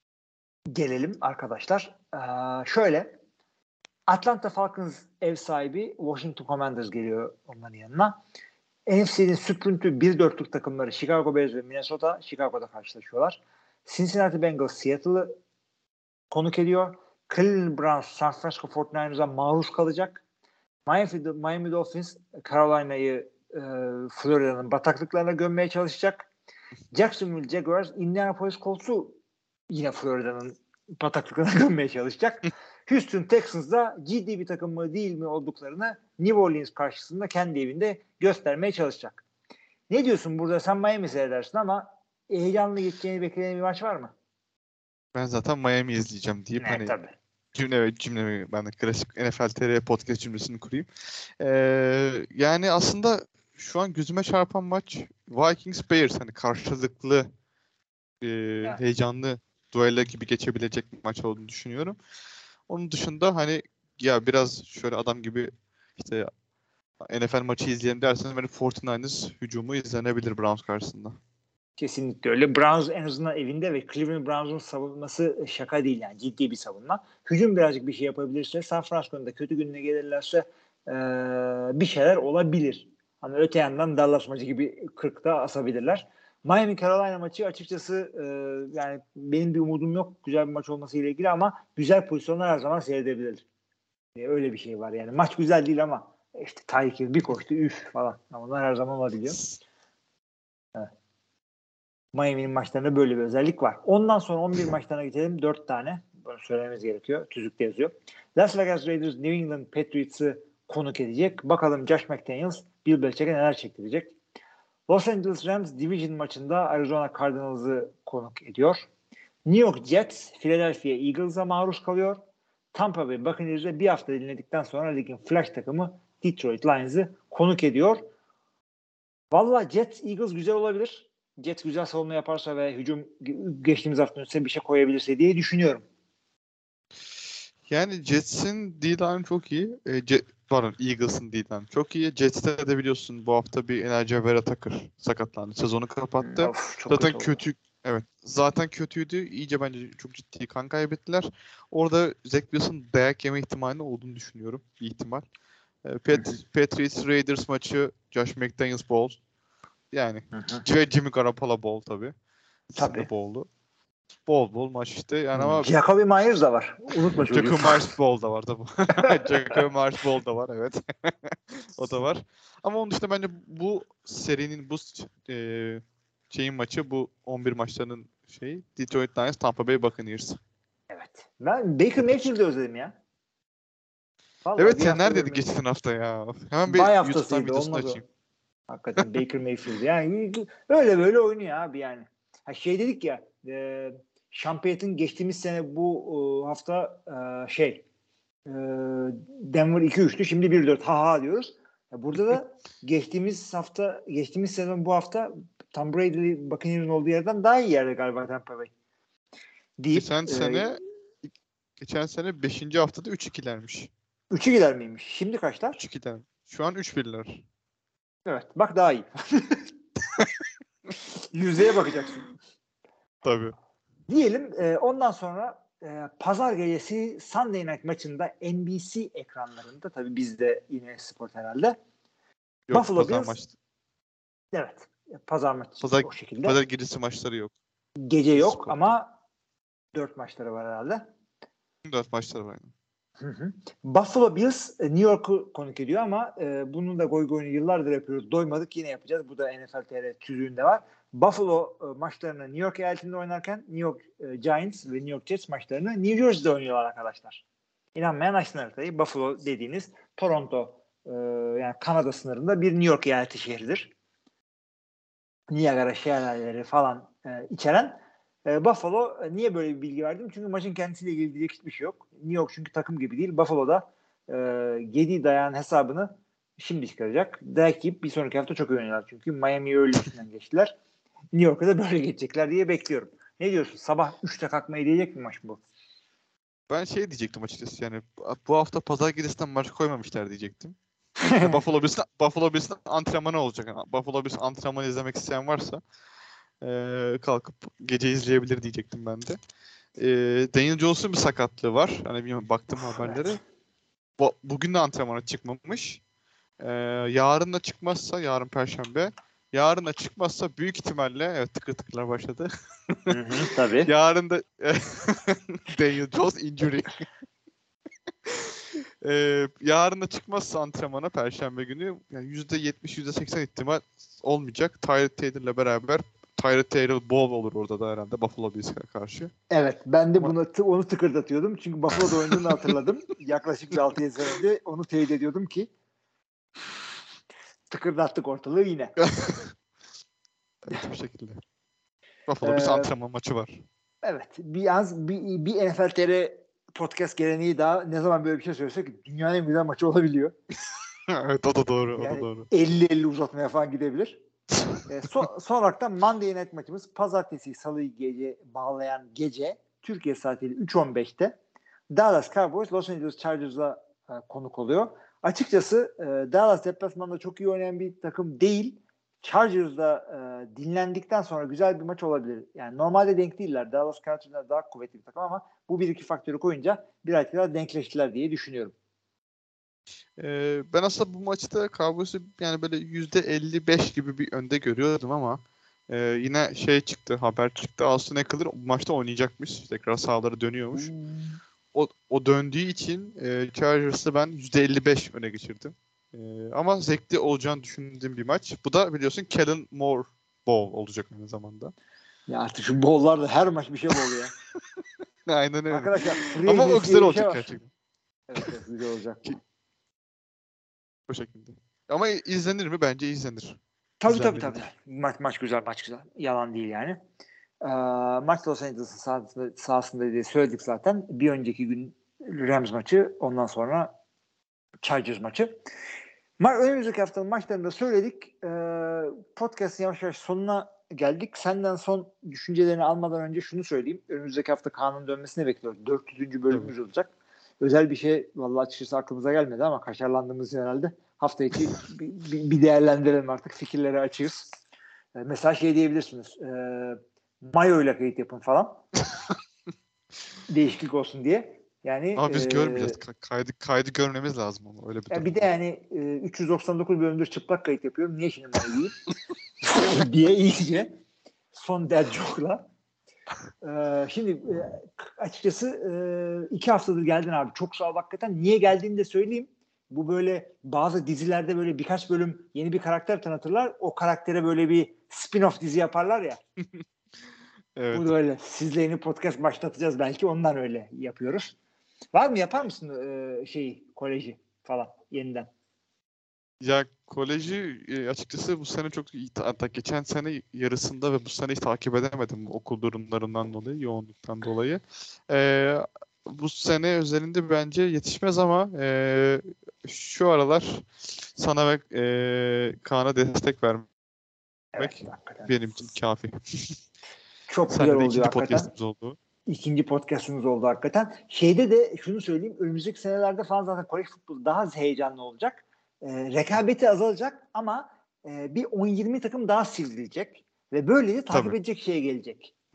gelelim arkadaşlar. Ee, şöyle Atlanta Falcons ev sahibi Washington Commanders geliyor onların yanına. N F C'nin süprüntü bir dörtlük takımları Chicago Bears ve Minnesota Chicago'da karşılaşıyorlar. Cincinnati Bengals Seattle'ı konuk ediyor. Cleveland Browns San Francisco kırk dokuz'a maruz kalacak. Miami, Miami Dolphins Carolina'yı e, Florida'nın bataklıklarına gömmeye çalışacak. Jacksonville Jaguars Indianapolis Colts'u yine Florida'nın bataklıklarına gömmeye çalışacak. Houston Texans da ciddi bir takım mı değil mi olduklarını New Orleans karşısında kendi evinde göstermeye çalışacak. Ne diyorsun burada? Sen Miami seyredersin ama heyecanlı geçeceğini beklediğin bir maç var mı? Ben zaten Miami izleyeceğim deyip Ne, hani tabii. cümle ve cümlemi ben de klasik N F L T R podcast cümlesini kurayım. Ee, yani aslında şu an gözüme çarpan maç Vikings Bears hani karşılıklı e, Evet. heyecanlı duello gibi geçebilecek bir maç olduğunu düşünüyorum. Onun dışında hani ya biraz şöyle adam gibi işte N F L maçı izleyelim derseniz benim kırk dokuzers hücumu izlenebilir Browns karşısında. Kesinlikle öyle. Browns en azından evinde ve Cleveland Browns'un savunması şaka değil yani. Ciddi bir savunma. Hücum birazcık bir şey yapabilirse San Francisco'nun da kötü gününe gelirlerse ee, bir şeyler olabilir. Ama öte yandan Dallas maçı gibi kırkta asabilirler. Miami Carolina maçı açıkçası e, yani benim bir umudum yok güzel bir maç olması ile ilgili ama güzel pozisyonlar her zaman seyredebilir. E, öyle bir şey var yani. Maç güzel değil ama işte Tyreek Hill bir koştu üf falan. Ama onlar her zaman olabiliyor. Evet. Miami'nin maçlarında böyle bir özellik var. Ondan sonra on bir maçlarına geçelim. dört tane. Bunu söylememiz gerekiyor. Tüzükte yazıyor. Las Vegas Raiders New England Patriots'ı konuk edecek. Bakalım Josh McDaniels Bill Belichick'e neler çektirecek. Los Angeles Rams Division maçında Arizona Cardinals'ı konuk ediyor. New York Jets Philadelphia Eagles'a maruz kalıyor. Tampa Bay Buccaneers'e bir hafta dinledikten sonra ligin flash takımı Detroit Lions'ı konuk ediyor. Valla Jets Eagles güzel olabilir. Jets güzel savunma yaparsa ve hücum geçtiğimiz hafta önüne bir şey koyabilirse diye düşünüyorum. Yani Jets'in D-line çok iyi. E, Jet, pardon Eagles'ın D-line çok iyi. Jets'te de biliyorsun bu hafta bir Elijah Vera Tucker sakatlandı. Sezonu kapattı. Of, çok Zaten kötü, kötü, evet. Zaten kötüydü. İyice bence çok ciddi kan kaybettiler. Orada Zach Wilson dayak yeme ihtimali olduğunu düşünüyorum. Bir ihtimal. E, Pat- Patriots Raiders maçı Josh McDaniels Bowl. Yani ve Jimmy Garoppolo Bowl tabii. Tabii. Bowl'u. Bol bol maç işte. Yani ama Jacoby Myers da var. Unutma çocuğu. Jacob Myers Ball da var tabii. Jacob Myers Ball da var evet. O da var. Ama onun dışında bence bu serinin bu e, şeyin maçı bu on bir maçlarının şeyi Detroit Lions Tampa Bay Buccaneers. Evet. Ben Baker Mayfield'i özledim ya. Vallahi Evet bir ya hafta neredeydi görmedim. geçen hafta ya? Hemen bir Bay YouTube'dan haftasıydı videosunu olmaz o. açayım. Hakikaten Baker Mayfield. Yani öyle böyle oynuyor abi yani. Ha şey dedik ya e, şampiyonatın geçtiğimiz sene bu e, hafta e, şey e, Denver iki üçtü. Şimdi bir dört ha ha diyoruz. Ya burada da geçtiğimiz hafta geçtiğimiz sezon bu hafta Tom Brady Buccaneers'ın olduğu yerden daha iyi yerde galiba Tampa Bay. Deyip, Geçen e, sene geçen sene beşinci haftada üç ikilermiş. üç ikiler miymiş? Şimdi kaçlar? üç ikiler. Şu an üç birler. Evet. Bak daha iyi. Yüzdeye bakacaksın. Tabii. Diyelim e, ondan sonra e, pazar gecesi Sunday Night maçında N B C ekranlarında, tabii bizde yine spor herhalde. Yok, Buffalo pazar Bills, maçı. evet, pazar maçı Pazar, o şekilde. pazar gecesi maçları yok. Gece yok Spor. ama dört maçları var herhalde. Dört maçları var. Hı hı. Buffalo Bills New York'u konuk ediyor ama e, bunun da goy goyunu yıllardır yapıyoruz. Doymadık, yine yapacağız. Bu da N F L T R tüzüğünde var. Buffalo e, maçlarını New York eyaletinde oynarken New York e, Giants ve New York Jets maçlarını New Jersey'de oynuyorlar arkadaşlar. İnanmayan açsın haritayı. Buffalo dediğiniz Toronto e, yani Kanada sınırında bir New York eyaleti şehridir. Niagara şelaleleri falan e, içeren e, Buffalo, e, niye böyle bir bilgi verdim? Çünkü maçın kendisiyle ilgili diyecek hiçbir şey yok. New York çünkü takım gibi değil. Buffalo'da e, yediği dayağın hesabını şimdi çıkaracak. Dayak yiyip bir sonraki hafta çok oynuyorlar. Çünkü Miami öyle üstünden geçtiler. New York'a da böyle geçecekler diye bekliyorum. Ne diyorsun? Sabah üçte kalkmayı diyecek mi maç bu? Ben şey diyecektim açıkçası, yani bu hafta pazar gecesinden maç koymamışlar diyecektim. Buffalo Bills'in Buffalo Bills'in antrenmanı olacak. Yani Buffalo Bills antrenmanı izlemek isteyen varsa e, kalkıp gece izleyebilir diyecektim ben de. E, Daniel Jones'un bir sakatlığı var. Hani bilmiyorum, baktım haberlere. Bu, bugün de antrenmana çıkmamış. E, yarın da çıkmazsa, yarın Perşembe. Yarın da çıkmazsa büyük ihtimalle, evet, tıkır tıkırlar başladı. Hı hı, tabii. Yarın da Daniel Jones injury. Ee, yarın da çıkmazsa antrenmana Perşembe günü, yani yüzde yetmiş yüzde seksen ihtimal olmayacak. Tyrod Taylor'la beraber, Tyrod Taylor bol olur orada da herhalde Buffalo Bills'e karşı. Evet, ben de Ama... bunu t- onu tıkırdatıyordum. Çünkü Buffalo'da oynadığını hatırladım. Yaklaşık bir altı yedi sene önce onu teyit ediyordum ki tıkırdattık ortalığı yine. Evet, bu şekilde. Buffalo Bills Ee, antrenman maçı var. Evet, bir az bir, bir N F L T R podcast geleneği daha, ne zaman böyle bir şey söylesek dünyanın en güzel maçı olabiliyor. Evet, o da doğru, Yani o da doğru. elli elli uzatmaya falan gidebilir. e, son, son olarak da Monday Night maçımız pazartesi salıyı gece bağlayan gece Türkiye saatiyle üç on beşte Dallas Cowboys Los Angeles Chargers'la e, konuk oluyor. Açıkçası e, Dallas deplasmanda çok iyi oynayan bir takım değil. Chargers'da e, dinlendikten sonra güzel bir maç olabilir. Yani normalde denk değiller. Dallas Chargers'lar daha kuvvetli bir takım ama bu bir iki faktörü koyunca birazcık daha denkleştiler diye düşünüyorum. Ee, ben aslında bu maçta Cowboys'u yani böyle yüzde elli beş gibi bir önde görüyordum ama e, yine şey çıktı, haber çıktı. Austin Eckler bu maçta oynayacakmış. Tekrar sahalara dönüyormuş. Hmm. O, o döndüğü için e, Chargers'ı ben yüzde elli beş öne geçirdim. E, ama zevkli olacağını düşündüğüm bir maç. Bu da biliyorsun Kellen Moore Bowl olacak aynı zamanda. Ya artık şu bowl'larda her maç bir şey bowl ya. Aynen öyle. Arkadaşlar ama o güzel olacak şey gerçekten. Evet, evet, güzel olacak bu. Bu şekilde. Ama izlenir mi? Bence izlenir. Tabii İzlenmeli. tabii tabii. Maç, maç güzel, maç güzel. Yalan değil yani. Ee, maç Los Angeles'ın sahasında, sahasında diye söyledik zaten. Bir önceki gün Rams maçı, ondan sonra Chargers maçı. Ma- önümüzdeki haftanın maçlarını da söyledik. Ee, podcast'ın yavaş yavaş sonuna geldik. Senden son düşüncelerini almadan önce şunu söyleyeyim. Önümüzdeki hafta Kaan'ın dönmesini bekliyoruz. dört yüzüncü bölümümüz evet. olacak. Özel bir şey vallahi açıkçası aklımıza gelmedi ama kaşarlandığımız için herhalde hafta içi bir, bir değerlendirelim artık. Fikirleri açığız. Ee, mesela şey diyebilirsiniz. E, Mayo ile kayıt yapın falan. Değişiklik olsun diye. Yani ama biz e, görmeyeceğiz. Kaydı, kaydı görmemiz lazım ama öyle bir yani bir de yani e, üç yüz doksan dokuz bölümdür çıplak kayıt yapıyorum. Niye şimdi Mayo yiyeyim? diye iyice son dead joke'la. Ee, şimdi e, açıkçası e, iki haftadır geldin abi. Çok sağ ol hakikaten. Niye geldiğini de söyleyeyim. Bu böyle bazı dizilerde böyle birkaç bölüm yeni bir karakter tanıtırlar. O karaktere böyle bir spin-off dizi yaparlar ya. Evet. Bu da öyle. Sizle yeni podcast başlatacağız belki. Ondan öyle yapıyoruz. Var mı? Yapar mısın e, şeyi, koleji falan yeniden? Ya koleji e, açıkçası bu sene çok iyi. Hatta geçen sene yarısında ve bu sene hiç takip edemedim okul durumlarından dolayı, yoğunluktan dolayı. E, bu sene özelinde bence yetişmez ama e, şu aralar sana ve e, Kaan'a destek vermek evet, benim için kafi. Çok güzel oldu ikinci hakikaten. Podcastımız oldu. İkinci podcastımız oldu hakikaten. Şeyde de şunu söyleyeyim. Önümüzdeki senelerde falan zaten kolej futbolu daha heyecanlı olacak. E, rekabeti azalacak ama e, bir on yirmi takım daha sivrilecek ve böylece takip Tabii. edecek şeye gelecek.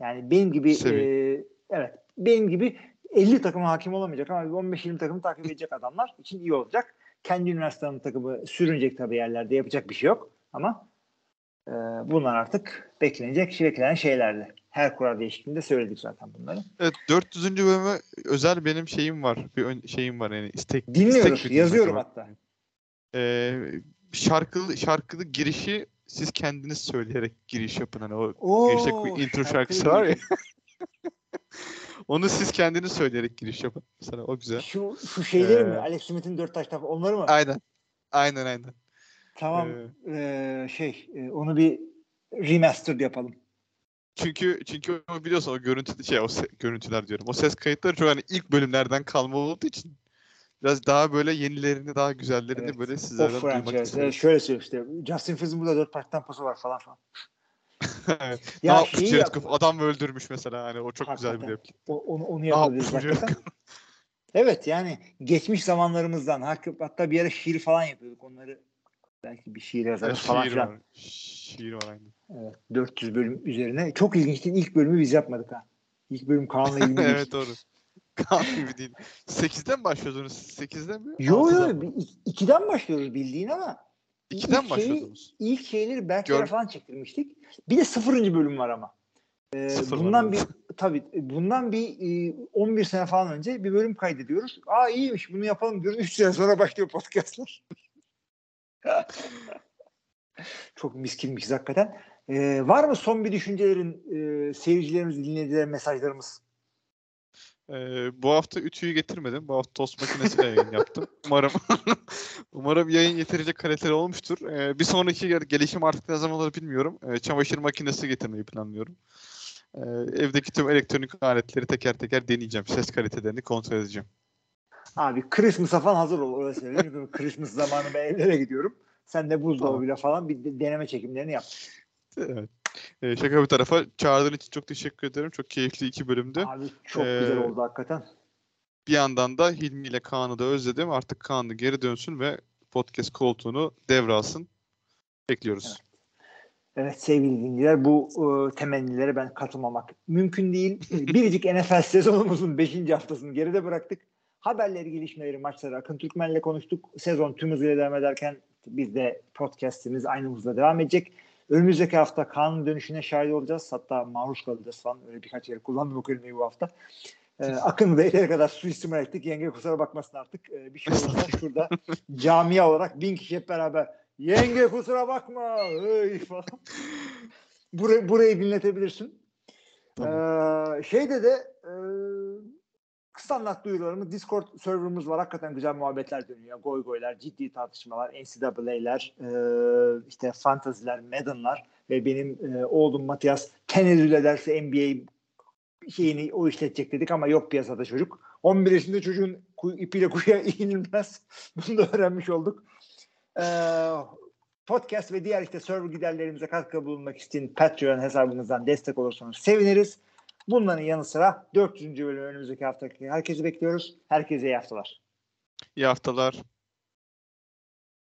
Yani benim gibi e, Sevi- evet benim gibi elli takıma hakim olamayacak ama on beş yirmi takımı takip edecek adamlar için iyi olacak. Kendi üniversitenin takımı sürünecek tabii yerlerde, yapacak bir şey yok ama e, bunlar artık beklenecek, beklenen şeylerdi. Her kural değişikliğinde söyledik zaten bunları. Evet, dört yüzüncü bölüme özel benim şeyim var. Bir ön- şeyim var yani istek. Dinliyoruz, istek mi diyeyim yazıyorum acaba? hatta. Ee, şarkılı şarkılı girişi siz kendiniz söyleyerek giriş yapın. Hani o Oo, girişte bir intro şarkılı şarkısı var ya. giriş. Onu siz kendiniz söyleyerek giriş yapın. Mesela o güzel. Şu, şu şeyleri mi? Ee, Alex Smith'in dört taş tapu, onları mı? aynen. Aynen aynen. Tamam. Ee, Ee, şey e, onu bir remastered yapalım. çünkü çünkü o biliyorsun o görüntü şey o se- görüntüler diyorum. O ses kayıtları çok hani ilk bölümlerden kalma olduğu için biraz daha böyle yenilerini, daha güzellerini Evet. böyle O sizlerden duymak franchise. isterim. Evet, şöyle söyleyeyim işte. Justin Fields'in burada dört taş tampası var falan falan. Evet. Ne Ya yapmış şeyi Jared yap. Goff? Adam öldürmüş mesela. Hani o çok güzel bir Hakikaten. replik. O, onu, onu Ne yapabiliriz yapmış Jared hakikaten. Goff? Evet yani geçmiş zamanlarımızdan hatta bir ara şiir falan yapıyorduk. Onları belki bir şiir yazarız Evet, falan şiir filan. var. Şiir var aynen. Evet, dört yüz bölüm üzerine. Çok ilginçti. İlk bölümü biz yapmadık ha. İlk bölüm Kaan'la ilgili değil. Evet doğru. Kaan gibi değil. sekizden mi başlıyordunuz? sekizden mi? Yo altıdan yo mı? bir- ikiden başlıyoruz bildiğin ama ikiden ilk mi şeyi başlıyordunuz? ilk şeyleri Berklere Gör falan çektirmiştik. Bir de sıfırıncı bölüm var ama. Ee, sıfır var bundan bir evet. tabii bundan bir e, on bir sene falan önce bir bölüm kaydediyoruz. Aa iyiymiş bunu yapalım diyoruz. üç sene sonra başlıyor podcastlar. Çok miskinmişiz hakikaten. Ee, var mı son bir düşüncelerin e, seyircilerimiz, dinleyiciler mesajlarımız? Ee, bu hafta ütüyü getirmedim. Bu hafta tost makinesiyle yayın yaptım. Umarım umarım yayın yeterince kaliteli olmuştur. Ee, bir sonraki gel- gelişim artık ne zaman olur bilmiyorum. Ee, çamaşır makinesi getirmeyi planlıyorum. Ee, evdeki tüm elektronik aletleri teker teker deneyeceğim. Ses kalitelerini kontrol edeceğim. Abi Christmas'a falan hazır ol. Öyle söyleyeyim. Çünkü Christmas zamanı ben evlere gidiyorum. Sen de Tamam. buzdolabıyla falan bir de- deneme çekimlerini yap. Evet. Ee, şaka bir tarafa çağırdığın için çok teşekkür ederim. Çok keyifli iki bölümdü. Abi çok Ee, güzel oldu hakikaten. bir yandan da Hilmi ile Kaan'ı da özledim. Artık Kaan da geri dönsün ve podcast koltuğunu devralsın. Bekliyoruz. Evet. Evet sevgili dinleyiciler bu e, temennilere ben katılmamak mümkün değil. E, biricik N F L sezonumuzun beşinci haftasını geride bıraktık. Haberleri, gelişmeleri, maçları Akın Türkmen'le konuştuk. Sezon tüm hızıyla devam ederken biz de podcastimiz aynı hızla devam edecek. Önümüzdeki hafta Kaan'ın dönüşüne şahit olacağız. Hatta maruz kalacağız falan. Öyle birkaç yere kullandım o kelimeyi bu hafta. Ee, Akın'ı da ileri kadar suistimal ettik. Yenge kusura bakmasın artık. Ee, bir şey olursa şurada camia olarak bin kişi hep beraber yenge kusura bakma hey falan. Burayı, burayı dinletebilirsin. Tamam. Ee, şeyde de e, standart duyurularımız Discord serverımız var. Hakikaten güzel muhabbetler dönüyor. Goy goylar, ciddi tartışmalar, N C A A'ler, e, işte fantaziler, Madden'lar ve benim e, oğlum Matias tenezzül ederse N B A şeyini o işletecek dedik ama yok piyasada çocuk. on bir yaşında çocuğun kuy, ipiyle kuyuya inilmez. Bunu da öğrenmiş olduk. Ee, podcast ve diğer işte server giderlerimize katkı bulunmak için Patreon hesabımızdan destek olursanız seviniriz. Bunların yanı sıra dört yüzüncü bölüm önümüzdeki haftaki herkesi bekliyoruz. Herkese iyi haftalar. İyi haftalar.